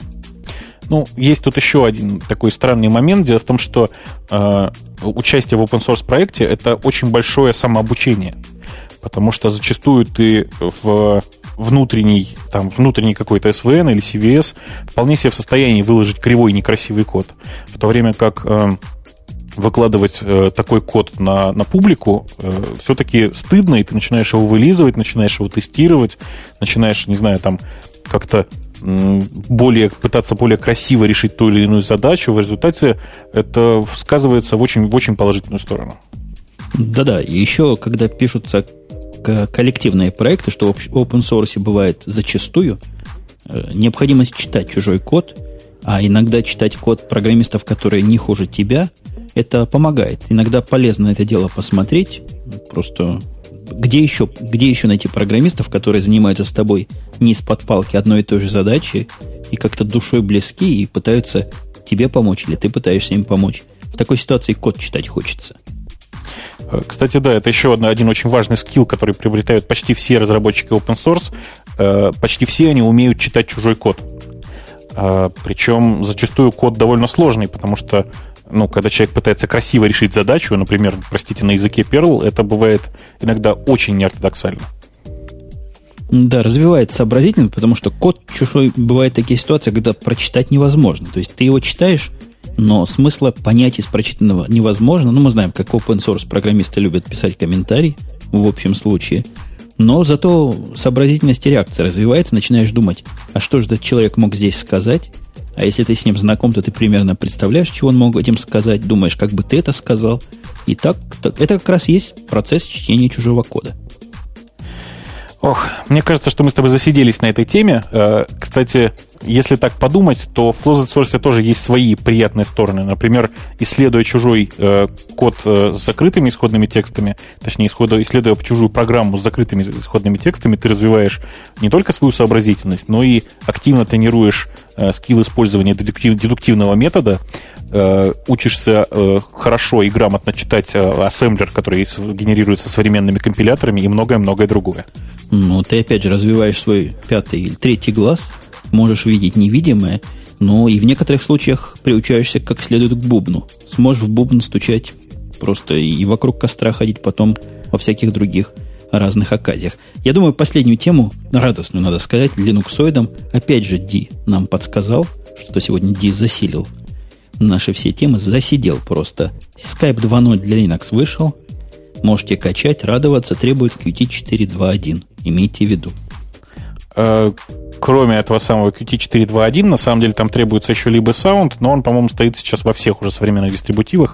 Ну, есть тут еще один такой странный момент. Дело в том, что э, участие в open-source проекте – это очень большое самообучение. Потому что зачастую ты в внутренний, там, внутренний какой-то эс ви эн или си ви эс вполне себе в состоянии выложить кривой некрасивый код. В то время как э, выкладывать э, такой код на, на публику э, все-таки стыдно, и ты начинаешь его вылизывать, начинаешь его тестировать, начинаешь, не знаю, там как-то м, более, пытаться более красиво решить ту или иную задачу. В результате это сказывается в очень, в очень положительную сторону. Да-да, и еще, когда пишутся коллективные проекты, что в open source бывает зачастую, необходимость читать чужой код, а иногда читать код программистов, которые не хуже тебя, это помогает. Иногда полезно это дело посмотреть. Просто где еще, где еще найти программистов, которые занимаются с тобой не из-под палки одной и той же задачи и как-то душой близки и пытаются тебе помочь, или ты пытаешься им помочь в такой ситуации код читать хочется. Кстати, да, это еще один очень важный скилл, который приобретают почти все разработчики open source. Почти все они умеют читать чужой код. Причем зачастую код довольно сложный, потому что, ну, когда человек пытается красиво решить задачу, например, простите, на языке Perl, это бывает иногда очень неортодоксально. Да, развивает сообразительность, потому что код чужой, бывает такие ситуации, когда прочитать невозможно. То есть ты его читаешь, но смысла понять из прочитанного невозможно. Ну, мы знаем, как open source программисты любят писать комментарии в общем случае. Но зато сообразительность и реакция развивается, начинаешь думать, а что же этот человек мог здесь сказать? А если ты с ним знаком, то ты примерно представляешь, чего он мог этим сказать, думаешь, как бы ты это сказал. И так, так это как раз есть процесс чтения чужого кода. Ох, мне кажется, что мы с тобой засиделись на этой теме. Кстати, если так подумать, то в closed source тоже есть свои приятные стороны. Например, исследуя чужой код с закрытыми исходными текстами, точнее, исследуя чужую программу с закрытыми исходными текстами, ты развиваешь не только свою сообразительность, но и активно тренируешь скилл использования дедуктивного метода, учишься хорошо и грамотно читать ассемблер, который генерируется современными компиляторами, и многое-многое другое. Ну, ты опять же развиваешь свой пятый или третий глаз, можешь видеть невидимое, но и в некоторых случаях приучаешься как следует к бубну. Сможешь в бубн стучать просто и вокруг костра ходить потом во всяких других разных оказиях. Я думаю, последнюю тему, радостную, надо сказать, линуксоидам, опять же, Ди нам подсказал, что сегодня Ди засилил наши все темы, засидел просто. Skype два ноль для Linux вышел. Можете качать, радоваться, требует кью ти четыре точка два точка один. Имейте в виду. Кроме этого самого кью ти четыре точка два точка один, на самом деле там требуется еще либо Sound, но он, по-моему, стоит сейчас во всех уже современных дистрибутивах.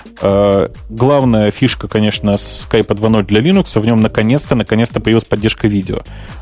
Главная фишка, конечно, Skype два ноль для Linux, в нем наконец-то, наконец-то появилась поддержка видео.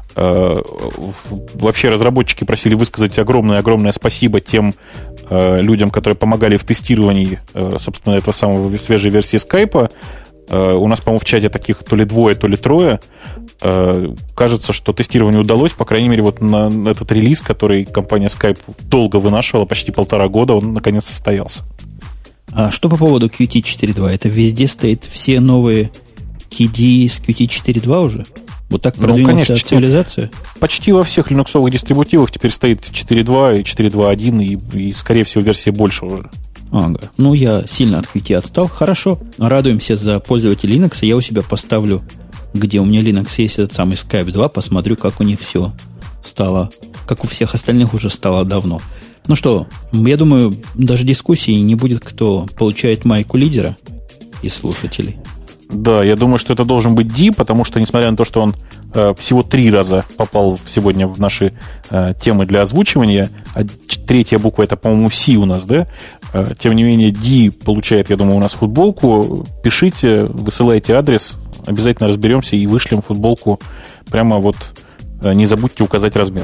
Вообще разработчики просили высказать огромное-огромное спасибо тем людям, которые помогали в тестировании, собственно, этого самого свежей версии Skype. У нас, по-моему, в чате таких то ли двое, то ли трое. Кажется, что тестирование удалось, по крайней мере, вот на этот релиз, который компания Skype долго вынашивала, почти полтора года, он наконец состоялся. А что по поводу кью ти четыре точка два? Это везде стоит все новые кей ди с кью ти четыре точка два уже? Вот так продвинулась ну, цивилизация? Почти во всех линуксовых дистрибутивах теперь стоит четыре точка два и четыре точка два точка один, и, и, скорее всего, версии больше уже. Ага. Ну, я сильно от кью ти отстал. Хорошо. Радуемся за пользователей Linux. Я у себя поставлю, где у меня Linux есть этот самый Skype два, посмотрю, как у них все стало, как у всех остальных уже стало давно. Ну что, я думаю, даже дискуссии не будет, кто получает майку лидера из слушателей. Да, я думаю, что это должен быть Ди, потому что, несмотря на то, что он э, всего три раза попал сегодня в наши э, темы для озвучивания, а третья буква это, по-моему, Си у нас, да? Э, тем не менее, Ди получает, я думаю, у нас футболку. Пишите, высылайте адрес, обязательно разберемся и вышлем футболку. Прямо вот э, не забудьте указать размер.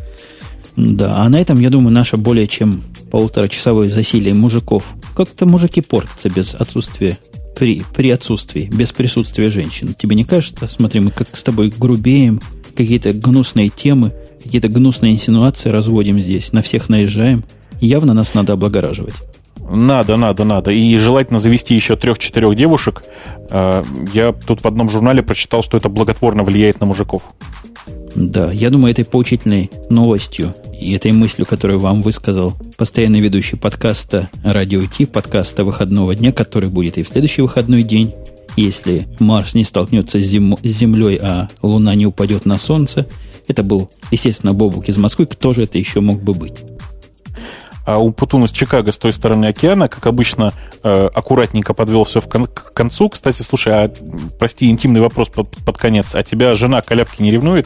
Да, а на этом, я думаю, наше более чем полуторачасовое засилие мужиков. Как-то мужики портятся без отсутствия При, при отсутствии, без присутствия женщин. Тебе не кажется? Смотри, мы как с тобой грубеем, какие-то гнусные темы, какие-то гнусные инсинуации разводим здесь, на всех наезжаем. Явно нас надо облагораживать. Надо, надо, надо. И желательно завести еще трех-четырех девушек. Я тут в одном журнале прочитал, что это благотворно влияет на мужиков. Да, я думаю, этой поучительной новостью и этой мыслью, которую вам высказал постоянный ведущий подкаста «Радио Ти», подкаста выходного дня, который будет и в следующий выходной день, если Марс не столкнется с, зем... с Землей, а Луна не упадет на Солнце. Это был, естественно, Бобук из Москвы. Кто же это еще мог бы быть? А у Путуна с Чикаго с той стороны океана, как обычно, э, аккуратненько подвел все в кон- к концу. Кстати, слушай, а, прости, интимный вопрос под, под конец. А тебя жена коляпки не ревнует?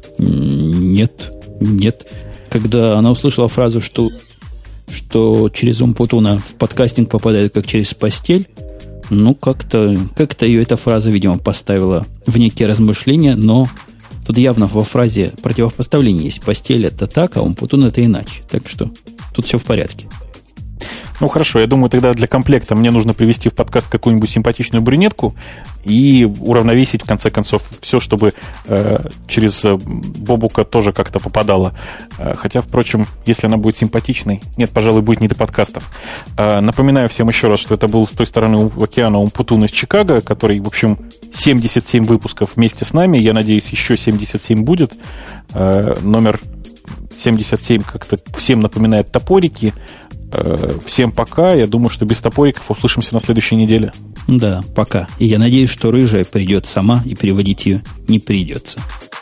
Нет, нет. Когда она услышала фразу, что, что через ум Путуна в подкастинг попадает как через постель, ну, как-то, как-то ее эта фраза, видимо, поставила в некие размышления, но тут явно во фразе противопоставление есть. Постель это так, а ум Путун это иначе. Так что тут все в порядке. Ну, хорошо, я думаю, тогда для комплекта мне нужно привести в подкаст какую-нибудь симпатичную брюнетку и уравновесить, в конце концов, все, чтобы э, через Бобука тоже как-то попадало. Э, хотя, впрочем, если она будет симпатичной, нет, пожалуй, будет не до подкастов. Э, напоминаю всем еще раз, что это был с той стороны океана Умпутун из Чикаго, который, в общем, семьдесят семь выпусков вместе с нами. Я надеюсь, еще семьдесят семь будет. Э, номер семьдесят семь как-то всем напоминает топорики. Всем пока. Я думаю, что без топориков услышимся на следующей неделе. Да, пока. И я надеюсь, что рыжая придет сама, и переводить ее не придется.